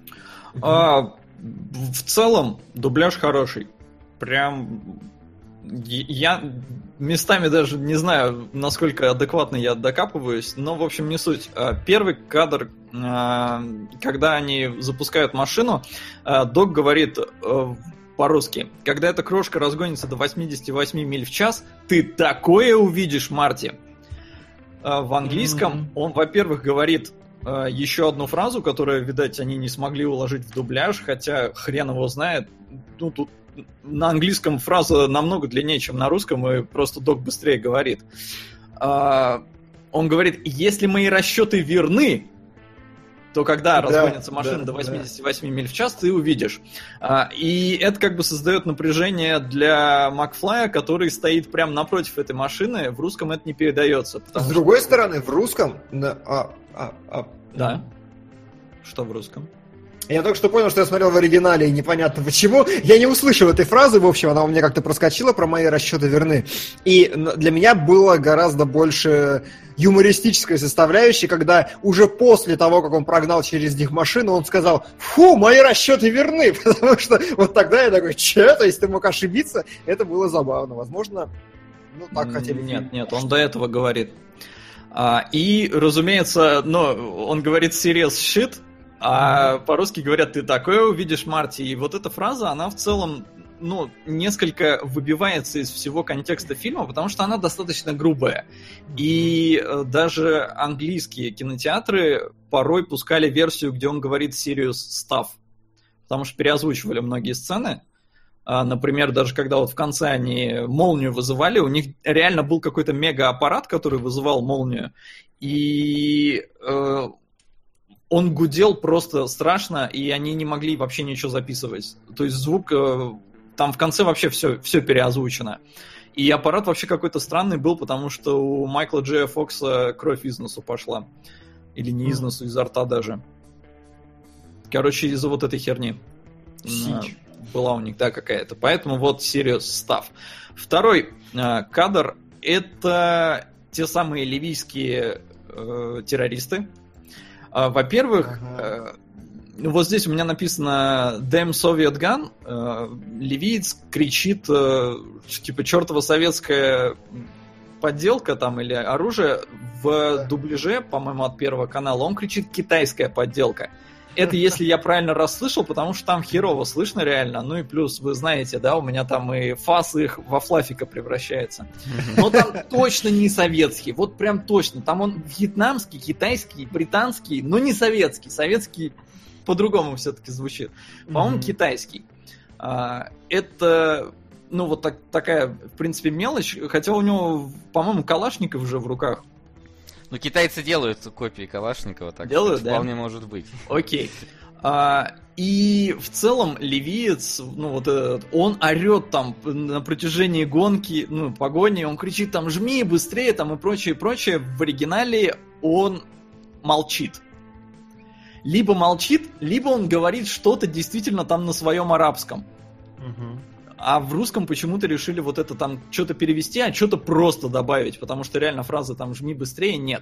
А, в целом, дубляж хороший. Прям... е- Я местами даже не знаю, насколько адекватно я докапываюсь, но, в общем, не суть. А, Первый кадр, а, когда они запускают машину, а, Док говорит э, по-русски: когда эта крошка разгонится до восемьдесят восемь миль в час, ты такое увидишь, Марти. А, В английском Мгм. он, во-первых, говорит э, еще одну фразу, которую, видать, они не смогли уложить в дубляж, хотя хрен его знает. Ну, тут на английском фраза намного длиннее, чем на русском, и просто Док быстрее говорит. А, он говорит: если мои расчеты верны, то когда Да, разгонится машина да, до да. восемьдесят восемь миль в час, ты увидишь. А, и это как бы создает напряжение для Макфлая, который стоит прямо напротив этой машины. В русском это не передается. потому С что- другой стороны, в русском... на- а, а, а, Да. Что в русском? Я только что понял, что я смотрел в оригинале, и непонятно почему. Я не услышал этой фразы, в общем, она у меня как-то проскочила, про мои расчеты верны. И н- для меня было гораздо больше юмористической составляющей, когда уже после того, как он прогнал через них машину, он сказал: «Фу, мои расчеты верны», потому что вот тогда я такой: «Че?» То есть ты мог ошибиться, это было забавно. Возможно, ну так хотели. Нет, нет, он до этого говорит. А, и, разумеется, ну, он говорит serious shit, а по-русски говорят: ты такое увидишь, Марти. И вот эта фраза, она в целом, ну, несколько выбивается из всего контекста фильма, потому что она достаточно грубая. И э, даже английские кинотеатры порой пускали версию, где он говорит serious stuff, потому что переозвучивали многие сцены. А, например, даже когда вот в конце они молнию вызывали, у них реально был какой-то мега-аппарат, который вызывал молнию, и э, он гудел просто страшно, и они не могли вообще ничего записывать. То есть звук, э, там в конце вообще все, все переозвучено. И аппарат вообще какой-то странный был, потому что у Майкла Джея Фокса кровь из носу пошла. Или не из носу, изо рта даже. Короче, из-за вот этой херни. Сич. Была у них, да, какая-то. Поэтому вот serious stuff. Второй э, кадр — это те самые ливийские э, террористы. Э, во-первых, ага. э, вот здесь у меня написано «Damn Soviet Gun». Э, ливиец кричит, э, типа, чертова советская подделка там или оружие. В дубляже, по-моему, от Первого канала он кричит «китайская подделка». Это если я правильно расслышал, потому что там херово слышно реально. Ну и плюс, вы знаете, да, у меня там и фас их во флафика превращается. Но там точно не советский. Вот прям точно. Там он вьетнамский, китайский, британский, но не советский. Советский по-другому все-таки звучит. По-моему, mm-hmm. китайский. А, это, ну, вот так, такая, в принципе, мелочь. Хотя у него, по-моему, Калашников уже в руках. Ну, китайцы делают копии Калашникова, так делают, что вполне да? может быть. Окей. А, и в целом ливиец, ну вот этот, он орет там на протяжении гонки, ну, погони, он кричит там «жми быстрее» там и прочее, прочее. В оригинале он молчит. Либо молчит, либо он говорит что-то действительно там на своем арабском. Угу. А в русском почему-то решили вот это там что-то перевести, а что-то просто добавить, потому что реально фразы там «жми быстрее» нет.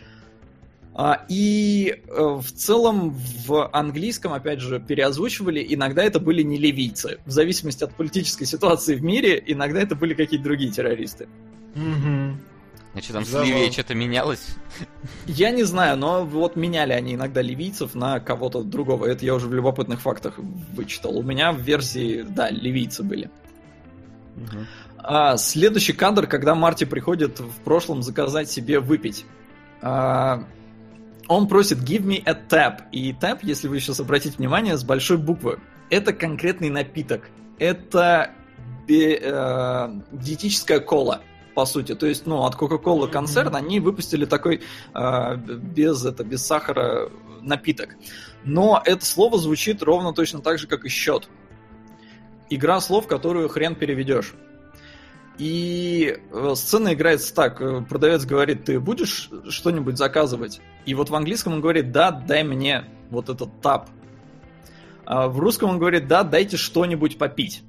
А, и э, в целом в английском, опять же, переозвучивали, иногда это были не ливийцы. В зависимости от политической ситуации в мире, иногда это были какие-то другие террористы. Угу. А что там, с Ливией что-то менялось? Я не знаю, но вот меняли они иногда ливийцев на кого-то другого. Это я уже в любопытных фактах вычитал. У меня в версии, да, ливийцы были. Угу. А, следующий кадр, когда Марти приходит в прошлом заказать себе выпить. А, он просит «give me a tap». И tap, если вы сейчас обратите внимание, с большой буквы. Это конкретный напиток. Это би, э, диетическая кола. По сути, то есть, ну, от Coca-Cola концерн они выпустили такой э, без, это, без сахара напиток. Но это слово звучит ровно точно так же, как и счет. Игра слов, которую хрен переведешь. И э, сцена играется так. Продавец говорит: ты будешь что-нибудь заказывать? И вот в английском он говорит: да, дай мне вот этот тап. А в русском он говорит: да, дайте что-нибудь попить.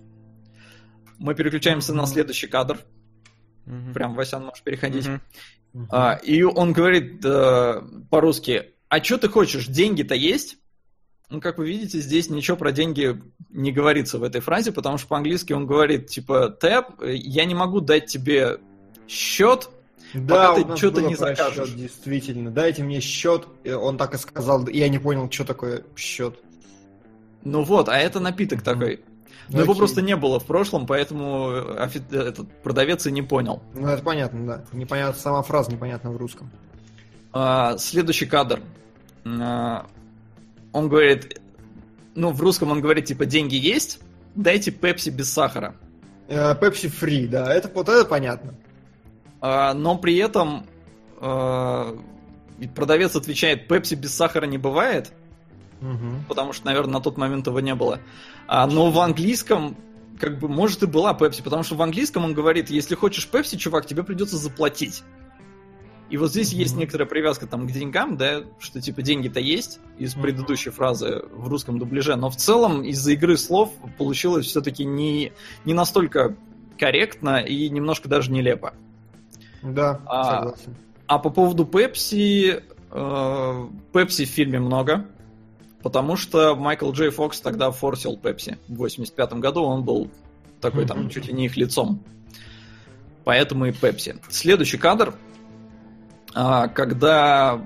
Мы переключаемся на следующий кадр. Uh-huh. Прям, Васян, можешь переходить. Uh-huh. Uh-huh. А, и он говорит э, по-русски: а что ты хочешь, деньги-то есть? Ну, как вы видите, здесь ничего про деньги не говорится в этой фразе, потому что по-английски он говорит, типа, тэп, я не могу дать тебе счет, да, пока ты что-то не закажешь. Счет, действительно, дайте мне счет. Он так и сказал, я не понял, что такое счет. Ну вот, а это напиток uh-huh. такой. Но Окей. его просто не было в прошлом, поэтому офи... этот продавец и не понял. Ну, это понятно, да. Непонятно, сама фраза непонятна в русском. А, следующий кадр. А, он говорит, ну, в русском он говорит, типа, деньги есть, дайте пепси без сахара. Пепси фри, да, это, вот это понятно. А, но при этом а, продавец отвечает, пепси без сахара не бывает. Угу. Потому что, наверное, на тот момент его не было. А, но в английском, как бы, может, и была Пепси, потому что в английском он говорит, если хочешь Пепси, чувак, тебе придется заплатить. И вот здесь угу. есть некоторая привязка там к деньгам, да, что типа деньги-то есть из предыдущей фразы в русском дубляже, но в целом из-за игры слов получилось все-таки не, не настолько корректно и немножко даже нелепо. Да, а, согласен. А по поводу Пепси, э, Пепси в фильме много. Потому что Майкл Джей Фокс тогда форсил Пепси. В восемьдесят пятом году он был такой там чуть ли не их лицом. Поэтому и Пепси. Следующий кадр. Когда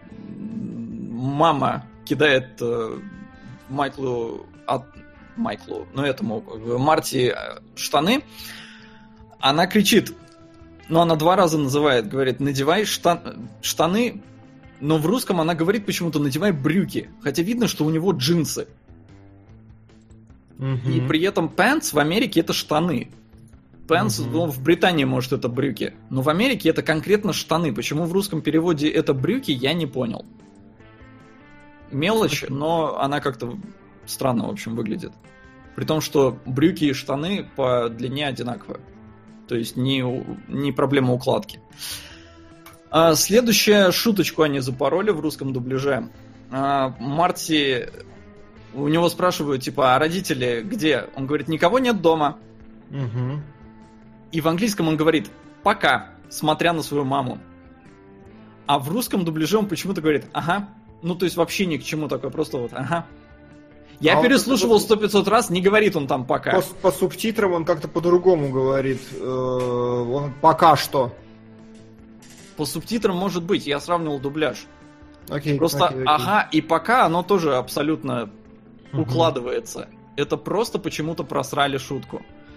мама кидает Майклу... От Майклу, ну этому, Марти штаны, она кричит, но она два раза называет, говорит, надевай штан... штаны... Но в русском она говорит почему-то «надевай брюки», хотя видно, что у него джинсы. Mm-hmm. И при этом pants в Америке это штаны. Pants, mm-hmm. ну, в Британии, может, это брюки. Но в Америке это конкретно штаны. Почему в русском переводе это брюки, я не понял. Мелочь, но она как-то странно, в общем, выглядит. При том, что брюки и штаны по длине одинаковые. То есть не, не проблема укладки. А следующая шуточку они запороли в русском дубляже. А, Марти, у него спрашивают, типа, а родители где? Он говорит, никого нет дома. Угу. И в английском он говорит, «пока», смотря на свою маму. А в русском дубляже он почему-то говорит «ага». Ну, то есть вообще ни к чему такое, просто вот «ага». Я а переслушивал вот сто пятьсот раз, не говорит он там «пока». По, по субтитрам он как-то по-другому говорит. Э, он «пока что». По субтитрам может быть, я сравнивал дубляж. Окей, Просто окей, окей. «ага» и «пока» оно тоже абсолютно Мгм. укладывается. Это просто почему-то просрали шутку.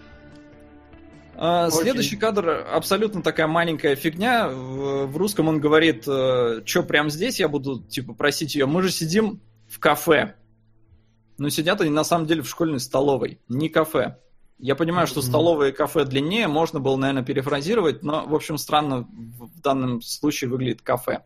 А, Окей. Следующий кадр абсолютно такая маленькая фигня. В, в русском он говорит, что прямо здесь я буду типа просить ее. Мы же сидим в кафе. Но сидят они на самом деле в школьной столовой, не кафе. Я понимаю, что Мгм. столовые и кафе длиннее, можно было, наверное, перефразировать, но, в общем, странно в данном случае выглядит кафе.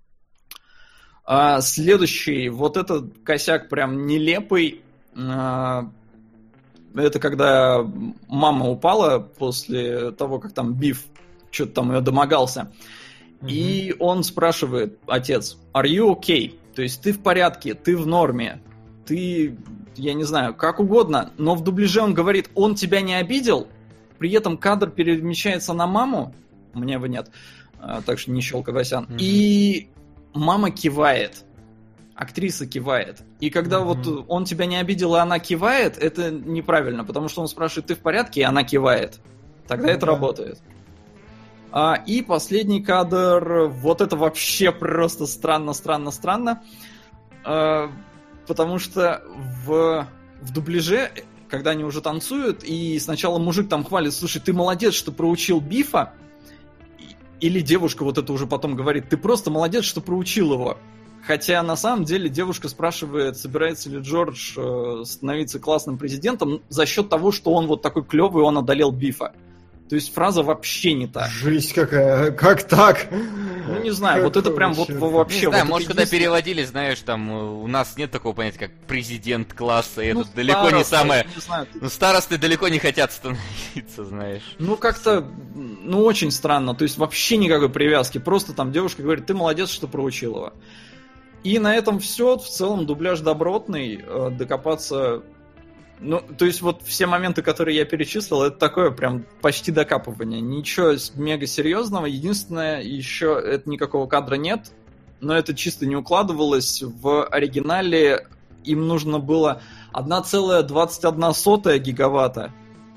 А следующий, вот этот косяк прям нелепый. А, это когда мама упала после того, как там Биф что-то там ее домогался. И он спрашивает, отец, are you okay? То есть ты в порядке, ты в норме, ты, я не знаю, как угодно, но в дубляже он говорит, он тебя не обидел, при этом кадр перемещается на маму, у меня его нет, а, так что не щелкай, Васян, Мгм. и мама кивает, актриса кивает. И когда Мгм. вот он тебя не обидел, и она кивает, это неправильно, потому что он спрашивает, ты в порядке, и она кивает. Тогда Ну это да. работает. А, и последний кадр, вот это вообще просто странно, странно, странно, а, потому что в, в дубляже, когда они уже танцуют, и сначала мужик там хвалит, слушай, ты молодец, что проучил Бифа, и- или девушка вот это уже потом говорит, ты просто молодец, что проучил его. Хотя на самом деле девушка спрашивает, собирается ли Джордж э, становиться классным президентом за счет того, что он вот такой клевый, он одолел Бифа. То есть фраза вообще не та. Жесть какая, как так? Ну, не знаю, вот это прям вот Какого черта? вообще... Не знаю, вот может, это когда единственное- переводили, знаешь, там э, у нас нет такого понятия, как президент класса, и Ну, это далеко не староста, самое... не знаю, ты- Ну, старосты далеко не хотят становиться, знаешь. Ну, как-то, ну, очень странно. То есть вообще никакой привязки. Просто там девушка говорит, ты молодец, что проучил его. И на этом все. В целом дубляж добротный. э, Докопаться... Ну, то есть вот все моменты, которые я перечислил, это такое прям почти докапывание. Ничего с- мега серьезного. Единственное, еще это никакого кадра нет. Но это чисто не укладывалось. В оригинале им нужно было одна целая двадцать одна сотая гигаватта.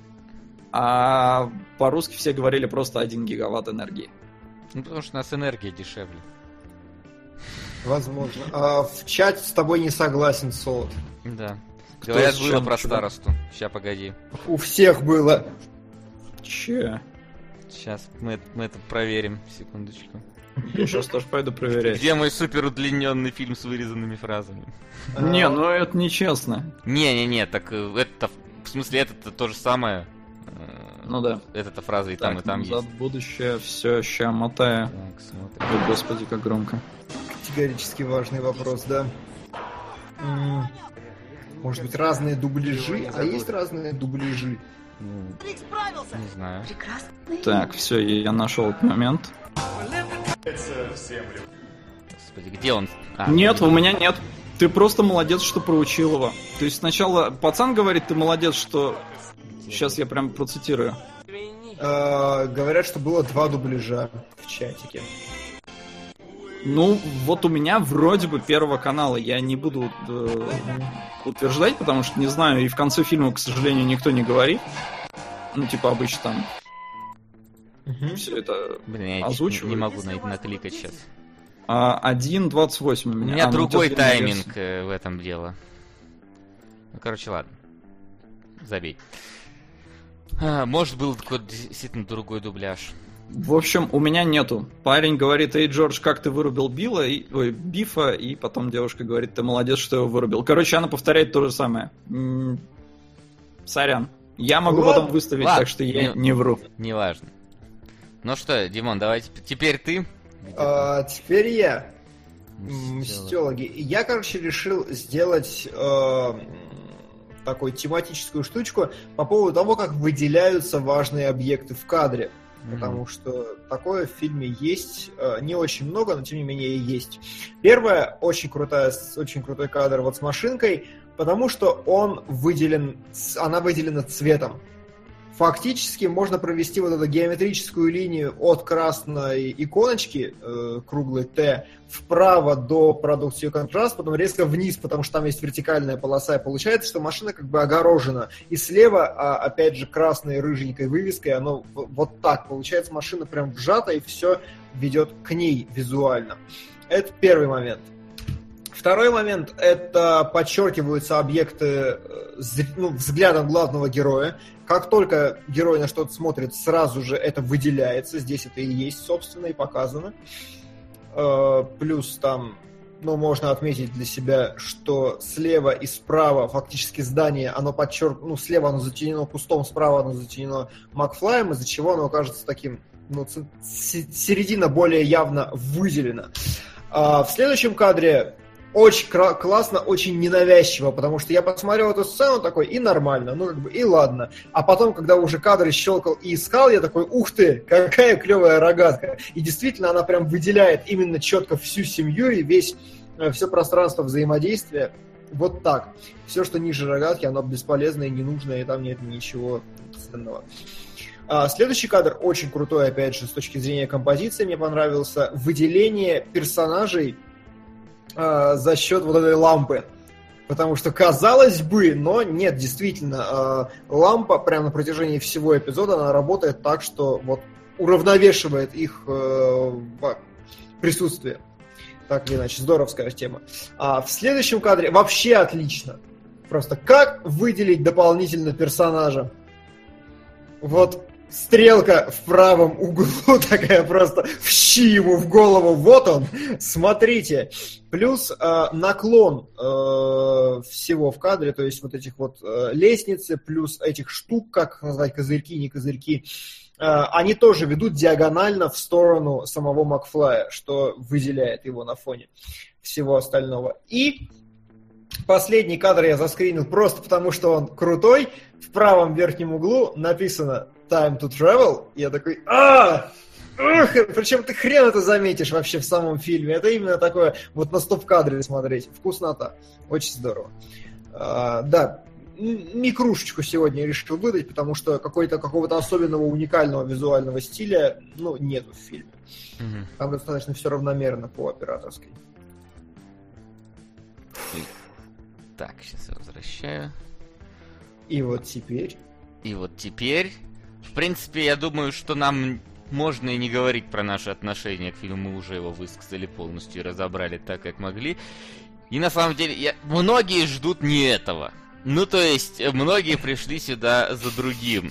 А по-русски все говорили просто один гигаватт энергии. Ну, потому что у нас энергия дешевле. Возможно. А, в чате с тобой не согласен, Солод. Да. Кто Говорят, с было чем, про чувак? старосту. Ща, погоди. У всех было. Че? Сейчас мы, это- мы это проверим. Секундочку. Я сейчас тоже пойду проверять. Где мой супер удлиненный фильм с вырезанными фразами? Не, А, ну это нечестно. Не-не-не, так э, это в смысле это то же самое. Э, Ну да. Это-то фраза и там, и Так, там назад есть. в будущее, все, ща мотаю. Так, смотрим. Ой, господи, как громко. Категорически важный вопрос, да. М, Может быть, разные дубляжи? А есть разные дубляжи? Ну, не знаю. Так, все, я нашел этот момент. Господи, где он? А, Нет, блин. у меня нет. Ты просто молодец, что проучил его. То есть сначала пацан говорит, ты молодец, что... Сейчас я прям процитирую. А, говорят, что было два дубляжа в чатике. Ну, вот у меня вроде бы Первого канала. Я не буду э, утверждать, потому что не знаю. И в конце фильма, к сожалению, никто не говорит. Ну, типа обычно там Мгм. все это... Блин, я не- озвучивают. не могу на- накликать сейчас. А, один двадцать восемь у У меня. меня А, ну, другой у тебя длинная тайминг версия. э, в этом дело. Ну, короче, ладно. Забей. А, может, был какой-то действительно другой дубляж. В общем, у меня нету. Парень говорит, эй, Джордж, как ты вырубил Билла, и, ой, Бифа, и потом девушка говорит, ты молодец, что его вырубил. Короче, она повторяет то же самое. М, Сорян. Я могу Ладно, потом выставить, ладно. так что я Не- не вру. Неважно. Ну что, Димон, давай теп- теперь ты. Где А, теперь я. там? М, Мстёлог. Мстёлоги. Я, короче, решил сделать э, такую тематическую штучку по поводу того, как выделяются важные объекты в кадре. Мгм. Потому что такое в фильме есть, э, не очень много, но тем не менее есть. Первое, очень крутая, с- очень крутой кадр вот с машинкой, потому что он выделен, с- она выделена цветом. фактически можно провести вот эту геометрическую линию от красной иконочки, э, круглой Т, вправо до продукции контраст, потом резко вниз, потому что там есть вертикальная полоса, и получается, что машина как бы огорожена. И слева, а, опять же, красной рыженькой вывеской, оно вот так. Получается, машина прям вжата, и все ведет к ней визуально. Это первый момент. Второй момент – это подчеркиваются объекты ну, взглядом главного героя. Как только герой на что-то смотрит, сразу же это выделяется. Здесь это и есть, собственно, и показано. Плюс там, ну, можно отметить для себя, что слева и справа фактически здание, оно подчеркнуто, ну, слева оно затенено кустом, справа оно затенено Макфлаем, из-за чего оно кажется таким, ну, середина более явно выделена. В следующем кадре очень кра- классно, очень ненавязчиво, потому что я посмотрел эту сцену такой, и нормально, ну как бы, и ладно. А потом, когда уже кадры щелкал и искал, я такой, ух ты, какая клевая рогатка. И действительно, она прям выделяет именно четко всю семью и весь, все пространство взаимодействия. Вот так. Все, что ниже рогатки, оно бесполезное, ненужное, и там нет ничего ценного. А следующий кадр очень крутой, опять же, с точки зрения композиции мне понравился. Выделение персонажей за счет вот этой лампы. Потому что, казалось бы, но нет, действительно, лампа прямо на протяжении всего эпизода, она работает так, что вот уравновешивает их присутствие. Так или иначе, здоровская тема. А в следующем кадре вообще отлично. Просто как выделить дополнительно персонажа? Вот стрелка в правом углу такая просто вщи ему в голову. Вот он, смотрите. Плюс э, наклон э, всего в кадре, то есть вот этих вот э, лестницы, плюс этих штук, как назвать, козырьки, не козырьки, э, они тоже ведут диагонально в сторону самого Макфлая, что выделяет его на фоне всего остального. И последний кадр я заскринил просто потому, что он крутой. В правом верхнем углу написано Time to Travel. Я такой, а Ух, причем ты хрен это заметишь вообще в самом фильме. Это именно такое, вот на стоп-кадре смотреть. Вкуснота. Очень здорово. А, да, микрушечку сегодня я решил выдать, потому что какой-то, какого-то особенного уникального визуального стиля, ну, нету в фильме. Угу. Там достаточно все равномерно по операторской. Так, сейчас я возвращаю. И вот теперь... И вот теперь... В принципе, я думаю, что нам можно и не говорить про наши отношения к фильму. Мы уже его высказали полностью и разобрали так, как могли. И на самом деле, я... многие ждут не этого. Ну, то есть, многие пришли сюда за другим.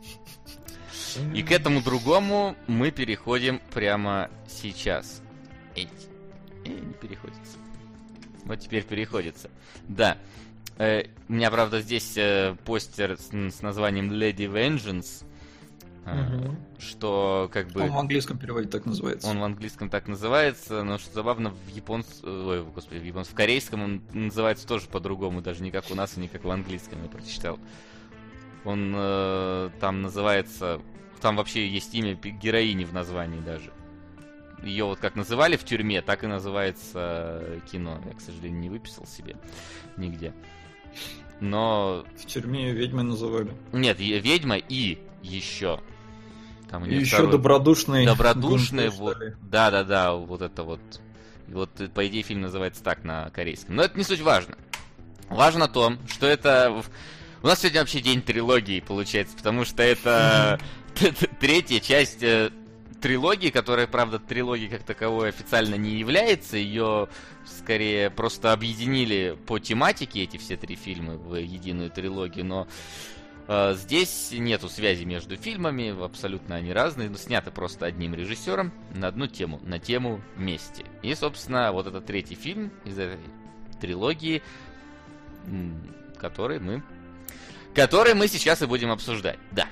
И к этому другому мы переходим прямо сейчас. Эй, Эй не переходится. Вот теперь переходится. Да. Э, у меня, правда, здесь э, постер с, с названием Lady Vengeance. Uh-huh. Что как бы... Он в английском переводе так называется. Он в английском так называется, но что забавно, в японском... Ой, господи, в японском... В корейском он называется тоже по-другому, даже не как у нас и не как в английском, я прочитал. Он э, там называется... Там вообще есть имя героини в названии даже. Ее вот как называли в тюрьме, так и называется кино. Я, к сожалению, не выписал себе нигде. Но... В тюрьме ее ведьмой называли. Нет, ведьма и еще... Там и еще второй... добродушный. Добродушный, вот, да-да-да, вот это вот. И вот, по идее, фильм называется так на корейском. Но это не суть важно. Важно то, что это... У нас сегодня вообще день трилогии, получается, потому что это третья часть трилогии, которая, правда, трилогией как таковой официально не является. Ее, скорее, просто объединили по тематике, эти все три фильма, в единую трилогию, но... Здесь нету связи между фильмами, абсолютно они разные, но сняты просто одним режиссером на одну тему, на тему мести. И, собственно, вот этот третий фильм из этой трилогии, который мы, который мы сейчас и будем обсуждать. Да.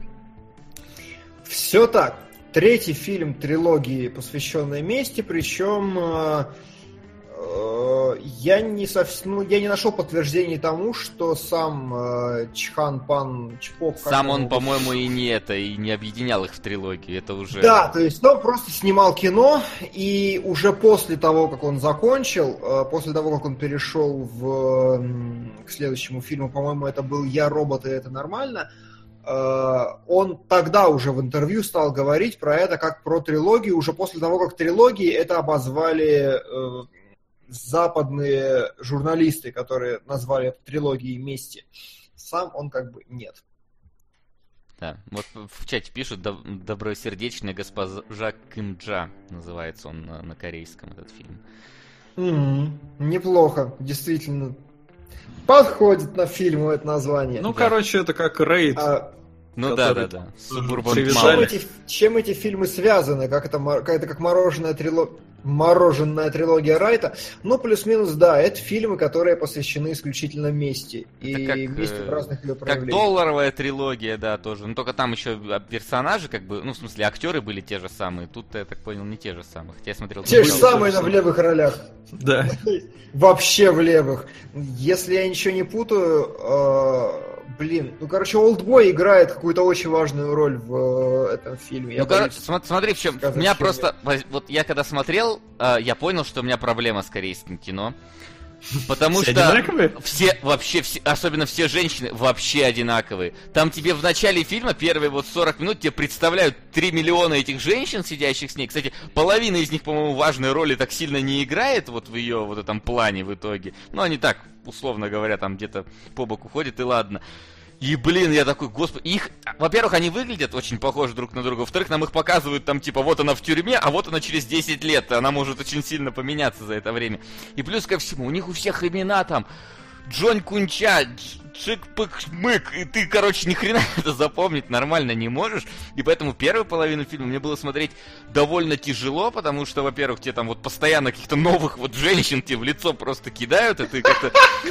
Все так. Третий фильм трилогии, посвященной мести, причем... Я не совсем, ну, я не нашел подтверждений тому, что сам э, Чхан Пан Чпок... Сам он, по-моему, и не это, и не объединял их в трилогию, это уже... Да, то есть он просто снимал кино, и уже после того, как он закончил, э, после того, как он перешел в, э, к следующему фильму, по-моему, это был «Я, робот, и это нормально», он тогда уже в интервью стал говорить про это как про трилогию, уже после того, как трилогии это обозвали западные журналисты, которые назвали это трилогией мести. Сам он как бы нет. Да, вот в чате пишут: «Добросердечная госпожа Кимджа» называется он на, на корейском, этот фильм. Mm-hmm. Неплохо, действительно. Подходит на фильм это название. Ну, да. короче, это как рейд. А, ну да, да, да. Чем эти, чем эти фильмы связаны? Как это, это как мороженое трилогия? Мороженая трилогия Райта. Ну, плюс-минус, да, это фильмы, которые посвящены исключительно мести. Это и как, мести в разных ее проявлениях. Как долларовая трилогия, да, тоже. Но только там еще персонажи, как бы, ну, в смысле, актеры были те же самые. Тут, я так понял, не те же самые. Хотя я смотрел... Те же самые, но в левых ролях. Да. Вообще в левых. Если я ничего не путаю... Блин, ну, короче, Олдбой играет какую-то очень важную роль в э, этом фильме. Ну, я короче, см- смотри, в чем. У меня просто... Я. Вот я когда смотрел, э, я понял, что у меня проблема с корейским кино. Потому все что одинаковые? все, вообще, все, особенно все женщины, вообще одинаковые. Там тебе в начале фильма, первые вот сорок минут, тебе представляют три миллиона этих женщин, сидящих с ней. Кстати, половина из них, по-моему, важной роли так сильно не играет вот в ее вот этом плане в итоге. Ну, они так, условно говоря, там где-то по боку ходят, и ладно. И, блин, я такой, господи, их, во-первых, они выглядят очень похожи друг на друга, во-вторых, нам их показывают там, типа, вот она в тюрьме, а вот она через десять лет, и она может очень сильно поменяться за это время. И плюс ко всему, у них у всех имена там, Джон Кунча, Чик-пык-мык, и ты, короче, ни хрена это запомнить нормально не можешь, и поэтому первую половину фильма мне было смотреть довольно тяжело, потому что, во-первых, тебе там вот постоянно каких-то новых вот женщин тебе в лицо просто кидают, и ты как-то...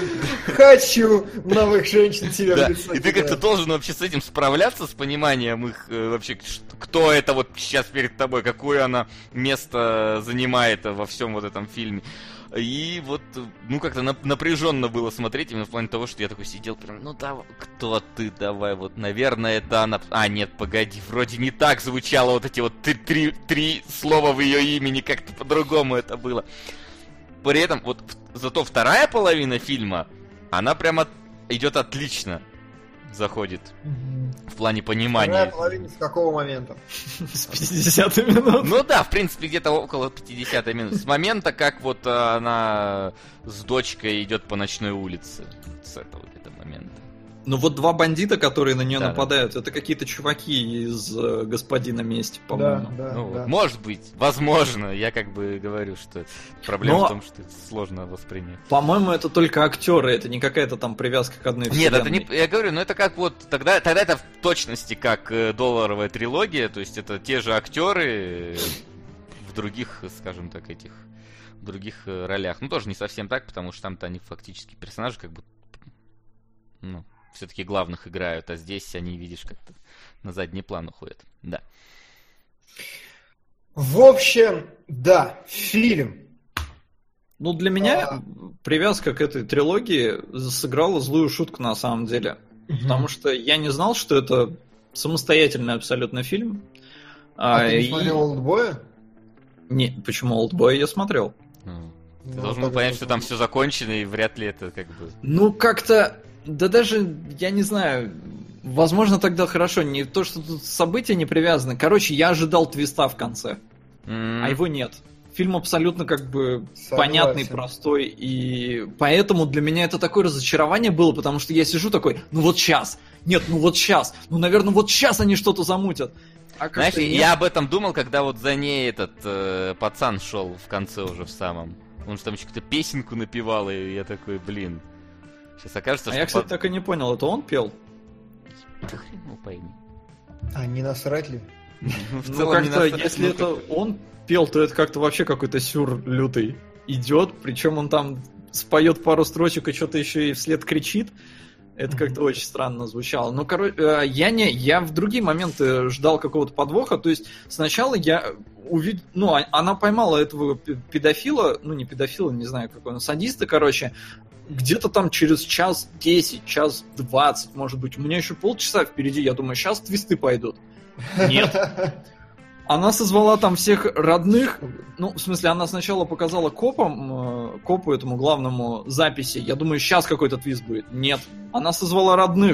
Хочу новых женщин тебе в лицо и ты как-то должен вообще с этим справляться, с пониманием их вообще, кто это вот сейчас перед тобой, какое она место занимает во всем вот этом фильме. И вот, ну, как-то напряженно было смотреть, именно в плане того, что я такой сидел, прям, ну, давай, кто ты, давай, вот, наверное, это она... А, нет, погоди, вроде не так звучало вот эти вот три, три, три слова в ее имени, как-то по-другому это было. При этом, вот, зато вторая половина фильма, она прямо идет отлично, заходит. В плане понимания. Вторая половина с какого момента? С пятидесятой минут. Ну да, в принципе, где-то около пятидесятой минуты. С момента, как вот она с дочкой идет по ночной улице. С этого где-то момента. Ну вот два бандита, которые на нее да, нападают, да. это какие-то чуваки из э, «Господина Мести», по-моему. Да, да, ну, да. Может быть, возможно. Я как бы говорю, что проблема Но... в том, что это сложно воспринять. По-моему, это только актеры, это не какая-то там привязка к одной Нет, вселенной. это не... Я говорю, ну это как вот... Тогда, тогда это в точности как э, долларовая трилогия, то есть это те же актеры в других, скажем так, этих... в других э, ролях. Ну тоже не совсем так, потому что там-то они фактически персонажи как бы... Ну... все-таки главных играют, а здесь они, видишь, как-то на задний план уходят. Да. В общем, да, фильм. Ну, для меня а... привязка к этой трилогии сыграла злую шутку на самом деле. Угу. Потому что я не знал, что это самостоятельный абсолютно фильм. А, а ты не и... смотрел «Олдбоя»? Не, почему «Олдбоя» я смотрел? Ну, ты ну, должен был понять, что там все закончено, и вряд ли это как бы... Ну, как-то... Да даже, я не знаю, возможно, тогда хорошо, не то, что тут события не привязаны. Короче, я ожидал твиста в конце, mm-hmm. а его нет. Фильм абсолютно как бы Согласен. понятный, простой, и поэтому для меня это такое разочарование было, потому что я сижу такой, ну вот сейчас, нет, ну вот сейчас, ну, наверное, вот сейчас они что-то замутят. А Знаешь, я об этом думал, когда вот за ней этот э, пацан шел в конце уже в самом. Он же там еще какую-то песенку напевал, и я такой, блин... Сейчас окажется, а что... я, кстати, так и не понял, это он пел? Да хрен его пойми. А не насрать ли? Ну, как-то, если это он пел, то это как-то вообще какой-то сюр лютый идет, причем он там споет пару строчек и что-то еще и вслед кричит. Это как-то очень странно звучало. Но, короче, я не, я в другие моменты ждал какого-то подвоха. То есть сначала я увидел, ну, она поймала этого педофила, ну, не педофила, не знаю, какой он, садиста, короче, где-то там через час десять, час двадцать, может быть. У меня еще полчаса впереди, я думаю, сейчас твисты пойдут. Нет. Она созвала там всех родных, ну, в смысле, она сначала показала копам, копу этому главному записи. Я думаю, сейчас какой-то твист будет. Нет. Она созвала родных.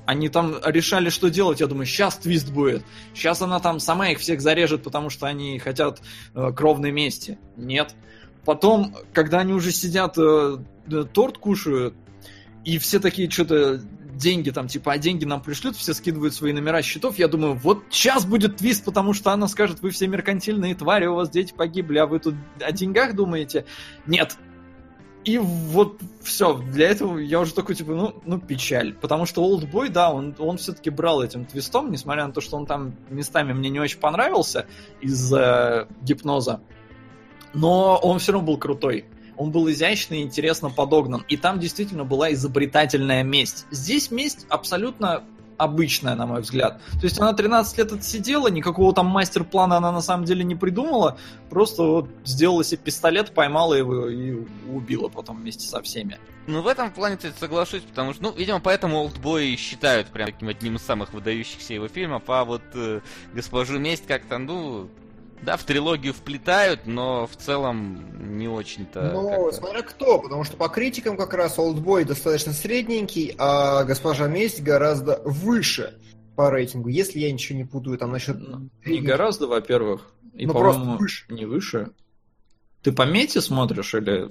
Они там решали, что делать. Я думаю, сейчас твист будет. Сейчас она там сама их всех зарежет, потому что они хотят э, кровной мести. Нет. Потом, когда они уже сидят, э, торт кушают, и все такие что-то деньги там, типа, а деньги нам пришлют, все скидывают свои номера счетов, я думаю, вот сейчас будет твист, потому что она скажет, вы все меркантильные твари, у вас дети погибли, а вы тут о деньгах думаете? Нет. И вот все, для этого я уже такой, типа, ну, ну печаль. Потому что Олдбой, да, он, он все-таки брал этим твистом, несмотря на то, что он там местами мне не очень понравился из-за гипноза. Но он все равно был крутой. Он был изящный и интересно подогнан. И там действительно была изобретательная месть. Здесь месть абсолютно обычная, на мой взгляд. То есть она тринадцать лет отсидела, никакого там мастер-плана она на самом деле не придумала, просто вот сделала себе пистолет, поймала его и убила потом вместе со всеми. Ну, в этом плане, кстати, соглашусь, потому что, ну, видимо, поэтому «Олдбой» считают прям таким одним из самых выдающихся его фильмов, а вот э, «Госпожу месть» как-то, ну... Да, в трилогию вплетают, но в целом не очень-то... Ну, как-то... смотря кто, потому что по критикам как раз «Олдбой» достаточно средненький, а «Госпожа месть» гораздо выше по рейтингу, если я ничего не путаю там насчет... Не гораздо, во-первых, и, ну, по-моему, просто выше. Не выше. Ты по мете смотришь или...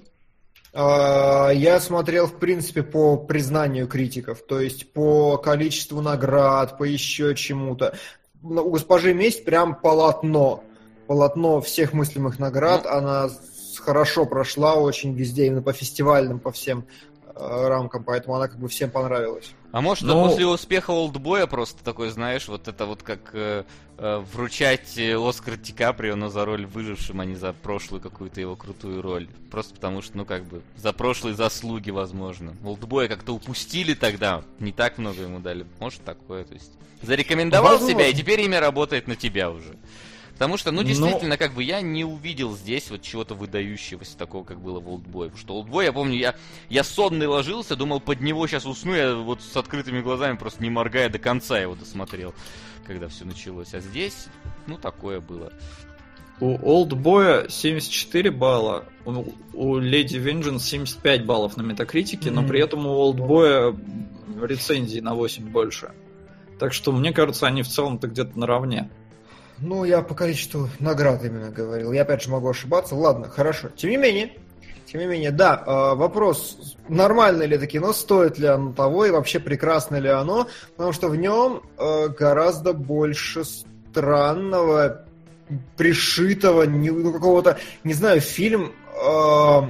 А, я смотрел, в принципе, по признанию критиков, то есть по количеству наград, по еще чему-то. У «Госпожи месть» прям полотно. Полотно всех мыслимых наград, ну, она хорошо прошла очень везде, именно по фестивальным, по всем э, рамкам, поэтому она как бы всем понравилась. А может, ну... после успеха «Олдбоя» просто такой, знаешь, вот это вот как э, э, вручать Оскар Ди Каприо, но за роль выжившим, а не за прошлую какую-то его крутую роль. Просто потому что, ну как бы, за прошлые заслуги, возможно. «Олдбоя» как-то упустили тогда, не так много ему дали. Может такое, то есть зарекомендовал возможно. себя, и теперь имя работает на тебя уже. Потому что, ну, действительно, Но... как бы я не увидел здесь вот чего-то выдающегося такого, как было в «Олдбое». Потому что «Олдбой», я помню, я, я сонный ложился, думал, под него сейчас усну, я вот с открытыми глазами, просто не моргая, до конца его досмотрел, когда все началось. А здесь, ну, такое было. У «Олдбоя» семьдесят четыре балла, у, у «Леди Вендженс» семьдесят пять баллов на Метакритике, mm-hmm. но при этом у «Олдбоя» рецензий на восемь больше. Так что, мне кажется, они в целом-то где-то наравне. Ну, я по количеству наград именно говорил. Я опять же могу ошибаться. Ладно, хорошо. Тем не менее, тем не менее, да, э, вопрос, нормально ли это кино, стоит ли оно того, и вообще прекрасно ли оно, потому что в нем э, гораздо больше странного, пришитого, не, ну, какого-то, не знаю, фильм... Э,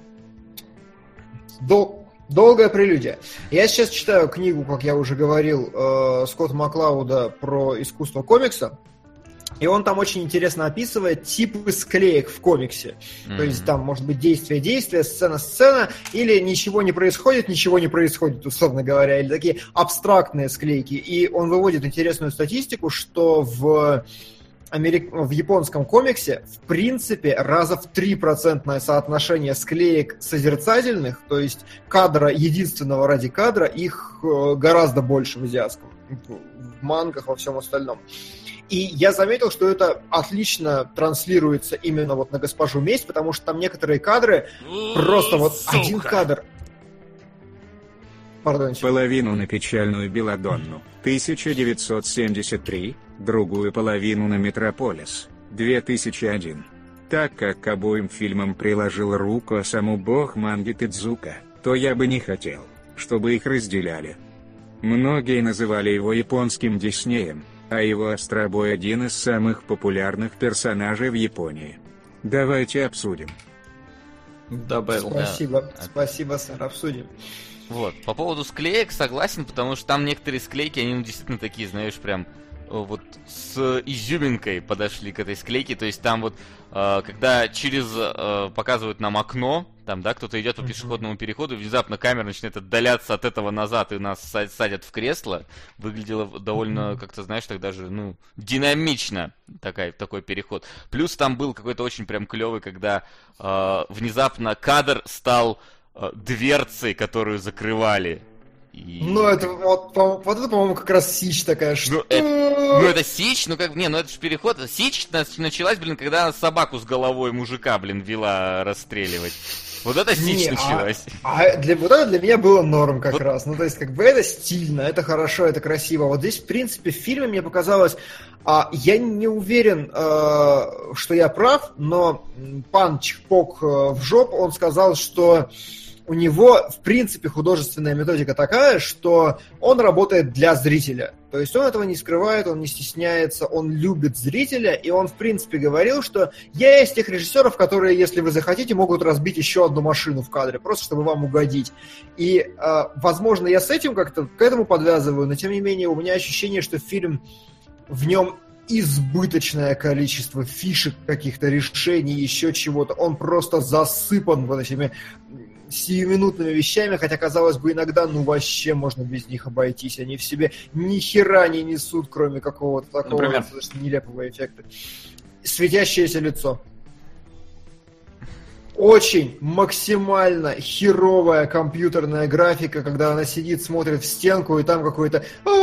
дол- Долгая прелюдия. Я сейчас читаю книгу, как я уже говорил, э, Скотта Маклауда про искусство комикса. И он там очень интересно описывает типы склеек в комиксе. Mm-hmm. То есть там может быть действие-действие, сцена-сцена, или ничего не происходит, ничего не происходит, условно говоря, или такие абстрактные склейки. И он выводит интересную статистику, что в, Америк... в японском комиксе в принципе раза в три процентное соотношение склеек созерцательных, то есть кадра единственного ради кадра, их гораздо больше в азиатском, в мангах, во всем остальном. И я заметил, что это отлично транслируется именно вот на «Госпожу месть», потому что там некоторые кадры просто вот Сука. один кадр. Пардон. Половину на печальную Беладонну, тысяча девятьсот семьдесят три, другую половину на Метрополис, две тысячи один. Так как к обоим фильмам приложил руку саму бог манги Тедзука, то я бы не хотел, чтобы их разделяли. Многие называли его японским Диснеем, а его Астробой один из самых популярных персонажей в Японии. Давайте обсудим. Добавил. Спасибо, Да. спасибо, сэр, обсудим. Вот, по поводу склеек согласен, потому что там некоторые склейки, они ну, действительно такие, знаешь, прям вот с изюминкой подошли к этой склейке, то есть там вот, э, когда через, э, показывают нам окно, там, да, кто-то идет по пешеходному переходу, и внезапно камера начинает отдаляться от этого назад, и нас садят в кресло, выглядело довольно, как-то, знаешь, так даже, ну, динамично такой, такой переход. Плюс там был какой-то очень прям клевый, когда э, внезапно кадр стал э, дверцей, которую закрывали. И... Ну, это вот, по- вот это, по-моему, как раз Сич такая, что... Ну, это, ну, это Сич, ну, как, не, ну, это же переход. Сич началась, блин, когда она собаку с головой мужика, блин, вела расстреливать. Вот это сич Не, началась. А, а для, вот это для меня было норм как вот. раз. Ну, то есть, как бы это стильно, это хорошо, это красиво. Вот здесь, в принципе, в фильме мне показалось... А, я не уверен, э, что я прав, но пан Чпок в жоп, он сказал, что у него, в принципе, художественная методика такая, что он работает для зрителя. То есть он этого не скрывает, он не стесняется, он любит зрителя, и он, в принципе, говорил, что я из тех режиссеров, которые, если вы захотите, могут разбить еще одну машину в кадре, просто чтобы вам угодить. И, э, возможно, я с этим как-то к этому подвязываю, но, тем не менее, у меня ощущение, что фильм, в нем избыточное количество фишек, каких-то решений, еще чего-то. Он просто засыпан вот этими сиюминутными вещами, хотя, казалось бы, иногда, ну, вообще можно без них обойтись. Они в себе ни хера не несут, кроме какого-то такого нелепого эффекта. Светящееся лицо. Очень максимально херовая компьютерная графика, когда она сидит, смотрит в стенку, и там какой-то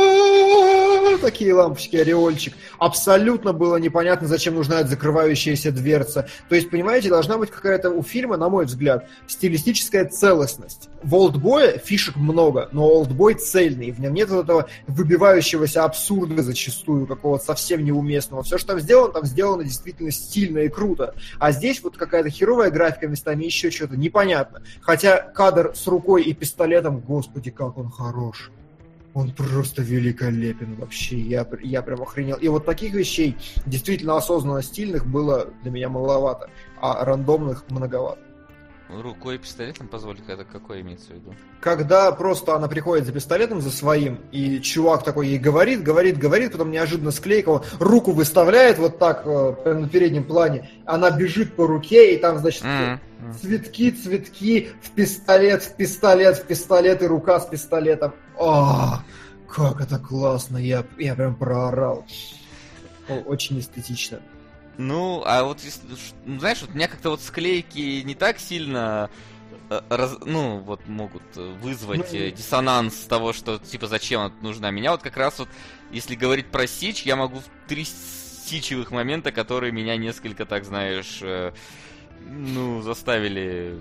такие лампочки, ореольчик. Абсолютно было непонятно, зачем нужна эта закрывающаяся дверца. То есть, понимаете, должна быть какая-то у фильма, на мой взгляд, стилистическая целостность. В «Олдбое» фишек много, но «Олдбой» цельный. В нем нет вот этого выбивающегося абсурда зачастую, какого-то совсем неуместного. Все, что там сделано, там сделано действительно стильно и круто. А здесь вот какая-то херовая графика, местами еще что-то непонятно. Хотя кадр с рукой и пистолетом, господи, как он хорош. Он просто великолепен вообще, я, я прям охренел. И вот таких вещей, действительно осознанно стильных, было для меня маловато, а рандомных многовато. Рукой и пистолетом, позволь, это какое имеется в виду? Когда просто она приходит за пистолетом, за своим, и чувак такой ей говорит, говорит, говорит, потом неожиданно склейкал, руку выставляет вот так, прямо на переднем плане, она бежит по руке, и там, значит, mm-hmm. цветки, цветки, в пистолет, в пистолет, в пистолет, и рука с пистолетом. О, как это классно, я, я прям проорал. О, очень эстетично. Ну, а вот, знаешь, вот у меня как-то вот склейки не так сильно, раз, ну, вот могут вызвать ну, диссонанс того, что, типа, зачем это нужно. Меня вот как раз вот, если говорить про сич, я могу три сичевых момента, которые меня несколько, так знаешь, ну, заставили...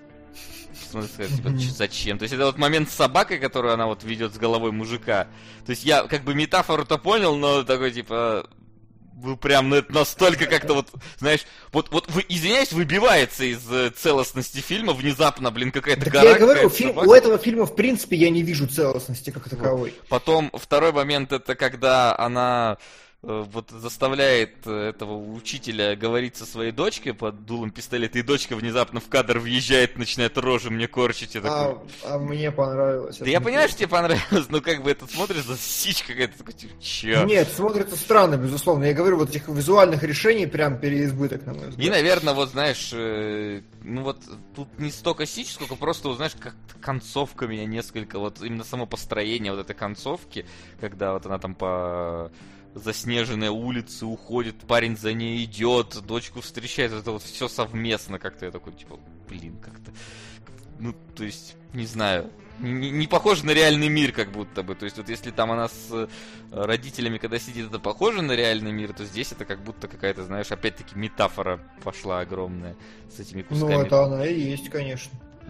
Сказать, типа, зачем? То есть это вот момент с собакой, которую она вот ведет с головой мужика. То есть я как бы метафору-то понял, но такой, типа... Вы прям ну, это настолько как-то вот, знаешь, вот, вот вы, извиняюсь, выбивается из э, целостности фильма внезапно, блин, какая-то так гора. Я говорю, фильм, у этого фильма, в принципе, я не вижу целостности как таковой. Вот. Потом второй момент, это когда она э, вот заставляет этого учителя говорить со своей дочкой под дулом пистолета, и дочка внезапно в кадр въезжает, начинает рожи мне корчить. Я такой... а, а мне понравилось. Да я понимаю, что тебе понравилось, но как бы это смотришь, за сич какая-то, такой, типа, чё? Нет, смотрится странно, безусловно. Я говорю, вот этих визуальных решений прям переизбыток, на мой взгляд. И, наверное, вот, знаешь, э, ну вот тут не столько сич, сколько просто, вот, знаешь, как концовка меня несколько, вот именно само построение вот этой концовки, когда вот она там по... заснеженная улица, уходит, парень за ней идет, дочку встречает, это вот все совместно как-то, я такой, типа, блин, как-то, ну, то есть, не знаю, не, не похоже на реальный мир, как будто бы, то есть, вот если там она с родителями, когда сидит, это похоже на реальный мир, то здесь это как будто какая-то, знаешь, опять-таки метафора пошла огромная с этими кусками. Ну, это она и есть, конечно.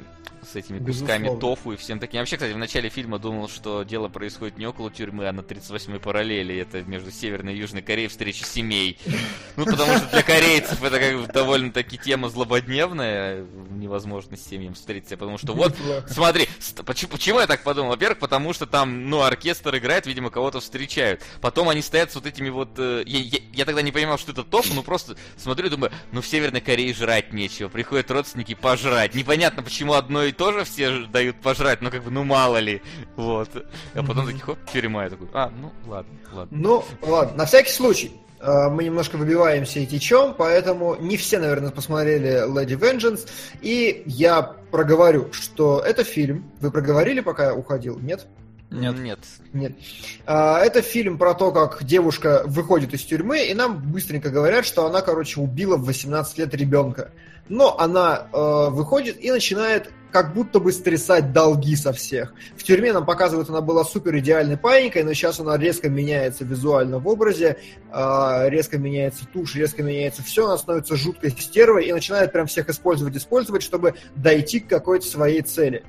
С этими кусками Безусловно. Тофу и всем таким. Я вообще, кстати, в начале фильма думал, что дело происходит не около тюрьмы, а на тридцать восьмой параллели. Это между Северной и Южной Кореей встреча семей. Ну, потому что для корейцев это как бы довольно-таки тема злободневная, невозможно с семьям встретиться. Потому что вот, смотри, почему, почему я так подумал? Во-первых, потому что там, ну, оркестр играет, видимо, кого-то встречают. Потом они стоят с вот этими вот... Я, я, я тогда не понимал, что это тофу, но просто смотрю и думаю, ну, в Северной Корее жрать нечего. Приходят родственники пожрать. Непонятно, почему одно и тоже все дают пожрать, но как бы, ну мало ли, вот. А потом таких, хоп, тюрьма, я такой, а, ну ладно, ладно. Ну, ладно, на всякий случай, мы немножко выбиваемся и течем, поэтому не все, наверное, посмотрели Lady Vengeance, и я проговорю, что это фильм, вы проговорили, пока я уходил, нет? Нет. Нет. Нет. А, это фильм про то, как девушка выходит из тюрьмы, и нам быстренько говорят, что она, короче, убила в восемнадцать лет ребенка. Но она э, выходит и начинает как будто бы стрясать долги со всех. В тюрьме нам показывают, она была супер идеальной паинькой, но сейчас она резко меняется визуально в образе, резко меняется тушь, резко меняется все, она становится жуткой стервой и начинает прям всех использовать, использовать, чтобы дойти к какой-то своей цели.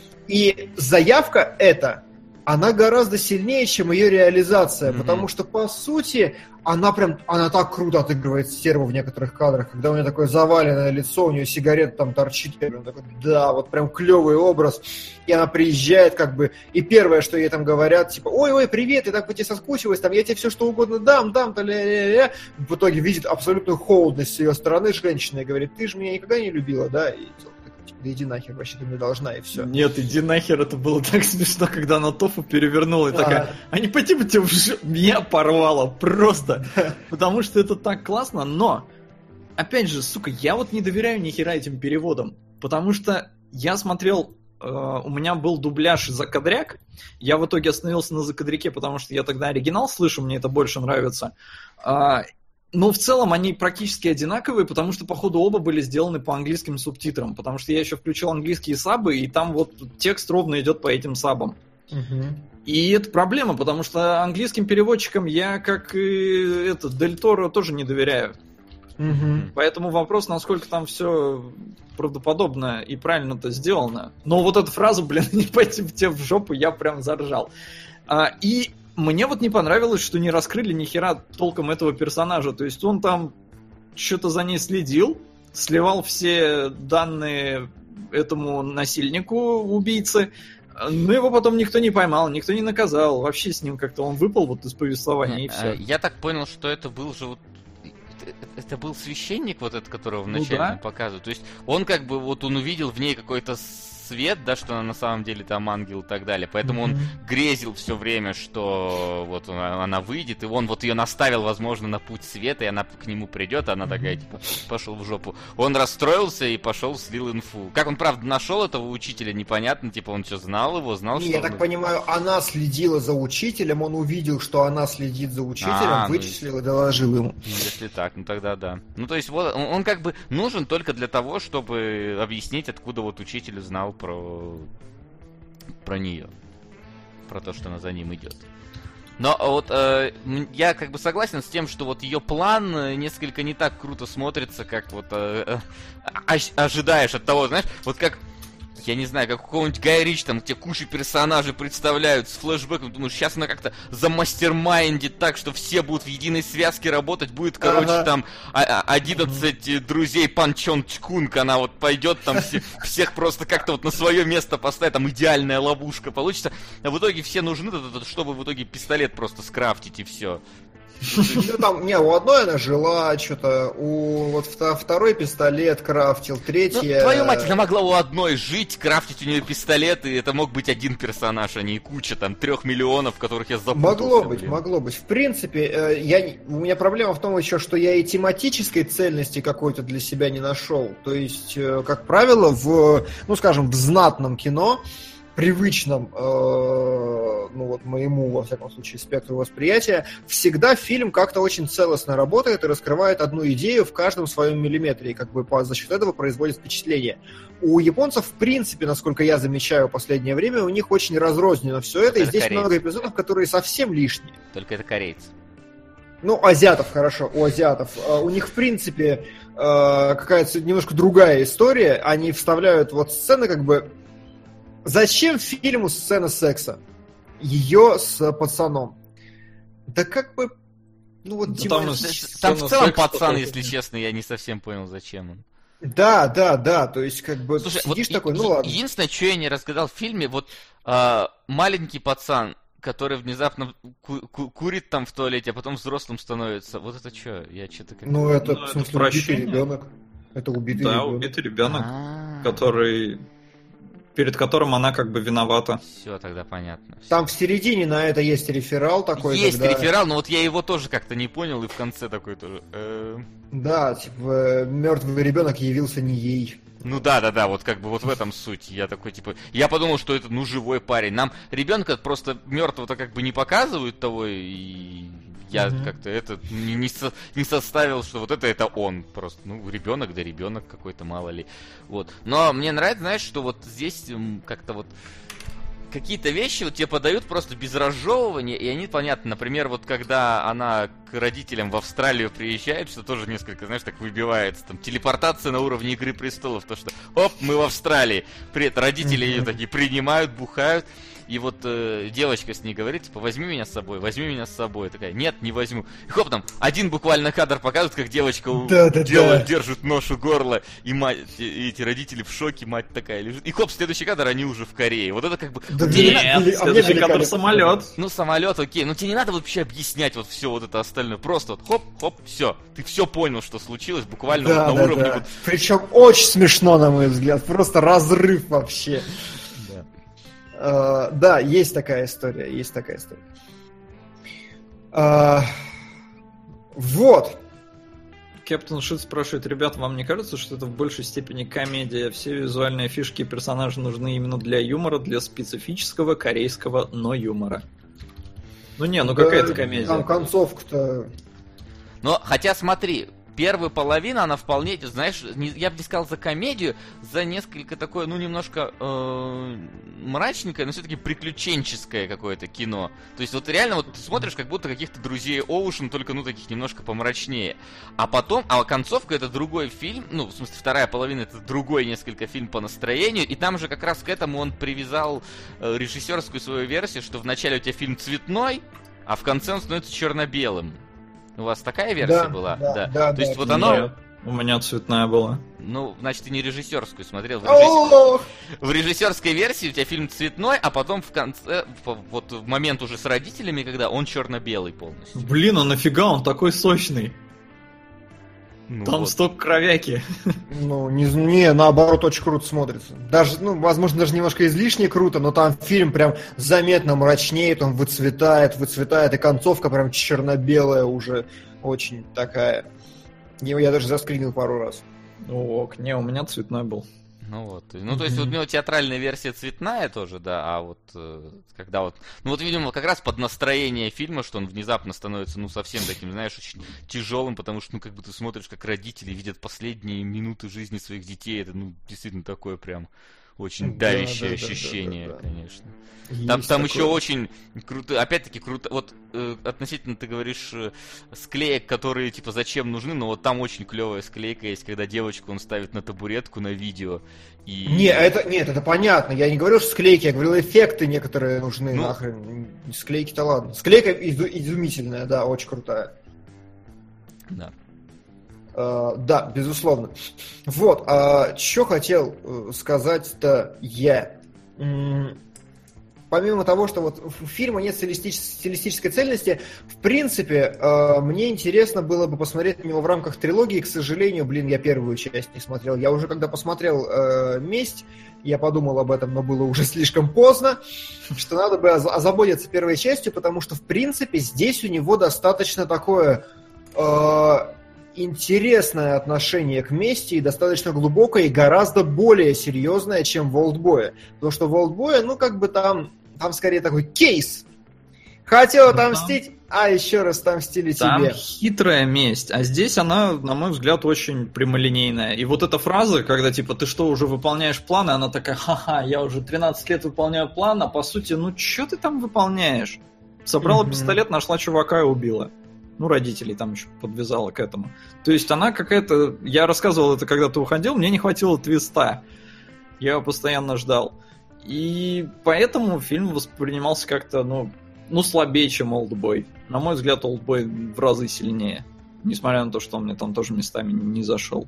И заявка эта, она гораздо сильнее, чем ее реализация, mm-hmm. потому что, по сути, она прям, она так круто отыгрывает стерву в некоторых кадрах, когда у нее такое заваленное лицо, у нее сигарета там торчит, я прям такой, да, вот прям клевый образ, и она приезжает как бы, и первое, что ей там говорят, типа, ой-ой, привет, я так по тебе соскучилась, там, я тебе все что угодно дам, дам, та-ля-ля-ля, в итоге видит абсолютную холодность с ее стороны женщины и говорит, ты же меня никогда не любила, да, и да иди нахер, вообще ты мне должна, и все. Нет, иди нахер, это было так смешно, когда она тофу перевернула и такая, а не пойти бы тебе уже... Меня порвало просто, потому что это так классно, но, опять же, сука, я вот не доверяю ни хера этим переводам, потому что я смотрел, э, у меня был дубляж закадряк, я в итоге остановился на закадряке, потому что я тогда оригинал слышу, мне это больше нравится, э, но в целом они практически одинаковые, потому что, походу, оба были сделаны по английским субтитрам. Потому что я еще включил английские сабы, и там вот текст ровно идет по этим сабам. Угу. И это проблема, потому что английским переводчикам я, как и этот, Дель Торо, тоже не доверяю. Угу. Поэтому вопрос, насколько там все правдоподобно и правильно-то сделано. Но вот эту фразу, блин, не пойти в тебе в жопу, я прям заржал. А, и... Мне вот не понравилось, что не раскрыли ни хера толком этого персонажа. То есть он там что-то за ней следил, сливал все данные этому насильнику, убийце, но его потом никто не поймал, никто не наказал. Вообще с ним как-то он выпал вот из повествования, и все. Я так понял, что это был же вот... Это был священник, вот этот, которого вначале ну, да. показывают. То есть он как бы вот он увидел в ней какой-то свет, да, что она на самом деле там ангел и так далее. Поэтому mm-hmm. он грезил все время, что вот она, она выйдет, и он вот ее наставил, возможно, на путь света, и она к нему придет, а она mm-hmm. такая, типа, пошел в жопу. Он расстроился и пошел, слил инфу. Как он, правда, нашел этого учителя, непонятно, типа, он что, знал его, знал, Не, что... Я он... так понимаю, она следила за учителем, он увидел, что она следит за учителем, а, вычислил ну, и доложил ему. Если так, ну тогда да. Ну, то есть, вот, он, он как бы нужен только для того, чтобы объяснить, откуда вот учитель знал про про нее, про то, что она за ним идет. Но вот э, я как бы согласен с тем, что вот ее план несколько не так круто смотрится, как вот э, э, ожидаешь от того, знаешь, вот как я не знаю, как у какого-нибудь Гая Ричи, там, где кучу персонажей представляют с флешбэком, думаешь, сейчас она как-то замастермайндит так, что все будут в единой связке работать, будет, короче, ага. там, одиннадцать друзей Пан Чон Чкунг, она вот пойдет там все, всех просто как-то вот на свое место поставить, там идеальная ловушка получится, а в итоге все нужны, чтобы в итоге пистолет просто скрафтить и все. Ну, там, не, у одной она жила, что-то, у вот второй пистолет крафтил, третья... Ну, твою мать, она могла у одной жить, крафтить у нее пистолет, и это мог быть один персонаж, а не куча, там, трех миллионов, которых я запутался. Могло быть, блин. могло быть. В принципе, я, у меня проблема в том еще, что я и тематической цельности какой-то для себя не нашел. То есть, как правило, в, ну, скажем, в знатном кино, привычном, э, ну вот моему, во всяком случае, спектру восприятия, всегда фильм как-то очень целостно работает и раскрывает одну идею в каждом своем миллиметре, и как бы по, за счет этого производит впечатление. У японцев, в принципе, насколько я замечаю в последнее время, у них очень разрознено все это, это и здесь корейцы. Много эпизодов, которые совсем лишние. Только это корейцы. Ну, азиатов, хорошо, у азиатов. У них, в принципе, какая-то немножко другая история. Они вставляют вот сцены, как бы... Зачем фильму сцена секса? Ее с пацаном. Да как бы... Ну вот... Ну, Дима... там, там в целом пацан, если честно, я не совсем понял, зачем он. Да, да, да, то есть как бы Слушай, сидишь вот такой, е- ну ладно. Единственное, что я не разгадал в фильме, вот э, маленький пацан, который внезапно ку- ку- курит там в туалете, а потом взрослым становится. Вот это что? Я что-то как... Ну это, ну, в смысле, это убитый ребенок. Это убитый да, ребенок. Да, убитый ребенок, А-а-а. который... перед которым она как бы виновата. Все, тогда понятно. Всё. Там в середине на это есть реферал такой. Есть когда... реферал, но вот я его тоже как-то не понял, и в конце такой тоже... Э... Да, типа, мертвый ребенок явился не ей. Ну да, да, да, вот как бы вот в этом суть. Я такой, типа, я подумал, что это, ну, живой парень. Нам ребенка просто мертвого-то как бы не показывают того, и я Мгм. как-то это не, не, со- не составил, что вот это это он. Просто, ну, ребенок, да ребенок какой-то, мало ли. Вот. Но мне нравится, знаешь, что вот здесь м, как-то вот какие-то вещи вот тебе подают просто без разжевывания, и они понятны. Например, вот когда она к родителям в Австралию приезжает, что тоже несколько, знаешь, так выбивается. Там телепортация на уровне Игры Престолов, то что, оп, мы в Австралии. При этом родители ее такие принимают, бухают. И вот э, девочка с ней говорит, типа, возьми меня с собой, возьми меня с собой. Такая, нет, не возьму. И хоп, там, один буквально кадр показывает, как девочка у- Да, да, делает, да. держит нож у горла, и мать, и эти родители в шоке, мать такая лежит. И хоп, следующий кадр, они уже в Корее. Вот это как бы... Да, тебе не блин, надо- блин, а мне Следующий кадр великолепно. самолет. Ну, самолет, окей, но тебе не надо вообще объяснять вот все вот это остальное. Просто вот хоп, хоп, все. Ты все понял, что случилось, буквально Да, вот на да, уровне да. вот. Причем очень смешно, на мой взгляд. Просто разрыв вообще. Да. Э, да, есть такая история, есть такая история. Э, вот. Кэптон Шит спрашивает, ребят, вам не кажется, что это в большей степени комедия? Все визуальные фишки и персонажи нужны именно для юмора, для специфического корейского, но юмора. Ну не, ну какая-то Да, комедия. Там концовка-то... Но, хотя смотри, первую половину, она вполне, знаешь, не- я бы не сказал за комедию, за несколько такое, ну, немножко э, мрачненькое, но все-таки приключенческое какое-то кино. То есть вот реально вот ты смотришь, как будто каких-то друзей Оушен, только, ну, таких немножко помрачнее. А потом, а концовка это другой фильм, ну, в смысле, вторая половина это другой несколько фильм по настроению, и там же как раз к этому он привязал э, режиссерскую свою версию, что вначале у тебя фильм цветной, а в конце он становится черно-белым. У вас такая версия Да, была? да, да, То есть да. вот оно... Нет, у меня цветная была. Ну, значит, ты не режиссерскую смотрел. В, режисс- Ох! в режиссерской версии у тебя фильм цветной, а потом в конце, в- вот в момент уже с родителями, когда он черно-белый полностью. Блин, а нафига он такой сочный? Ну Там вот. столько кровяки. Ну, не, не, наоборот, очень круто смотрится. Даже, ну, возможно, даже немножко излишне круто, но там фильм прям заметно мрачнеет, он выцветает, выцветает, и концовка прям черно-белая уже очень такая. Его я даже заскринил пару раз. Ок, не, у меня цветной был. Ну вот. Ну, то есть, вот у него театральная версия цветная тоже, да, а вот э, когда вот. Ну вот, видимо, как раз под настроение фильма, что он внезапно становится, ну, совсем таким, знаешь, очень тяжелым, потому что, ну, как бы ты смотришь, как родители видят последние минуты жизни своих детей. Это, ну, действительно такое прям очень Да, давящее да, да, ощущение, да, да, да. конечно. Там, Есть там такое. еще очень круто, опять-таки круто, вот э, относительно ты говоришь э, склеек, которые типа зачем нужны, но вот там очень клевая склейка есть, когда девочку он ставит на табуретку на видео и... Не, это, нет, это понятно. Я не говорю, что склейки, я говорил, эффекты некоторые нужны, Ну. нахрен. Склейки-то ладно. Склейка изу- изумительная, да, очень крутая. Да. Э, да, безусловно. Вот, а что хотел э, сказать-то я. М, Помимо того, что вот у фильма нет стилистич- стилистической цельности, в принципе, э, мне интересно было бы посмотреть на него в рамках трилогии. К сожалению, блин, я первую часть не смотрел. Я уже когда посмотрел э, «Месть», я подумал об этом, но было уже слишком поздно, что надо бы оз- озаботиться первой частью, потому что, в принципе, здесь у него достаточно такое... э, интересное отношение к мести и достаточно глубокое и гораздо более серьезное, чем в «Олдбое». Потому что в «Олдбое», ну, как бы там, там скорее такой кейс. Хотел Ну, отомстить, а еще раз отомстили Там тебе. хитрая месть, а здесь она, на мой взгляд, очень прямолинейная. И вот эта фраза, когда типа ты что, уже выполняешь планы, она такая, ха-ха, я уже тринадцать лет выполняю план, а по сути, ну что ты там выполняешь? Собрала Мгм. пистолет, нашла чувака и убила. Ну, родителей там еще подвязала к этому. То есть она какая-то... Я рассказывал это, когда ты уходил, мне не хватило твиста. Я его постоянно ждал. И поэтому фильм воспринимался как-то, ну, ну слабее, чем «Олдбой». На мой взгляд, «Олдбой» в разы сильнее. Несмотря на то, что он мне там тоже местами не зашел.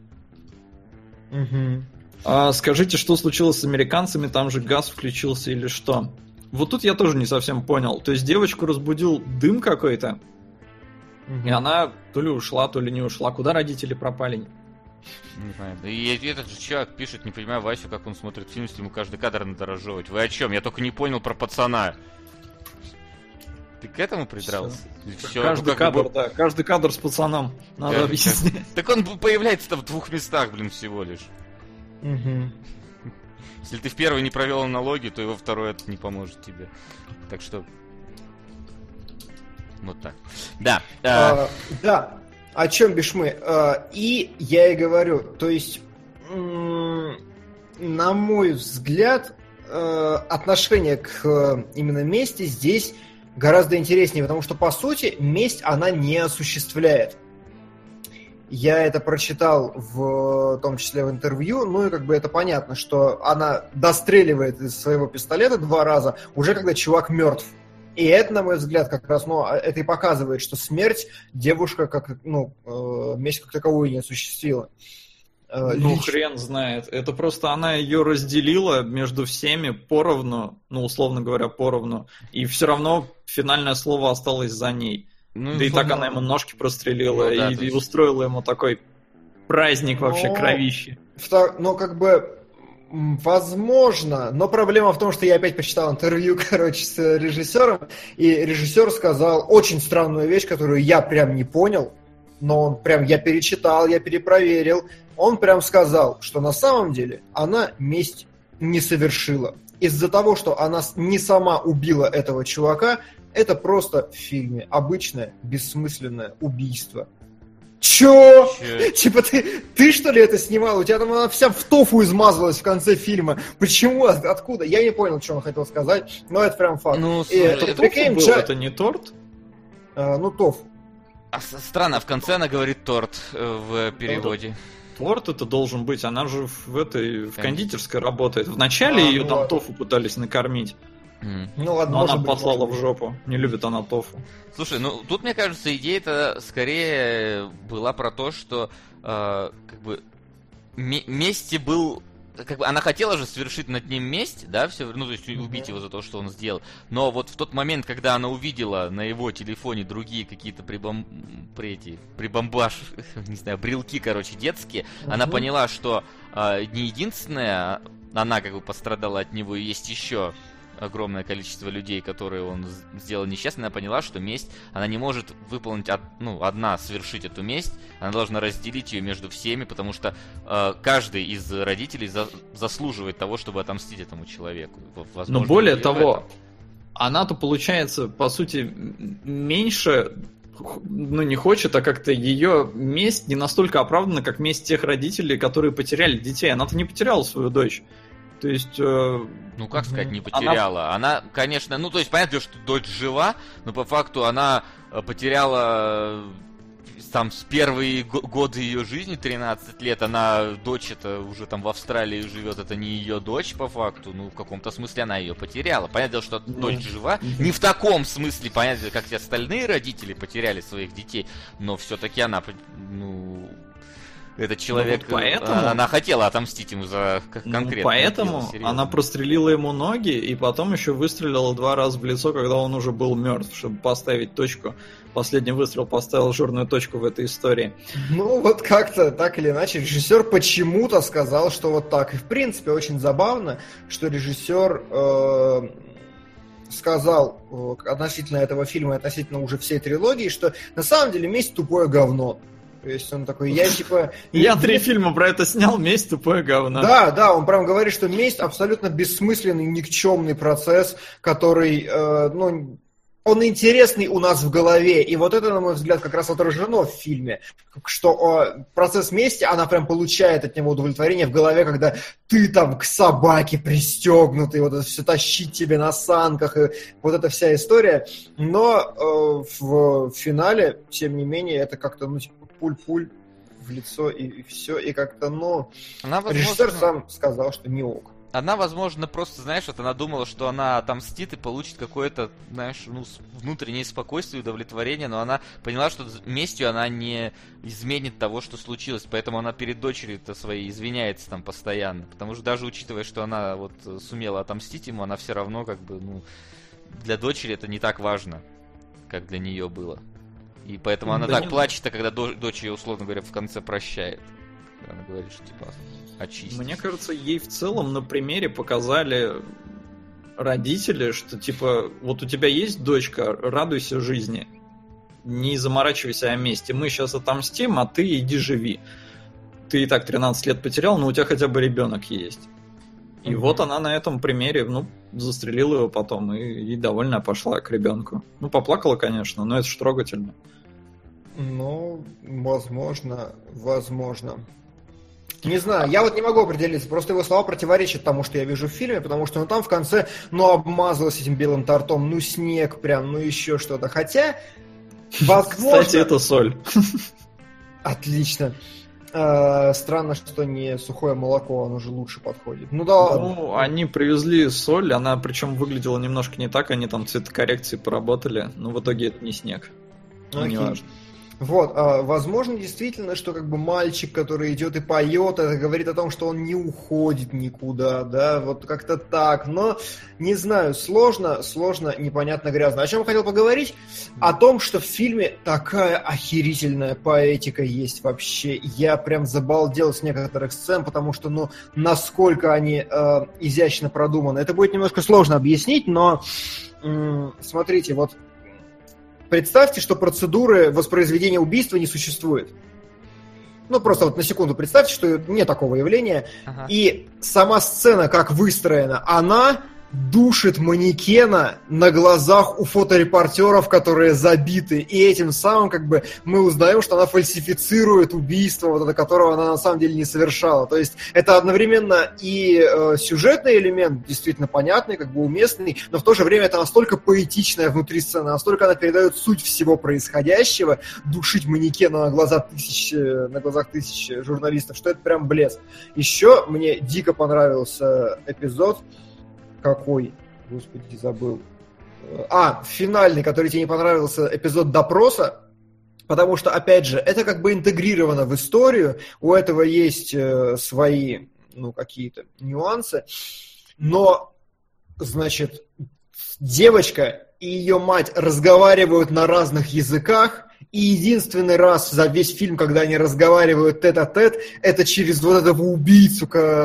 Мгм. А скажите, что случилось с американцами? Там же газ включился или что? Вот тут я тоже не совсем понял. То есть девочку разбудил дым какой-то, Мгм. и она то ли ушла, то ли не ушла. Куда родители пропали? Не знаю. И этот же человек пишет, не понимаю Васю, как он смотрит фильм, если ему каждый кадр надо разжевывать. Вы о чем? Я только не понял про пацана. Ты к этому придрался? Всё, каждый ну как кадр, бы- да, каждый кадр с пацаном. Надо Каждый объяснять. Так он появляется-то в двух местах, блин, всего лишь. Мгм. Если ты в первый не провел аналогию, то и во второй это не поможет тебе. Так что... Вот так. Да. А, да, о чем бишь мы? А, и я и говорю, то есть, м- на мой взгляд, э- отношение к э- именно мести здесь гораздо интереснее, потому что, по сути, месть она не осуществляет. Я это прочитал в том числе в интервью, ну и как бы это понятно, что она достреливает из своего пистолета два раза, уже когда чувак мертв. И это, на мой взгляд, как раз, ну, это и показывает, что смерть девушка как, ну, э, месть как таковую не осуществила. Э, ну, лич... хрен знает. Это просто она ее разделила между всеми поровну, ну, условно говоря, поровну, и все равно финальное слово осталось за ней. Ну, да и так она ему ножки прострелила, ну, да, и, есть... и устроила ему такой праздник вообще, но... кровище. Ну, как бы, возможно, но проблема в том, что я опять почитал интервью, короче, с режиссером, и режиссер сказал очень странную вещь, которую я прям не понял, но он прям, я перечитал, я перепроверил, он прям сказал, что на самом деле она месть не совершила. Из-за того, что она не сама убила этого чувака, это просто в фильме обычное бессмысленное убийство. Чё? Чё? Типа ты, ты что ли это снимал? У тебя там она вся в тофу измазалась в конце фильма. Почему? Откуда? Я не понял, что он хотел сказать, но это прям факт. Ну, и, это, это, прикинь, был, ча... это не торт? А, ну, тофу. А странно, в конце она говорит торт в переводе. Торт это должен быть, она же в этой в кондитерской работает. Вначале а, ее ну, там ладно. тофу пытались накормить. Mm. Ну ладно, но она быть, послала в жопу. Не любит она тофу. Слушай, ну тут, мне кажется, идея-то скорее была про то, что э, как бы м- мести был... Как бы она хотела же совершить над ним месть, да, все, ну, то есть убить mm-hmm. его за то, что он сделал. Но вот в тот момент, когда она увидела на его телефоне другие какие-то прибом... эти, прибомбаш, не знаю, брелки, короче, детские, mm-hmm. она поняла, что э, не единственная она как бы пострадала от него, и есть еще огромное количество людей, которые он сделал несчастно, она поняла, что месть, она не может выполнить, од, ну, одна совершить эту месть, она должна разделить ее между всеми, потому что э, каждый из родителей за, заслуживает того, чтобы отомстить этому человеку. Возможно, но более того, она-то, получается, по сути, меньше, ну, не хочет, а как-то ее месть не настолько оправдана, как месть тех родителей, которые потеряли детей. Она-то не потеряла свою дочь. То есть... Э, ну, как сказать, не потеряла? Она... она, конечно... Ну, то есть, понятно, что дочь жива, но по факту она потеряла... Там, с первые годы ее жизни, тринадцать лет, она, дочь это уже там в Австралии живет, это не ее дочь, по факту. Ну, в каком-то смысле она ее потеряла. Понятно, что дочь жива. Не в таком смысле, понятно, как все остальные родители потеряли своих детей, но все-таки она, ну... Этот человек, ну, вот поэтому, она хотела отомстить ему за конкретно. Ну, поэтому она прострелила ему ноги и потом еще выстрелила два раза в лицо, когда он уже был мертв, чтобы поставить точку. Последний выстрел поставил жирную точку в этой истории. Ну, вот как-то, так или иначе, режиссер почему-то сказал, что вот так. И, в принципе, очень забавно, что режиссер э, сказал э, относительно этого фильма, относительно уже всей трилогии, что на самом деле месть тупое говно. То есть он такой, я типа... Я три фильма про это снял, месть тупое говно. Да, да, он прям говорит, что месть абсолютно бессмысленный, никчемный процесс, который, э, ну, он интересный у нас в голове. И вот это, на мой взгляд, как раз отражено в фильме. Что э, процесс мести, она прям получает от него удовлетворение в голове, когда ты там к собаке пристегнутый, вот это все тащить тебе на санках, и вот эта вся история. Но э, в финале, тем не менее, это как-то, ну, типа, пуль-пуль в лицо и, и все, и как-то, ну, она, возможно, режиссер сам сказал, что не ок. Она, возможно, просто, знаешь, вот она думала, что она отомстит и получит какое-то, знаешь, ну, внутреннее спокойствие, удовлетворение, но она поняла, что местью она не изменит того, что случилось, поэтому она перед дочерью-то своей извиняется там постоянно, потому что даже учитывая, что она вот сумела отомстить ему, она все равно как бы, ну, для дочери это не так важно, как для нее было. И поэтому она да так не... плачет, а когда дочь ее, условно говоря, в конце прощает. Она говорит, что типа очистись. Мне кажется, ей в целом на примере показали родители, что типа вот у тебя есть дочка, радуйся жизни. Не заморачивайся о мести. Мы сейчас отомстим, а ты иди живи. Ты и так тринадцать лет потерял, но у тебя хотя бы ребенок есть. И mm-hmm. вот она на этом примере, ну, застрелила его потом, и, и довольно пошла к ребенку. Ну, поплакала, конечно, но это ж трогательно. Ну, возможно, возможно. Не знаю, я вот не могу определиться, просто его слова противоречат тому, что я вижу в фильме, потому что ну там в конце, ну, обмазалась этим белым тортом, ну, снег прям, ну, еще что-то. Хотя, возможно... Кстати, это соль. Отлично. Э, странно, что не сухое молоко, оно же лучше подходит. Ну да ладно. Ну, они привезли соль, она причем выглядела немножко не так, они там цветокоррекции поработали, но в итоге это не снег. Ну, не важно. Вот, а, возможно, действительно, что как бы мальчик, который идет и поет, это говорит о том, что он не уходит никуда, да, вот как-то так, но, не знаю, сложно, сложно, непонятно, грязно. О чем я хотел поговорить? О том, что в фильме такая охерительная поэтика есть вообще. Я прям забалдел с некоторых сцен, потому что, ну, насколько они э, изящно продуманы. Это будет немножко сложно объяснить, но, м- смотрите, вот, представьте, что процедуры воспроизведения убийства не существует. Ну, просто вот на секунду представьте, что нет такого явления. Ага. И сама сцена, как выстроена, она душит манекена на глазах у фоторепортеров, которые забиты. И этим самым как бы мы узнаем, что она фальсифицирует убийство, вот это, которого она на самом деле не совершала. То есть это одновременно и э, сюжетный элемент, действительно понятный, как бы уместный, но в то же время это настолько поэтичная внутри сцены, настолько она передает суть всего происходящего, душить манекена на глазах тысяч, на глазах тысяч журналистов, что это прям блеск. Еще мне дико понравился эпизод. Какой? Господи, забыл. А, финальный, который тебе не понравился, эпизод допроса, потому что, опять же, это как бы интегрировано в историю, у этого есть э, свои, ну, какие-то нюансы, но, значит, девочка и ее мать разговаривают на разных языках, и единственный раз за весь фильм, когда они разговаривают тет-а-тет, это через вот этого убийцу,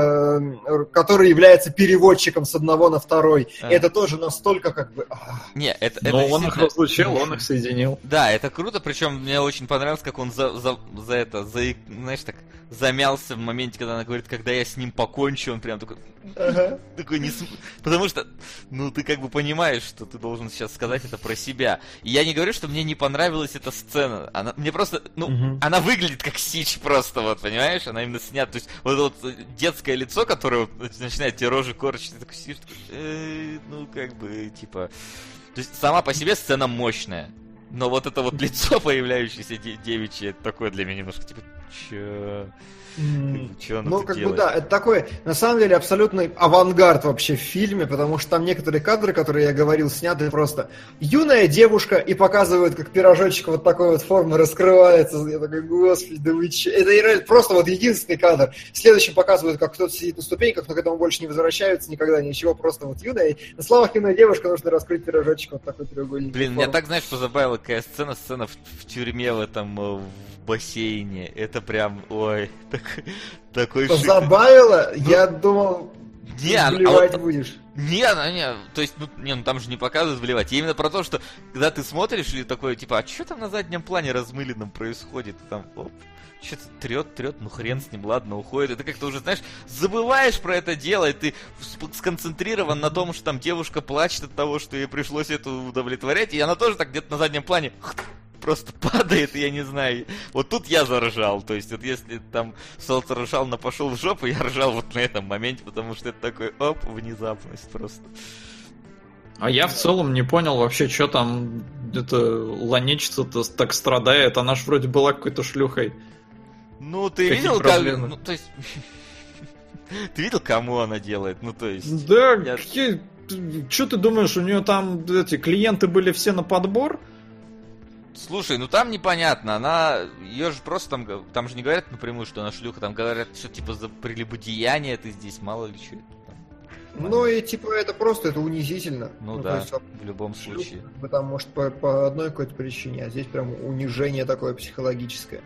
который является переводчиком с одного на второй. А. Это тоже настолько как бы... Не, это, Но это он их разлучил, он их соединил. Да, это круто, причем мне очень понравилось, как он за, за, за это, за, знаешь, так замялся в моменте, когда она говорит, когда я с ним покончу, он прям такой... Ага. Такой не... Потому что, ну, ты как бы понимаешь, что ты должен сейчас сказать это про себя. И я не говорю, что мне не понравилась эта сцена. Она, мне просто, ну, угу. она выглядит как Сич просто, вот, понимаешь? Она именно снята. То есть, вот это вот детское лицо, которое вот, начинает тебе рожи корчить, ты такой сидишь, такой, э, ну, как бы, типа... То есть, сама по себе сцена мощная. Но вот это вот лицо, появляющееся девичье, это такое для меня немножко, типа, чё... Mm. Чё ну, как делает? Бы да, это такой, на самом деле, абсолютный авангард вообще в фильме, потому что там некоторые кадры, которые я говорил, сняты просто юная девушка, и показывают, как пирожочек вот такой вот формы раскрывается. Я такой, господи, да вы че? Это просто вот единственный кадр. В следующем показывают, как кто-то сидит на ступеньках, но к этому больше не возвращаются никогда, ничего, просто вот юная. На словах юная девушка нужно раскрыть пирожочек вот такой треугольник. Блин, меня так, знаешь, позабавила какая сцена, сцена в, в тюрьме в этом, в бассейне. Это прям, ой, так, такой шик. Забавило? Я думал, не, вливать а, будешь. Не, ну, не, то есть, ну, не, ну там же не показывают вливать. Я именно про то, что когда ты смотришь и такой, типа, а что там на заднем плане размыленном происходит? И там, оп, что-то трет, трет, ну хрен с ним, ладно, уходит. И ты как-то уже, знаешь, забываешь про это дело, и ты сконцентрирован на том, что там девушка плачет от того, что ей пришлось это удовлетворять, и она тоже так где-то на заднем плане просто падает, я не знаю. Вот тут я заржал. То есть, вот если там Солнце ржал на пошел в жопу, я ржал вот на этом моменте, потому что это такой, оп, внезапность просто. А я в целом не понял вообще, что там это ланечица-то так страдает. Она ж вроде была какой-то шлюхой. Ну, ты Какие видел, проблемы? как... Ну, то есть... Ты видел, кому она делает? Ну, то есть... Да, я... какие... Что ты думаешь, у нее там эти клиенты были все на подбор? Слушай, ну там непонятно, она, ее же просто там, там же не говорят напрямую, что она шлюха, там говорят, что типа за прелюбодеяние ты здесь, мало ли что. Ну и типа это просто, это унизительно. Ну, ну да, есть, в любом шлюха, случае. Там может по, по одной какой-то причине, а здесь прям унижение такое психологическое.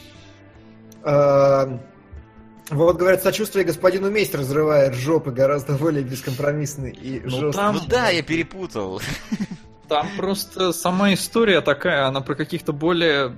А, вот говорят, сочувствие господину Месть разрывает жопы гораздо более бескомпромиссный и ну, жесткий. Там, ну да, я перепутал. Там просто сама история такая, она про каких-то более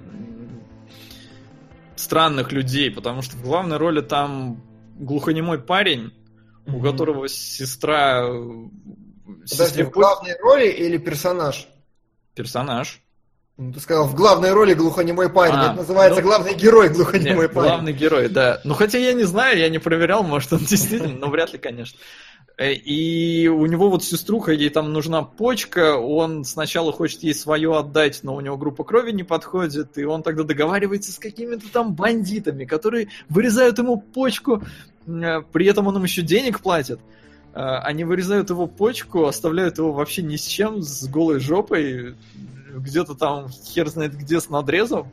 странных людей, потому что в главной роли там глухонемой парень, у которого сестра... Подожди, в главной роли или персонаж? Персонаж. Ну, ты сказал, в главной роли глухонемой парень. А, это называется ну, главный герой глухонемой нет, парень. Главный герой, да. Ну, хотя я не знаю, я не проверял, может, он действительно, но вряд ли, конечно. И у него вот сеструха, ей там нужна почка, он сначала хочет ей свое отдать, но у него группа крови не подходит, и он тогда договаривается с какими-то там бандитами, которые вырезают ему почку, при этом он им еще денег платит. Они вырезают его почку, оставляют его вообще ни с чем, с голой жопой, где-то там хер знает где с надрезом.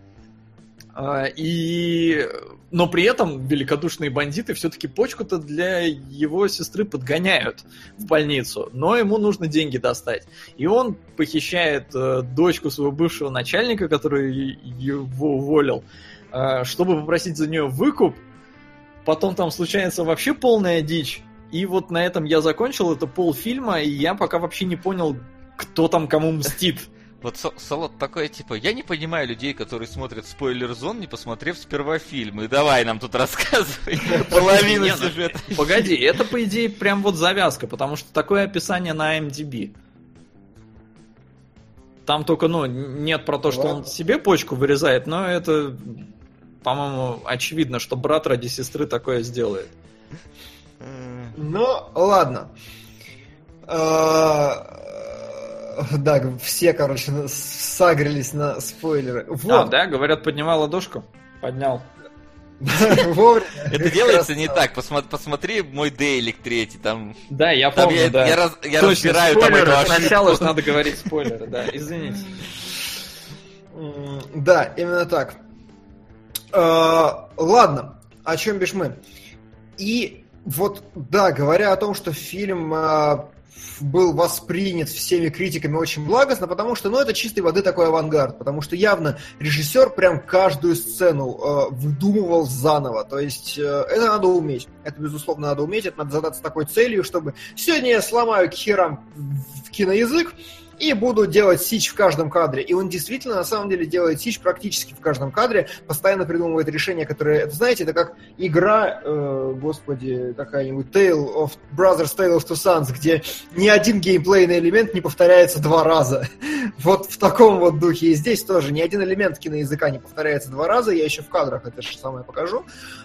И... Но при этом великодушные бандиты все-таки почку-то для его сестры подгоняют в больницу, но ему нужно деньги достать. И он похищает э, дочку своего бывшего начальника, который его уволил, э, чтобы попросить за нее выкуп. Потом там случается вообще полная дичь. И вот на этом я закончил, это полфильма, и я пока вообще не понял, кто там кому мстит. Вот Солод такой, типа, я не понимаю людей, которые смотрят спойлер-зон, не посмотрев сперва фильм. И давай нам тут рассказывай половину сюжета. Погоди, это, по идее, прям вот завязка, потому что такое описание на ай эм ди би. Там только, ну, нет про то, что он себе почку вырезает, но это, по-моему, очевидно, что брат ради сестры такое сделает. Ну, ладно. Да, все, короче, сагрились на спойлеры. Вот. А, да, говорят, поднимал ладошку. Поднял. Это делается не так. Посмотри мой Дейлик третий. Там. Да, я помню, да. Я разбираю там эту ошибку. Сначала надо говорить спойлеры, да, извините. Да, именно так. Ладно, о чем бишь мы? И вот, да, говоря о том, что фильм был воспринят всеми критиками очень благостно, потому что, ну, это чистой воды такой авангард, потому что явно режиссер прям каждую сцену э, выдумывал заново, то есть э, это надо уметь, это, безусловно, надо уметь, это надо задаться такой целью, чтобы сегодня я сломаю к херам в киноязык и буду делать сич в каждом кадре. И он действительно, на самом деле, делает сич практически в каждом кадре, постоянно придумывает решения, которые, это, знаете, это как игра, э, господи, какая-нибудь Tale of Brothers, Tale of Two Sons, где ни один геймплейный элемент не повторяется два раза. Вот в таком вот духе. И здесь тоже ни один элемент киноязыка не повторяется два раза, я еще в кадрах это же самое покажу.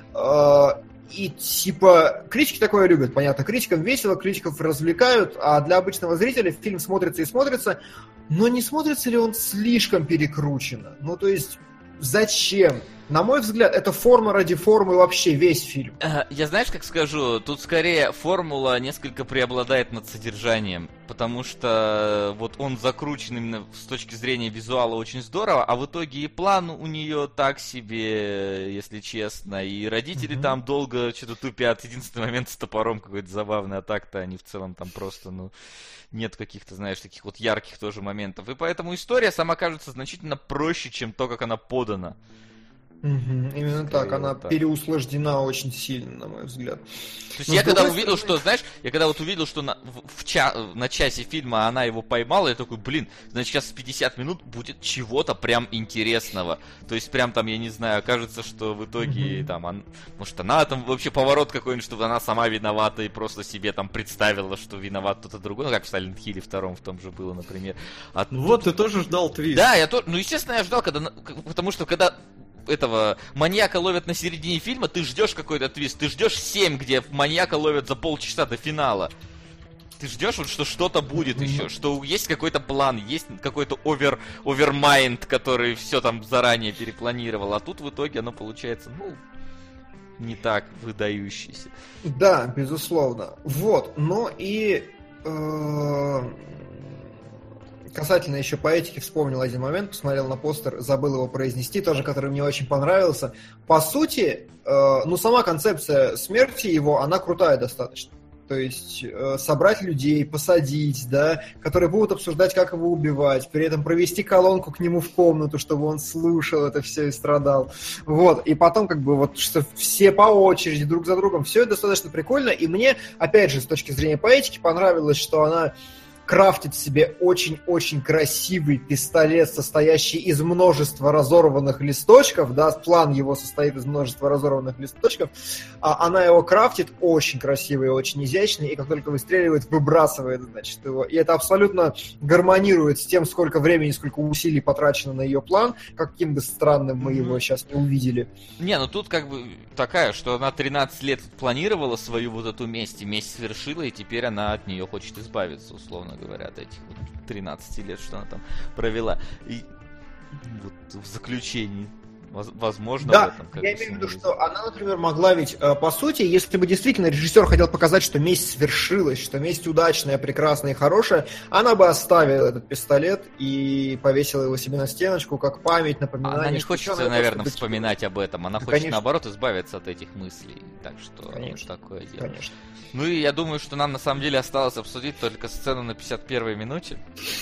И типа критики такое любят, понятно, критикам весело, критиков развлекают, а для обычного зрителя фильм смотрится и смотрится, но не смотрится ли он слишком перекрученно? Ну, то есть, зачем? На мой взгляд, это форма ради формы вообще весь фильм. Я знаешь, как скажу, тут скорее формула несколько преобладает над содержанием, потому что вот он закручен именно с точки зрения визуала очень здорово, а в итоге и план у нее так себе, если честно, и родители mm-hmm. там долго что-то тупят, единственный момент с топором какой-то забавный, а так-то они в целом там просто, ну... Нет каких-то, знаешь, таких вот ярких тоже моментов. И поэтому история сама кажется значительно проще, чем то, как она подана. Угу, именно Скорее так, она так. переусложнена очень сильно, на мой взгляд. То есть Но я когда стороны... увидел, что, знаешь, я когда вот увидел, что на, в, в ча, на часе фильма она его поймала, я такой, блин, значит, сейчас пятьдесят минут будет чего-то прям интересного. То есть прям там, я не знаю, кажется, что в итоге mm-hmm. там, он, может, она там вообще поворот какой-нибудь, чтобы она сама виновата и просто себе там представила, что виноват кто-то другой, ну как в Silent Hill втором в том же было, например. А ну вот, ты тоже ждал твист. Да, я тоже, ну естественно, я ждал, когда, потому что когда... этого маньяка ловят на середине фильма, ты ждешь какой-то твист, ты ждешь семь, где маньяка ловят за полчаса до финала. Ты ждешь, вот, что что-то будет mm-hmm. еще, что есть какой-то план, есть какой-то овер, овермайнд, который все там заранее перепланировал, а тут в итоге оно получается, ну, не так выдающееся. Да, безусловно. Вот, но и... Э- Касательно еще поэтики, вспомнил один момент, посмотрел на постер, забыл его произнести, тоже, который мне очень понравился. По сути, э, ну, сама концепция смерти его, она крутая достаточно. То есть э, собрать людей, посадить, да, которые будут обсуждать, как его убивать, при этом провести колонку к нему в комнату, чтобы он слушал это все и страдал. Вот, и потом как бы вот, что все по очереди, друг за другом, все это достаточно прикольно, и мне, опять же, с точки зрения поэтики, понравилось, что она крафтит себе очень-очень красивый пистолет, состоящий из множества разорванных листочков, да, план его состоит из множества разорванных листочков, а она его крафтит очень красивый, очень изящный, и как только выстреливает, выбрасывает, значит, его. И это абсолютно гармонирует с тем, сколько времени, сколько усилий потрачено на ее план, каким бы странным мы его сейчас не увидели. Не, ну тут как бы такая, что она тринадцать лет планировала свою вот эту месть, и месть совершила, и теперь она от нее хочет избавиться, условно говоря, от этих вот тринадцати лет, что она там провела. И вот в заключении, возможно, да, в этом. Как я имею в виду, что она, например, могла ведь, по сути, если бы действительно режиссер хотел показать, что месть свершилась, что месть удачная, прекрасная и хорошая, она бы оставила этот пистолет и повесила его себе на стеночку, как память, напоминание. Она не хочет, наверное, вспоминать об этом. Она да, хочет, конечно. наоборот, избавиться от этих мыслей. Так что Конечно. такое дело. Конечно. Ну и я думаю, что нам на самом деле осталось обсудить только сцену на пятьдесят первой минуте.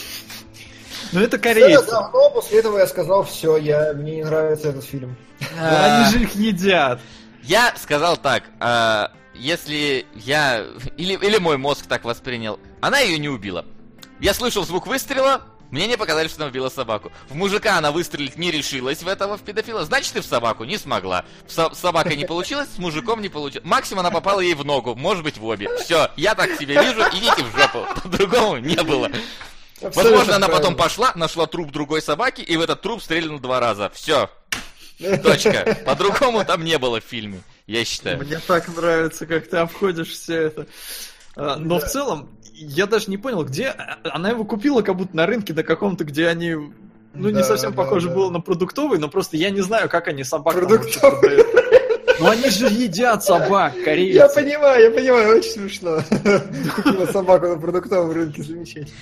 Ну это корейцы. Да, но после этого я сказал, все, я, мне не нравится этот фильм. Они же их едят. Я сказал так, э, если я... Или, или мой мозг так воспринял. Она ее не убила. Я слышал звук выстрела, мне не показали, что она убила собаку. В мужика она выстрелить не решилась, в этого, в педофила. Значит, и в собаку не смогла. С собакой не получилось, с мужиком не получилось. Максимум она попала ей в ногу, может быть, в обе. Все, я так себе вижу, идите в жопу. По-другому не было. Абсолютно Возможно, она правильно. потом пошла, нашла труп другой собаки, и в этот труп стрелянула два раза. Все. Точка. По-другому там не было в фильме, я считаю. Мне так нравится, как ты обходишь все это. А, но Да. в целом, я даже не понял, где... Она его купила как будто на рынке на каком-то, где они... Ну, не Да, совсем да, похоже да. было на продуктовый, но просто я не знаю, как они собак там вообще Продуктовый. продают. Ну, они же едят собак, корейцы. Я понимаю, я понимаю, очень смешно. Купила собаку на продуктовом рынке, замечательно.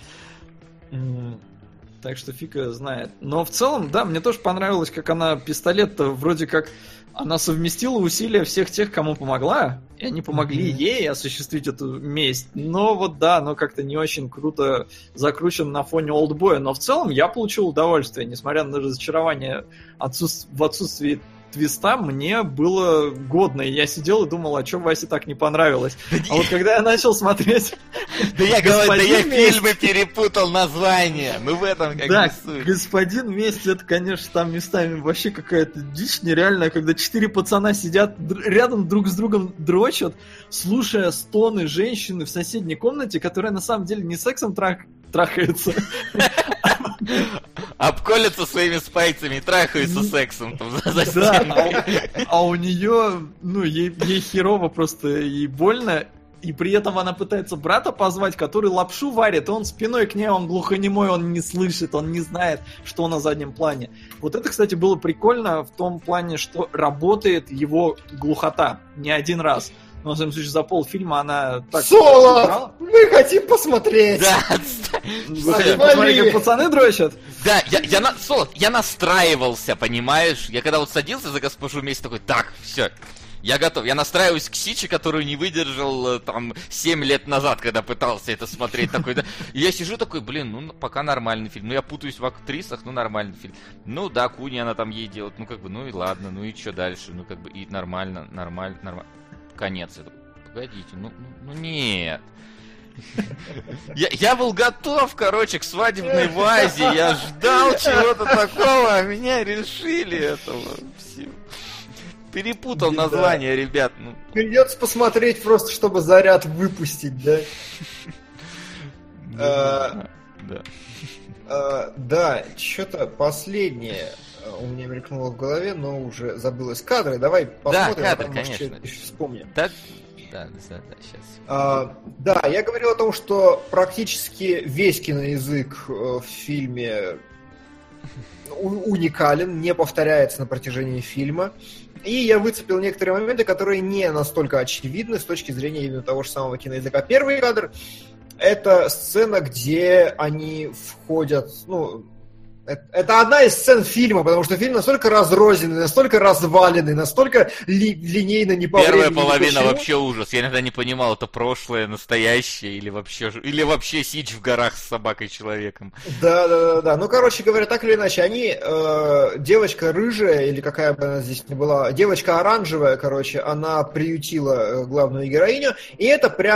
М, Так что фиг её знает. Но в целом, да, мне тоже понравилось, как она пистолет-то вроде как... Она совместила усилия всех тех, кому помогла, и они помогли Мгм. ей осуществить эту месть. Но вот да, оно как-то не очень круто закручено на фоне Олдбоя. Но в целом я получил удовольствие, несмотря на разочарование отсутств- в отсутствии твиста, мне было годно. И я сидел и думал, а что Васе так не понравилось. А вот когда я начал смотреть... Да я говорю, да я «Господин месть», фильмы перепутал название. Ну в этом как да, бы суть. господин месть, это, конечно, там местами вообще какая-то дичь нереальная, когда четыре пацана сидят др- рядом друг с другом дрочат, слушая стоны женщины в соседней комнате, которая на самом деле не сексом трах- трахается. Обколятся своими спайцами и трахаются сексом там за, за Да, стенкой. а, а у нее, ну, ей, ей херово просто и больно. И при этом она пытается брата позвать, который лапшу варит, и он спиной к ней, он глухонемой, он не слышит, он не знает, что на заднем плане. Вот это, кстати, было прикольно в том плане, что работает его глухота не один раз. Но, в своем случае, за полфильма она так... Соло! играла. Мы хотим посмотреть! Да, Слушай, посмотри, как пацаны дрочат. да, я, я, на, Солод, я настраивался, понимаешь? Я когда вот садился за госпожу месть, такой, так, все, я готов. Я настраиваюсь к Сичи, которую не выдержал э, там семь лет назад, когда пытался это смотреть. Такой, да. И я сижу такой, блин, ну пока нормальный фильм. Ну я путаюсь в актрисах, ну нормальный фильм. Ну да, Куни она там ей делает, ну как бы, ну и ладно, ну и что дальше? Ну как бы и нормально, нормально, нормально. Конец. Я такой, погодите, ну, ну, ну нет. Я, я был готов, короче, к свадебной вазе. Я ждал чего-то такого, а меня решили этого всего. Перепутал Беда. название, ребят. Ну, Придется посмотреть просто, чтобы заряд выпустить, да? А, да. А, Да, что-то последнее а, у меня мелькнуло в голове, но уже забылось. Кадры, давай посмотрим, кадры, а там, может, конечно. что-то еще вспомним. Да, да, да, да, сейчас. А, да, я говорил о том, что практически весь киноязык э, в фильме у- уникален, не повторяется на протяжении фильма. И я выцепил некоторые моменты, которые не настолько очевидны с точки зрения именно того же самого киноязыка. Первый кадр — это сцена, где они входят, ну, это, это одна из сцен фильма, потому что фильм настолько разрозненный, настолько разваленный, настолько ли, линейно не по Первая времени, ни половина почему. вообще ужас. Я иногда не понимал, это прошлое, настоящее, или вообще, ж- или вообще Сич в горах с собакой-человеком. Да, да, да, да. Ну, короче говоря, так или иначе, они, э, девочка рыжая, или какая бы она здесь ни была, девочка оранжевая, короче, она приютила э, главную героиню, и это прям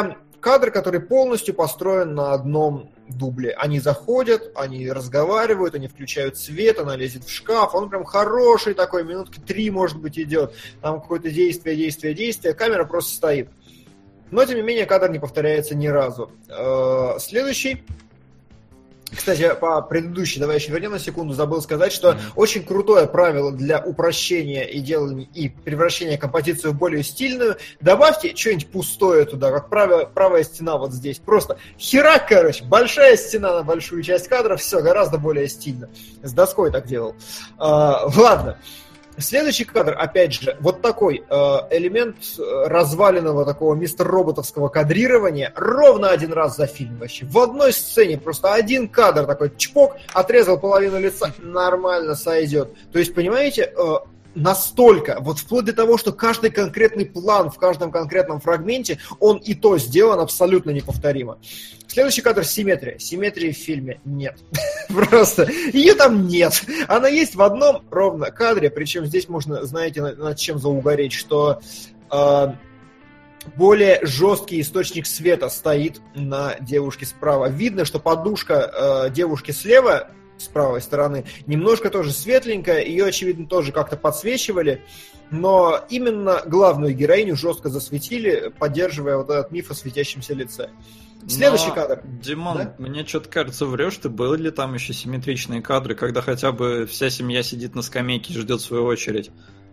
кадр, который полностью построен на одном дубле. Они заходят, они разговаривают, они включают свет, она лезет в шкаф, он прям хороший такой, минутки три, может быть, идет. Там какое-то действие, действие, действие, камера просто стоит. Но, тем не менее, кадр не повторяется ни разу. Следующий. Кстати, по предыдущей, давай еще вернем на секунду, забыл сказать, что mm-hmm. очень крутое правило для упрощения и делания и превращения композиции в более стильную. Добавьте что-нибудь пустое туда, как правая, правая стена вот здесь. Просто херак, короче, большая стена на большую часть кадра, все гораздо более стильно. С доской так делал. А, ладно. Следующий кадр, опять же, вот такой э, элемент разваленного такого мистер-роботовского кадрирования ровно один раз за фильм вообще. В одной сцене просто один кадр такой чпок, отрезал половину лица, нормально сойдет. То есть, понимаете, э, настолько, вот вплоть до того, что каждый конкретный план в каждом конкретном фрагменте, он и то сделан абсолютно неповторимо. Следующий кадр — симметрия. Симметрии в фильме нет. Просто ее там нет. Она есть в одном ровно кадре, причем здесь можно, знаете, над чем заугореть, что э, более жесткий источник света стоит на девушке справа. Видно, что подушка э, девушки слева, с правой стороны, немножко тоже светленькая, ее, очевидно, тоже как-то подсвечивали, но именно главную героиню жестко засветили, поддерживая вот этот миф о светящемся лице. Следующий но, кадр. Димон, да? Мне что-то кажется, врешь ты, были ли там еще симметричные кадры, когда хотя бы вся семья сидит на скамейке и ждет свою очередь?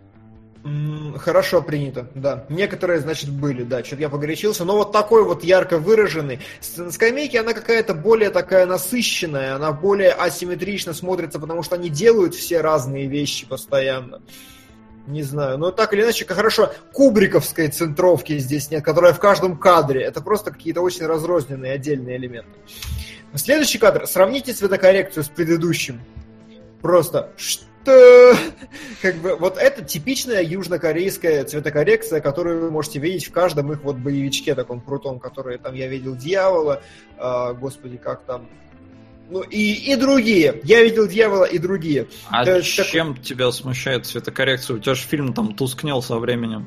Хорошо принято, да. Некоторые, значит, были, да, что-то я погорячился, но вот такой вот ярко выраженный. На скамейке она какая-то более такая насыщенная, она более асимметрично смотрится, потому что они делают все разные вещи постоянно. Не знаю, но так или иначе, как хорошо, кубриковской центровки здесь нет, которая в каждом кадре. Это просто какие-то очень разрозненные отдельные элементы. Следующий кадр. Сравните цветокоррекцию с предыдущим. Просто что? Как бы вот это типичная южнокорейская цветокоррекция, которую вы можете видеть в каждом их вот боевичке таком крутом, который там я видел Дьявола, э, господи, как там, ну и, и другие. Я видел Дьявола и другие. А это, чем так... тебя смущает цветокоррекция? У тебя же фильм там тускнел со временем.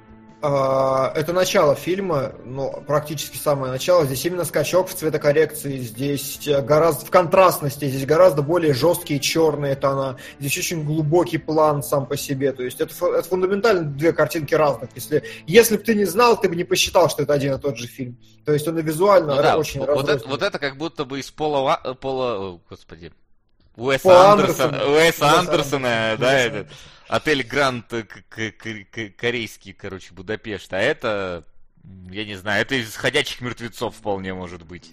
Это начало фильма, ну, практически самое начало. Здесь именно скачок в цветокоррекции. Здесь гораздо в контрастности, здесь гораздо более жесткие черные тона. Здесь очень глубокий план сам по себе. То есть это, это фундаментально две картинки разных. Если, если бы ты не знал, ты бы не посчитал, что это один и тот же фильм. То есть он и визуально ну, да, очень вот это, вот это как будто бы из Пола... Пола господи... Уэса Пол Андерсона, Андерсон. Уэса Уэс Андерсона, Андерсон. да, этот отель Гранд корейский, короче, Будапешт, а это, я не знаю, это из «Ходячих мертвецов» вполне может быть.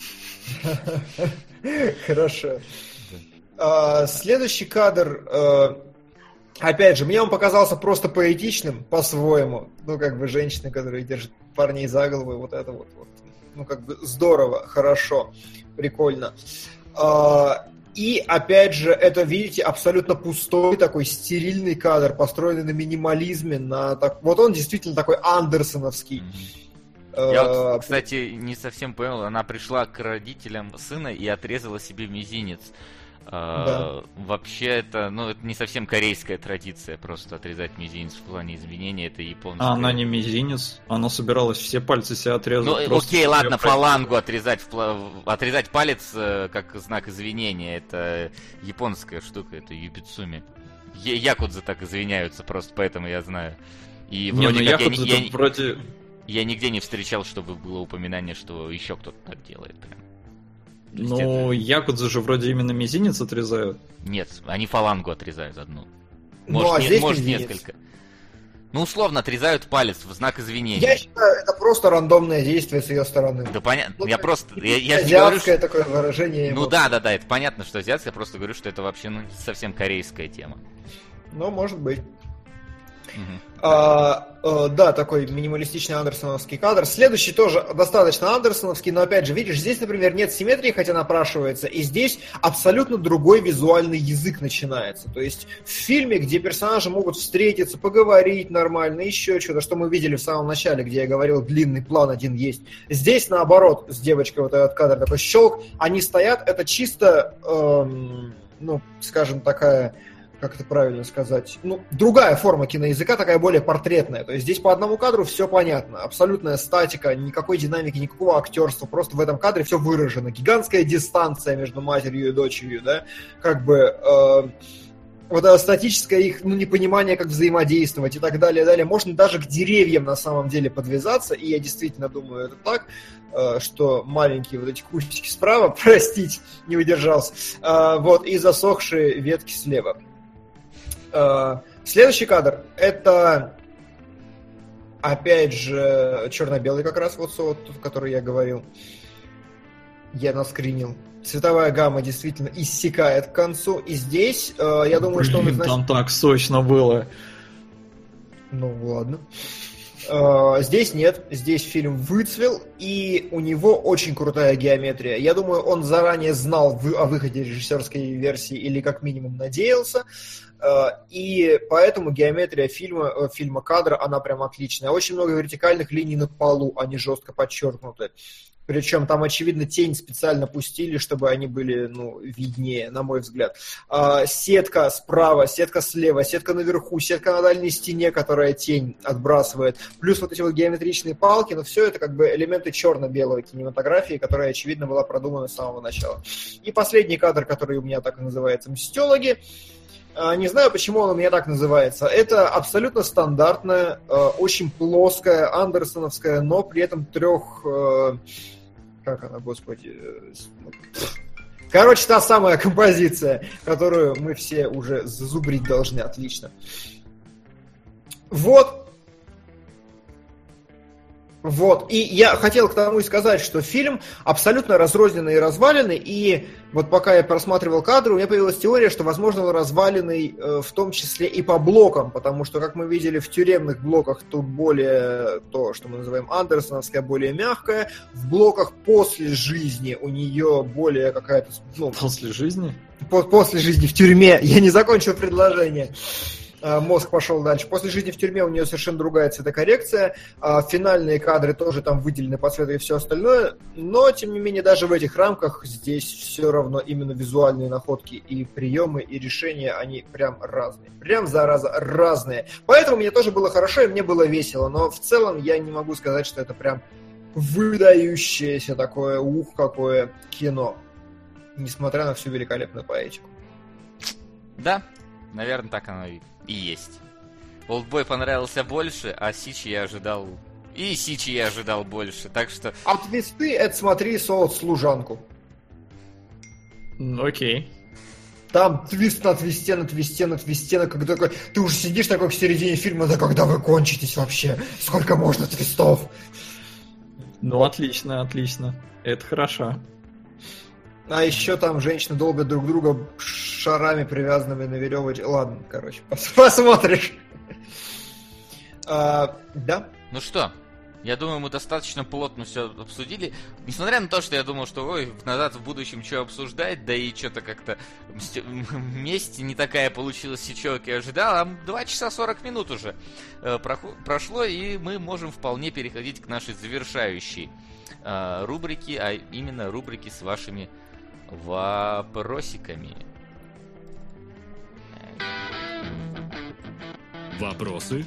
Хорошо. Следующий кадр, опять же, мне он показался просто поэтичным по-своему. Ну, как бы женщины, которые держат парней за голову, вот это вот, вот. Ну, как бы здорово, хорошо, прикольно. И, опять же, это, видите, абсолютно пустой такой стерильный кадр, построенный на минимализме, на так... вот он действительно такой андерсоновский. Mm-hmm. Я вот, кстати, не совсем понял, она пришла к родителям сына и отрезала себе мизинец. Да. Вообще это, ну, это не совсем корейская традиция, просто отрезать мизинец в плане изменения, это японская. А она не мизинец, она собиралась все пальцы себе отрезать. Ну, окей, ладно, фалангу отрезать, отрезать палец как знак извинения, это японская штука, это юбицуми. Якудзы так извиняются, просто поэтому я знаю. И не, вроде ну, как якудзы я, я, вроде... я нигде не встречал, чтобы было упоминание, что еще кто-то так делает прям. Ну, это... якудзы же вроде именно мизинец отрезают. Нет, они фалангу отрезают одну. Ну, может, а не, здесь может мизинец. Несколько. Ну, условно, отрезают палец в знак извинения. Я считаю, это просто рандомное действие с ее стороны. Да понятно, ну, я просто... Я, я азиатское говорю, такое выражение. Ну эмоций. да, да, да, это понятно, что азиатское, я просто говорю, что это вообще ну, совсем корейская тема. Ну, может быть. Угу. А, а, да, такой минималистичный андерсоновский кадр. Следующий тоже достаточно андерсоновский, но опять же, видишь, здесь, например, нет симметрии, хотя напрашивается, и здесь абсолютно другой визуальный язык начинается. То есть в фильме, где персонажи могут встретиться, поговорить нормально, еще что-то, что мы видели в самом начале, где я говорил, длинный план один есть. Здесь, наоборот, с девочкой вот этот кадр такой щелк, они стоят, это чисто, эм, ну, скажем, такая... как это правильно сказать, ну, другая форма киноязыка, такая более портретная. То есть здесь по одному кадру все понятно. Абсолютная статика, никакой динамики, никакого актерства. Просто в этом кадре все выражено. Гигантская дистанция между матерью и дочерью, да, как бы... Э, вот это статическое их, ну, непонимание, как взаимодействовать и так далее, далее. Можно даже к деревьям на самом деле подвязаться, и я действительно думаю, это так, что маленькие вот эти кустики справа, простите, не удержался, вот, и засохшие ветки слева. Следующий кадр, это, опять же, черно-белый как раз, вот, вот, о который я говорил. Я наскринил. Цветовая гамма действительно иссякает к концу. И здесь, э, я думаю, Блин, что он... Значит... там так сочно было. Ну, ладно. Э, здесь нет. Здесь фильм выцвел, и у него очень крутая геометрия. Я думаю, он заранее знал о выходе режиссерской версии, или как минимум надеялся. Э, и поэтому геометрия фильма, э, фильма кадра, она прям отличная. Очень много вертикальных линий на полу, они жестко подчеркнуты. Причем там, очевидно, тень специально пустили, чтобы они были, ну, виднее, на мой взгляд. А, сетка справа, сетка слева, сетка наверху, сетка на дальней стене, которая тень отбрасывает. Плюс вот эти вот геометричные палки, но все это как бы элементы черно-белой кинематографии, которая, очевидно, была продумана с самого начала. И последний кадр, который у меня так и называется, «Мстёлоги». Не знаю, почему он у меня так называется. Это абсолютно стандартная, очень плоская, андерсоновская, но при этом трех... Как она, господи... Короче, та самая композиция, которую мы все уже зазубрить должны отлично. Вот. Вот. И я хотел к тому и сказать, что фильм абсолютно разрозненный и разваленный, и вот пока я просматривал кадры, у меня появилась теория, что, возможно, он разваленный э, в том числе и по блокам, потому что, как мы видели, в тюремных блоках тут более то, что мы называем андерсоновская, более мягкая, в блоках после жизни у нее более какая-то... Ну, после жизни? По- после жизни в тюрьме. Я не закончил предложение. Мозг пошел дальше. После жизни в тюрьме у нее совершенно другая цветокоррекция. Финальные кадры тоже там выделены по цвету и все остальное. Но, тем не менее, даже в этих рамках здесь все равно именно визуальные находки и приемы, и решения, они прям разные. Прям, зараза, разные. Поэтому мне тоже было хорошо, и мне было весело. Но в целом я не могу сказать, что это прям выдающееся такое, ух, какое кино. Несмотря на всю великолепную поэтику. Да, наверное, так оно и и есть. Олдбой понравился больше, а Сичи я ожидал... И Сичи я ожидал больше, так что... А твисты, это смотри «Служанку». Окей. Там твист на твисте, на твисте, на твисте, на когда такой... Ты уже сидишь такой в середине фильма, да когда вы кончитесь вообще? Сколько можно твистов? Ну, отлично, отлично. Это хорошо. А еще там женщины долбят друг друга шарами, привязанными на веревочке. Ладно, короче, пос- посмотришь. а, да. Ну что, я думаю, мы достаточно плотно все обсудили. Несмотря на то, что я думал, что ой, назад в будущем что обсуждать, да и что-то как-то месть не такая получилась сейчас, как я ожидал. А два часа сорок минут уже э, прошло, и мы можем вполне переходить к нашей завершающей э, рубрике, а именно рубрике с вашими вопросиками. Вопросы?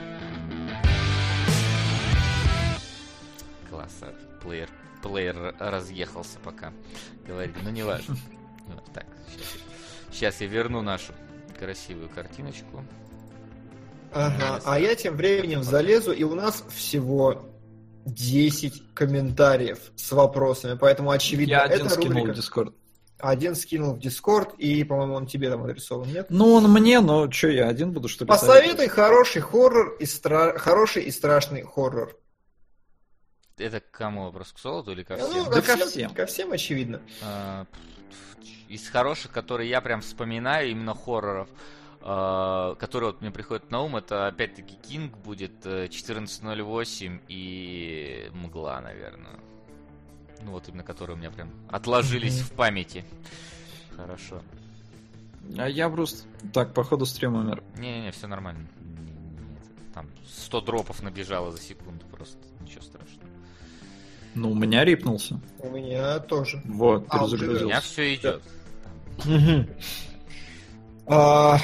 Класс, плеер, плеер разъехался пока. Говорит, ну не важно. Так, сейчас, сейчас я верну нашу красивую картиночку. Ага, а я тем временем залезу, и у нас всего десять комментариев с вопросами, поэтому очевидно, Я один это скинул рубрика... в Discord. Один скинул в Discord, и, по-моему, он тебе там адресован, нет? Ну, он мне, но что, я один буду, что ли? Посоветуй хороший хоррор и стра... хороший и страшный хоррор. Это к кому вопрос? К Солоду или ко Ну, всем? Да ко ко всем, всем. ко всем очевидно. А, из хороших, которые я прям вспоминаю, именно хорроров, а, которые вот мне приходят на ум, это опять-таки Кинг будет, четырнадцать ноль восемь и Мгла, наверное. Ну вот именно которые у меня прям отложились в памяти. Хорошо. А я просто... Так, по ходу стрим умер. Не-не-не, все нормально. Нет, там сто дропов набежало за секунду просто. Ничего страшного. Ну, у меня рипнулся. У меня тоже. Вот, А, У перезагрузился. меня все идет. А,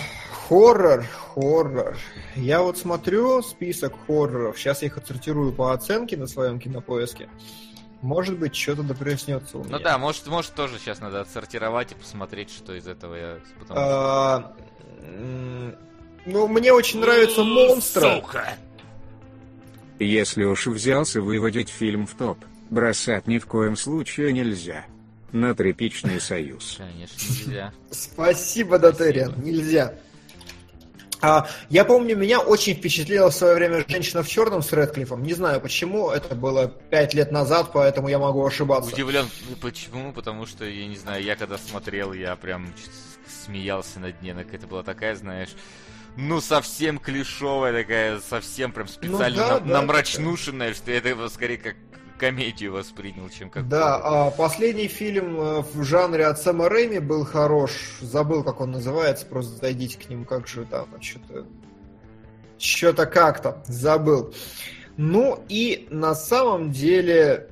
Хоррор, хоррор. Я вот смотрю список хорроров. Сейчас я их отсортирую по оценке на своем Кинопоиске. Может быть, что-то допреснется у меня. Ну да, может, может тоже сейчас надо отсортировать и посмотреть, что из этого я... Потому... А, м, ну, мне очень нравится «Монстра». Сука! Если уж взялся выводить фильм в топ, бросать ни в коем случае нельзя. На тряпичный союз. Конечно, нельзя. Спасибо, Дотериан. Нельзя. А, я помню, меня очень впечатлила в свое время «Женщина в черном» с Рэдклиффом. Не знаю почему, это было пять лет назад, поэтому я могу ошибаться. Удивлен, почему, потому что, я не знаю, я когда смотрел, я прям смеялся над ней. Это была такая, знаешь, ну совсем клишовая такая, совсем прям специально Ну, да, нам- да, намрачнушенная, что я это скорее как комедию воспринял, чем как... Да, а последний фильм э, в жанре от Сэма Рэйми был хорош. Забыл, как он называется, просто зайдите к нему, как же там, что-то... Что-то как-то, забыл. Ну и на самом деле...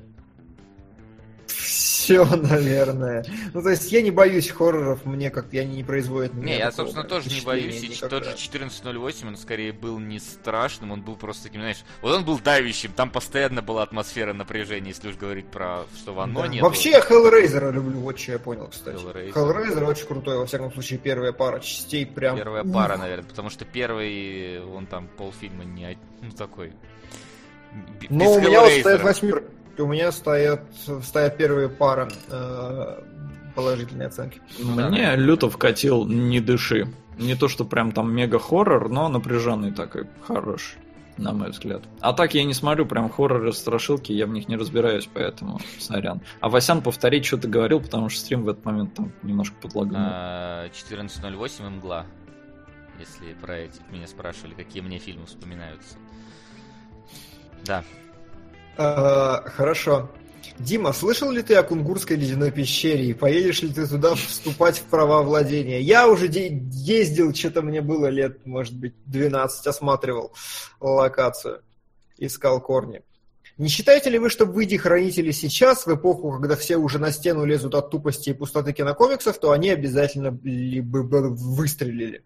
Все, наверное. Ну, то есть я не боюсь хорроров, мне как я не производит... Не, я, собственно, тоже не боюсь, и тот же четырнадцать ноль восемь, он скорее был не страшным, он был просто таким, знаешь, вот он был давящим, там постоянно была атмосфера напряжения, если уж говорить про что в Оно Да. нет. Вообще я Hellraiser люблю, вот что я понял, кстати. Hellraiser. Hellraiser очень крутой, во всяком случае, первая пара частей прям... Первая ух. пара, наверное, потому что первый, он там полфильма не од- ну, такой. б- Ну, без у меня вот Hellraiser. стоят восьмерки. У меня стоят, стоят первые пары э, положительные оценки. Мне люто вкатил «Не дыши». Не то, что прям там мега-хоррор, но напряженный такой, хороший, на мой взгляд. А так я не смотрю прям хорроры, страшилки, я в них не разбираюсь, поэтому сорян. А Васян, повторить, что ты говорил, потому что стрим в этот момент там немножко подлагнул. А, четырнадцать ноль восемь «Мгла». Если про эти меня спрашивали, какие мне фильмы вспоминаются. Да. Э, хорошо. Дима, слышал ли ты о Кунгурской ледяной пещере? И поедешь ли ты туда вступать в права владения? Я уже де- ездил, что-то мне было лет, может быть, двенадцать, осматривал локацию, искал корни. Не считаете ли вы, что выйди хранители сейчас, в эпоху, когда все уже на стену лезут от тупости и пустоты кинокомиксов, то они обязательно ли бы бы выстрелили?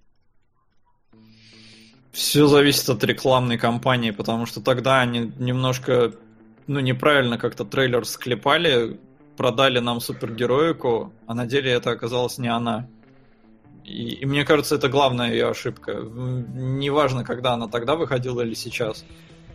Все зависит от рекламной кампании, потому что тогда они немножко, ну, неправильно как-то трейлер склепали, продали нам супергероику, а на деле это оказалась не она. И, и мне кажется, это главная ее ошибка. М, Неважно, когда она тогда выходила или сейчас.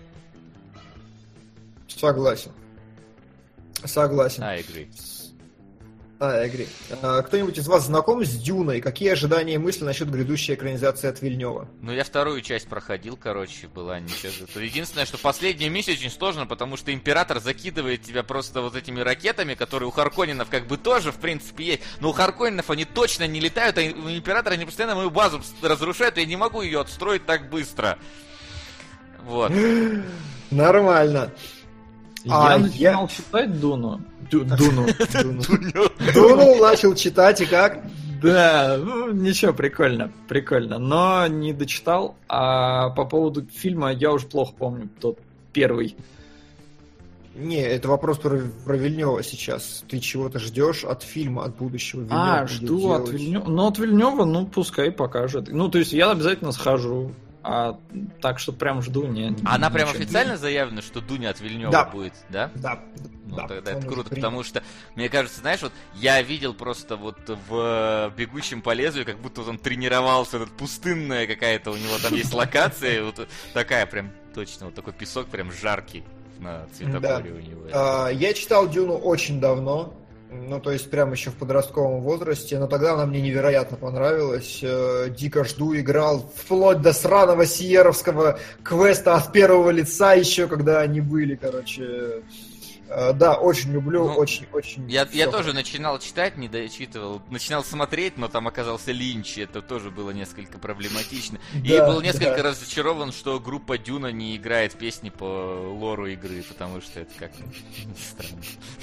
Согласен. Согласен. I agree. А, я agree. А, кто-нибудь из вас знаком с Дюной? Какие ожидания и мысли насчет грядущей экранизации от Вильнева? Ну, я вторую часть проходил, короче, была ничего. Это единственное, что последняя миссия очень сложно, потому что Император закидывает тебя просто вот этими ракетами, которые у Харконненов как бы тоже, в принципе, есть. Но у Харконненов они точно не летают, а у Императора они постоянно мою базу разрушают, и я не могу ее отстроить так быстро. Вот. Нормально. Я А, начинал читать Дуну. Дю- Дуну. Дунул, начал читать, и как? Да, ну, ничего, прикольно, прикольно. Но не дочитал. А по поводу фильма я уже плохо помню тот первый. Не, это вопрос про, про Вильнева сейчас. Ты чего-то ждешь от фильма, от будущего Вильнева? А, будет жду от делать? Вильнева. Ну, от Вильнева, ну, пускай покажет. Ну, то есть я обязательно схожу. А так что прям жду, не. А она прям ничего. официально заявлена, что Дуня от Вильнева Да. будет, да? Да. Ну, да, тогда он это уже круто, принял. потому что, мне кажется, знаешь, вот я видел просто вот в «Бегущем по лезвию», как будто вот он тренировался, этот пустынная какая-то у него там есть локация, вот такая прям, точно, вот такой песок прям жаркий на цветокоре у него. А, я читал Дюну очень давно, ну, то есть прямо еще в подростковом возрасте, но тогда она мне невероятно понравилась. Э, Дико жду, играл вплоть до сраного сиеровского квеста от первого лица еще, когда они были, короче. Э, Да, очень люблю, Ну, очень-очень. Я, я всё тоже начинал читать, не дочитывал, начинал смотреть, но там оказался Линч, и это тоже было несколько проблематично. И Да, был несколько да. разочарован, что группа Дюна не играет песни по лору игры, потому что это как странно.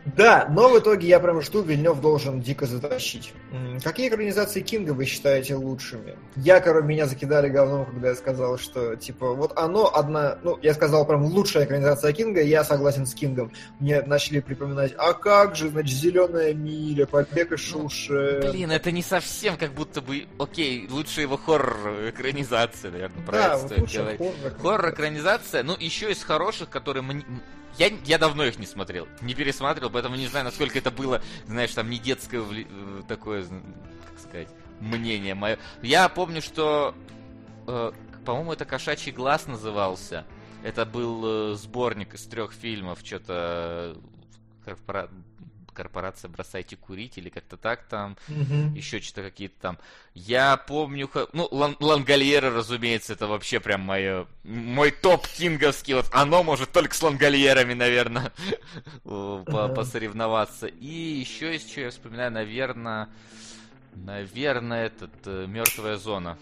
Да, но в итоге я прям жду, Вильнёв должен дико затащить. М, Какие экранизации Кинга вы считаете лучшими? Я, короче, меня закидали говном, когда я сказал, что, типа, вот оно одна... Ну, я сказал прям лучшая экранизация Кинга, я согласен с Кингом. Мне начали припоминать, а как же, значит, «Зеленая миля», «Побег из Шоушенка». Блин, это не совсем как будто бы... Окей, лучше его хоррор-экранизация, наверное, про Да, это вот стоит лучше говорить. хоррор. Хоррор-экранизация, ну, еще из хороших, которые... мне- Я, я давно их не смотрел, не пересматривал, поэтому не знаю, насколько это было, знаешь, там не детское вли- э, такое, зн- как сказать, мнение мое. Я помню, что, э, по-моему, это «Кошачий глаз» назывался. Это был э, сборник из трех фильмов, что-то корпора... «Корпорация бросайте курить» или как-то так там. Мгм. Еще что-то какие-то там. Я помню, ха- ну, Лан- Лангольеры, разумеется, это вообще прям мое, мой топ кинговский. Вот оно может только с Лангольерами, наверное, по- Ага. посоревноваться. И еще из чего я вспоминаю, наверное, наверное, этот «Мертвая зона».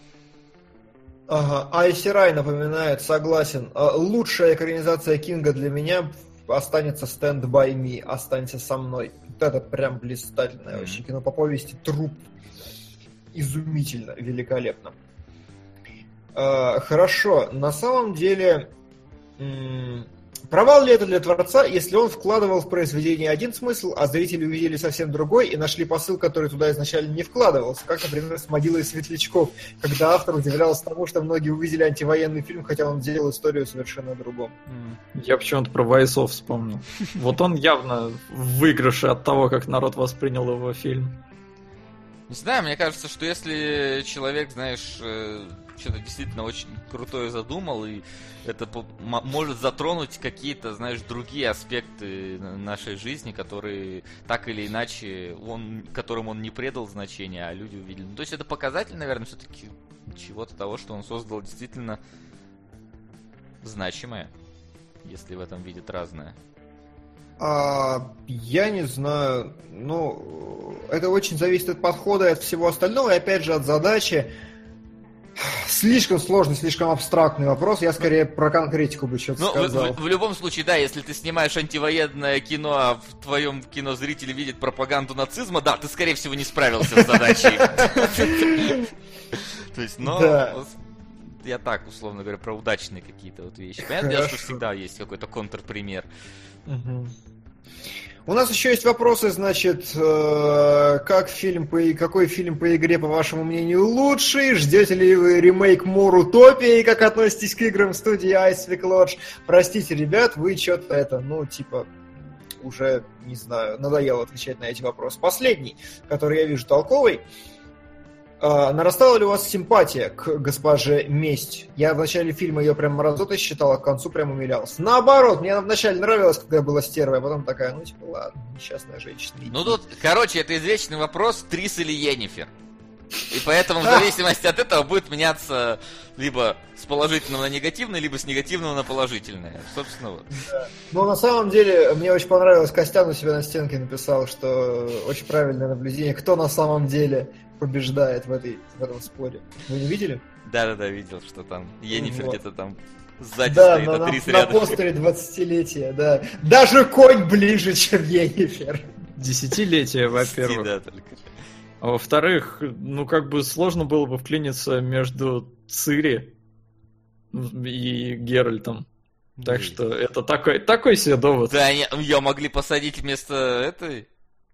Ага, Айси Рай напоминает, согласен. А, Лучшая экранизация Кинга для меня останется «Stand by Me», «Останься со мной». Вот это прям блистательное Мгм. вообще кино по повести «Труп». Изумительно, великолепно. А, Хорошо, на самом деле... м, Провал ли это для творца, если он вкладывал в произведение один смысл, а зрители увидели совсем другой и нашли посыл, который туда изначально не вкладывался, как, например, с «Могилой светлячков», когда автор удивлялся тому, что многие увидели антивоенный фильм, хотя он делал историю совершенно о другом. Я почему-то про Вайсов вспомнил. Вот он явно в выигрыше от того, как народ воспринял его фильм. Не знаю, мне кажется, что если человек, знаешь, э, что-то действительно очень крутое задумал, и это по- м- может затронуть какие-то, знаешь, другие аспекты н- нашей жизни, которые так или иначе, он, которым он не предал значения, а люди увидели. Ну, то есть это показатель, наверное, все-таки чего-то того, что он создал действительно значимое, если в этом видят разное. А, я не знаю, ну, это очень зависит от подхода и от всего остального, и опять же от задачи. Слишком сложный, слишком абстрактный вопрос, я скорее про конкретику бы что-то Ну, в, сказал. в- в любом случае, да, если ты снимаешь антивоенное кино, а в твоем кино зрители видят пропаганду нацизма, да, ты, скорее всего, не справился с задачей. То есть, но... Да. вот я так, условно говоря, про удачные какие-то вот вещи. Понятно, дело, что Хорошо. всегда есть какой-то контрпример. Мгм. У нас еще есть вопросы, значит, э, как фильм по, какой фильм по игре, по вашему мнению, лучший? Ждете ли вы ремейк More Utopia и как относитесь к играм студии Icewick Lodge? Простите, ребят, вы что-то это, ну, типа, уже, не знаю, надоело отвечать на эти вопросы. Последний, который я вижу толковый. А, нарастала ли у вас симпатия к госпоже Месть? Я в начале фильма ее прям мразотой считал, а к концу прям умилялся. Наоборот, мне она вначале нравилась, когда я была стервой, а потом такая, ну типа, ладно, несчастная женщина. иди. Ну тут, короче, это извечный вопрос, Трис или Йеннифер. И поэтому в зависимости от этого будет меняться либо с положительного на негативное, либо с негативного на положительное. Собственно, вот. Но на самом деле, мне очень понравилось, Костян у себя на стенке написал, что очень правильное наблюдение, кто на самом деле побеждает в, этой, в этом споре. Вы не видели? Да-да-да, видел, что там Йеннифер Вот. где-то там сзади Да, стоит, на, а на, Трис на рядом. постере двадцатилетия, да. Даже конь ближе, чем Йеннифер. Десятилетие, во-первых. Да, только. А во-вторых, ну как бы сложно было бы вклиниться между Цири и Геральтом. Так Блин. что это такой, такой себе довод. Да, они- ее могли посадить вместо этой...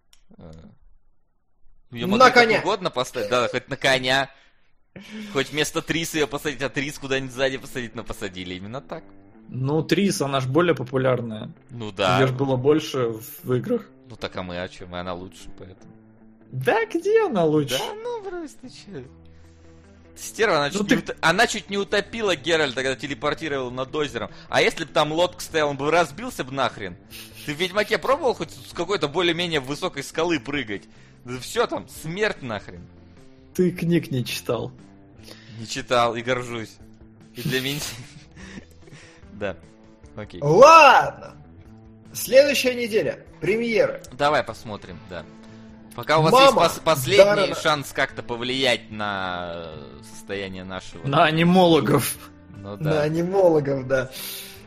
Ее На могли как коня. угодно поставить, да, хоть на коня. Хоть вместо Триса ее посадить, а Трис куда-нибудь сзади посадить, но посадили именно так. Ну, Трис, она ж более популярная. Ну да. Ее ж было больше в играх. Ну так а мы о чем? И она лучше, поэтому. Да где она лучше? Да ну просто че. Стерва, она, Ну чуть ты- не уто- она чуть не утопила Геральта, когда телепортировал над озером. А если бы там лодка стояла, он бы разбился бы нахрен. Ты в Ведьмаке пробовал хоть с какой-то более-менее высокой скалы прыгать? Да все там, смерть нахрен. Ты книг не читал. Не читал и горжусь. И для меня... Да, окей. Ладно. Следующая неделя. Премьера. Давай посмотрим, да. Пока у вас Мама есть пос- последний Даррена. шанс как-то повлиять на состояние нашего... На анимологов. Ну На да. анимологов, да.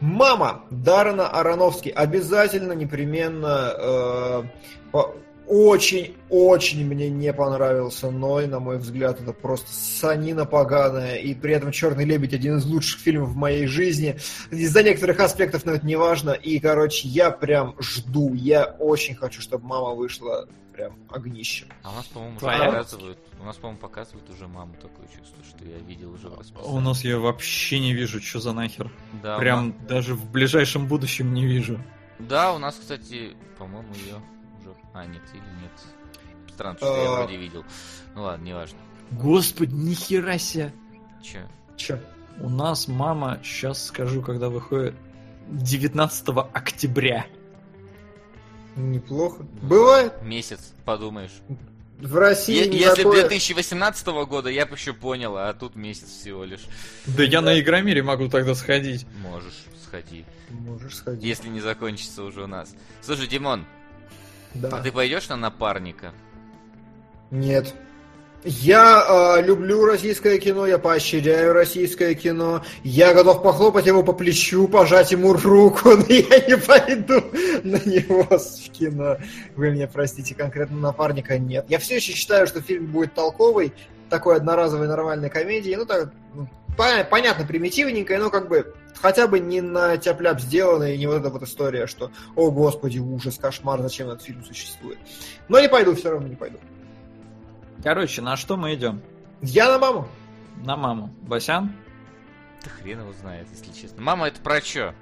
Мама Даррена Аронофски. Обязательно, непременно. Э, по... Очень-очень мне не понравился Ной, на мой взгляд, это просто санина поганая, и при этом «Черный лебедь» один из лучших фильмов в моей жизни. Из-за некоторых аспектов, но это не важно, и, короче, я прям жду, я очень хочу, чтобы «Мама» вышла прям огнищем. А у нас, по-моему, уже Твоя? показывают, у нас, по-моему, показывают уже «Маму», такое чувство, что я видел уже в расписании. У нас я вообще не вижу, что за нахер. Да, Прям у нас- даже в ближайшем будущем не вижу. Да, у нас, кстати, по-моему, ее уже... А, нет, или нет. Странно, что я А. вроде видел. Ну ладно, неважно. Господи, нихера себе. Че? Че? У нас «Мама», сейчас скажу, когда выходит, девятнадцатого октября. Неплохо. Бывает. Месяц, подумаешь. В России Е- не Если бы такое... две тысячи восемнадцатого года, я бы еще понял, а тут месяц всего лишь. Да я на Игромире могу тогда сходить. Можешь, сходи. Можешь сходить. Если не закончится уже у нас. Слушай, Димон, Да. а ты пойдешь на напарника? Нет. Я э, люблю российское кино, я поощряю российское кино, я готов похлопать его по плечу, пожать ему руку, но я не пойду на него в кино. Вы меня простите, конкретно напарника нет. Я все еще считаю, что фильм будет толковый, такой одноразовой нормальной комедии, ну так, ну, по- понятно, примитивненькая, но как бы хотя бы не на тяп-ляп сделанная, и не вот эта вот история, что «О, господи, ужас, кошмар, зачем этот фильм существует». Но не пойду, все равно не пойду. Короче, на что мы идем? Я на маму. На «Маму». Басян? Да хрен его знает, если честно. Мама, это про чё?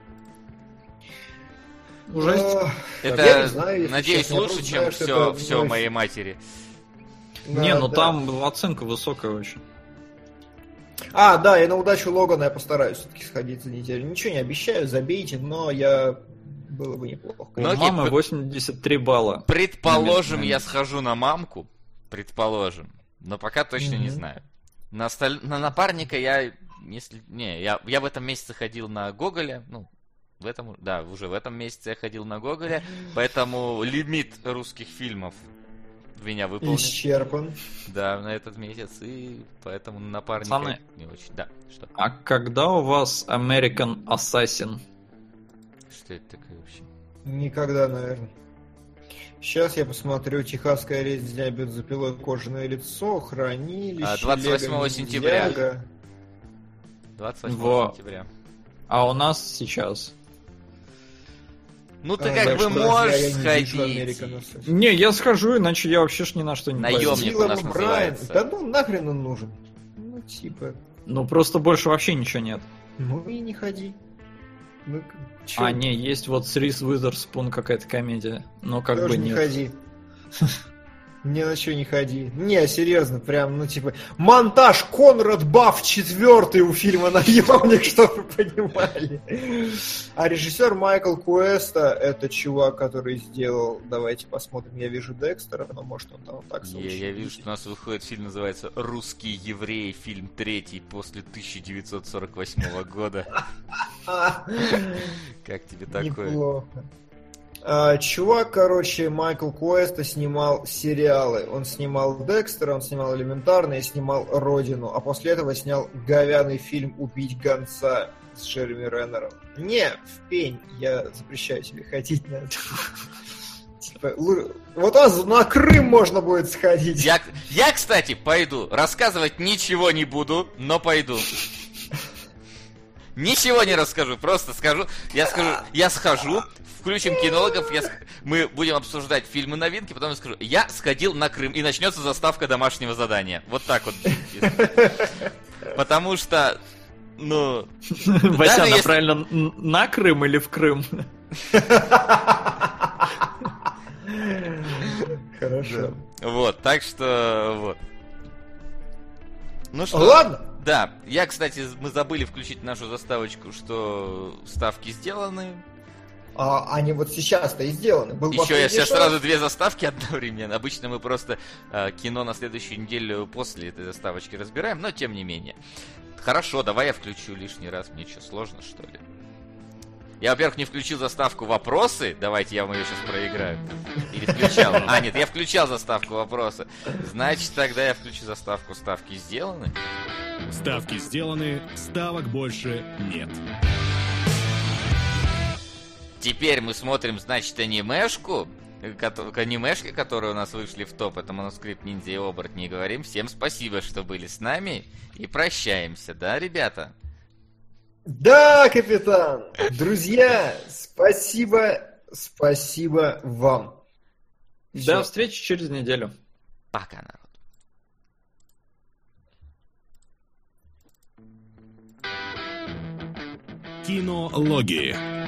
Ужастик? Э, Это, я не знаю, если надеюсь, честно, я лучше, просто чем знаю, что все, это все мой- моей матери. Да, Не, ну да. там оценка высокая очень. А, да, и на удачу Логана я постараюсь все-таки сходить за неделю. Ничего не обещаю, забейте, но я... Было бы неплохо. У Ну, окей, «Мамы» п- восемьдесят три балла. Предположим, Момент, я момент. схожу на мамку. Предположим. Но пока точно не Мгм. знаю. На, осталь- на напарника я... Если... Не, я, я в этом месяце ходил на Гоголя. Ну, в этом... Да, уже в этом месяце я ходил на Гоголя. Поэтому лимит русских фильмов в меня выполнен. Исчерпан. Да, на этот месяц. И поэтому на напарника Пацаны. не очень. Да, что? А когда у вас American Assassin? Что это такое вообще? Никогда, наверное. Сейчас я посмотрю «Техасская резня бензопилой, кожаное лицо», «Хранилище», А, двадцать восьмого «Лего сентября. Ниндзяго». двадцать восьмого Во. сентября. А у нас сейчас. Ну ты А, как так бы что можешь я не вижу сходить. American Assassin. Не, я схожу, иначе я вообще ж ни на что не Наёмник. пойду. Наемник Дилан у нас Брайан. называется. Да ну нахрен он нужен. Ну типа, Ну просто больше вообще ничего нет. ну и не ходи. Ну, чё? А, не, есть вот с Риз Уизерспун какая-то комедия. Но как Тоже бы не нет. ходи. Ни на что не ходи. Не, серьезно, прям, ну типа, монтаж Конрад Бафф четвертый у фильма «Наемник», чтобы вы понимали. А режиссер Майкл Куэста, это чувак, который сделал, давайте посмотрим, я вижу Декстера, но может он там вот так Я, я вижу, что у нас выходит фильм, называется «Русские евреи», фильм третий после тысяча девятьсот сорок восьмого года. Как тебе такое? Неплохо. А, чувак, короче, Майкл Куэста снимал сериалы. Он снимал Декстера, он снимал Элементарно и снимал Родину. А после этого снял говяный фильм «Убить гонца» с Джереми Реннером. Не, в пень, я запрещаю тебе ходить на это. Типа, лу- вот у нас на Крым можно будет сходить. Я, я, кстати, пойду. Рассказывать ничего не буду, но пойду. Ничего не расскажу, просто скажу. Я скажу, я схожу, включим кинологов, я, ск- мы будем обсуждать фильмы новинки, потом я скажу, я сходил на Крым, и начнется заставка домашнего задания. Вот так вот. Потому что, ну... Вася, если- правильно н- на Крым или в Крым? Хорошо. Вот, так что, вот. Ну что... Ладно. Да, я, кстати, мы забыли включить нашу заставочку, что ставки сделаны. А, они вот сейчас-то и сделаны. Был Еще я последний сейчас шанс. сразу две заставки одновременно. Обычно мы просто э, кино на следующую неделю после этой заставочки разбираем, но тем не менее. Хорошо, давай я включу лишний раз. Мне что, сложно, что ли? Я, во-первых, не включил заставку «Вопросы». Давайте я вам ее сейчас проиграю. Или включал? А, нет, я включал заставку «Вопросы». Значит, тогда я включу заставку «Ставки сделаны». Ставки сделаны, ставок больше нет. Теперь мы смотрим, значит, анимешку, к анимешке, которые у нас вышли в топ, это Манускрипт Ниндзя и Оборотни, и говорим всем спасибо, что были с нами, и прощаемся, да, ребята? Да, капитан! Друзья, спасибо, спасибо вам. До Всё. встречи через неделю. Пока, народ. Кинологии.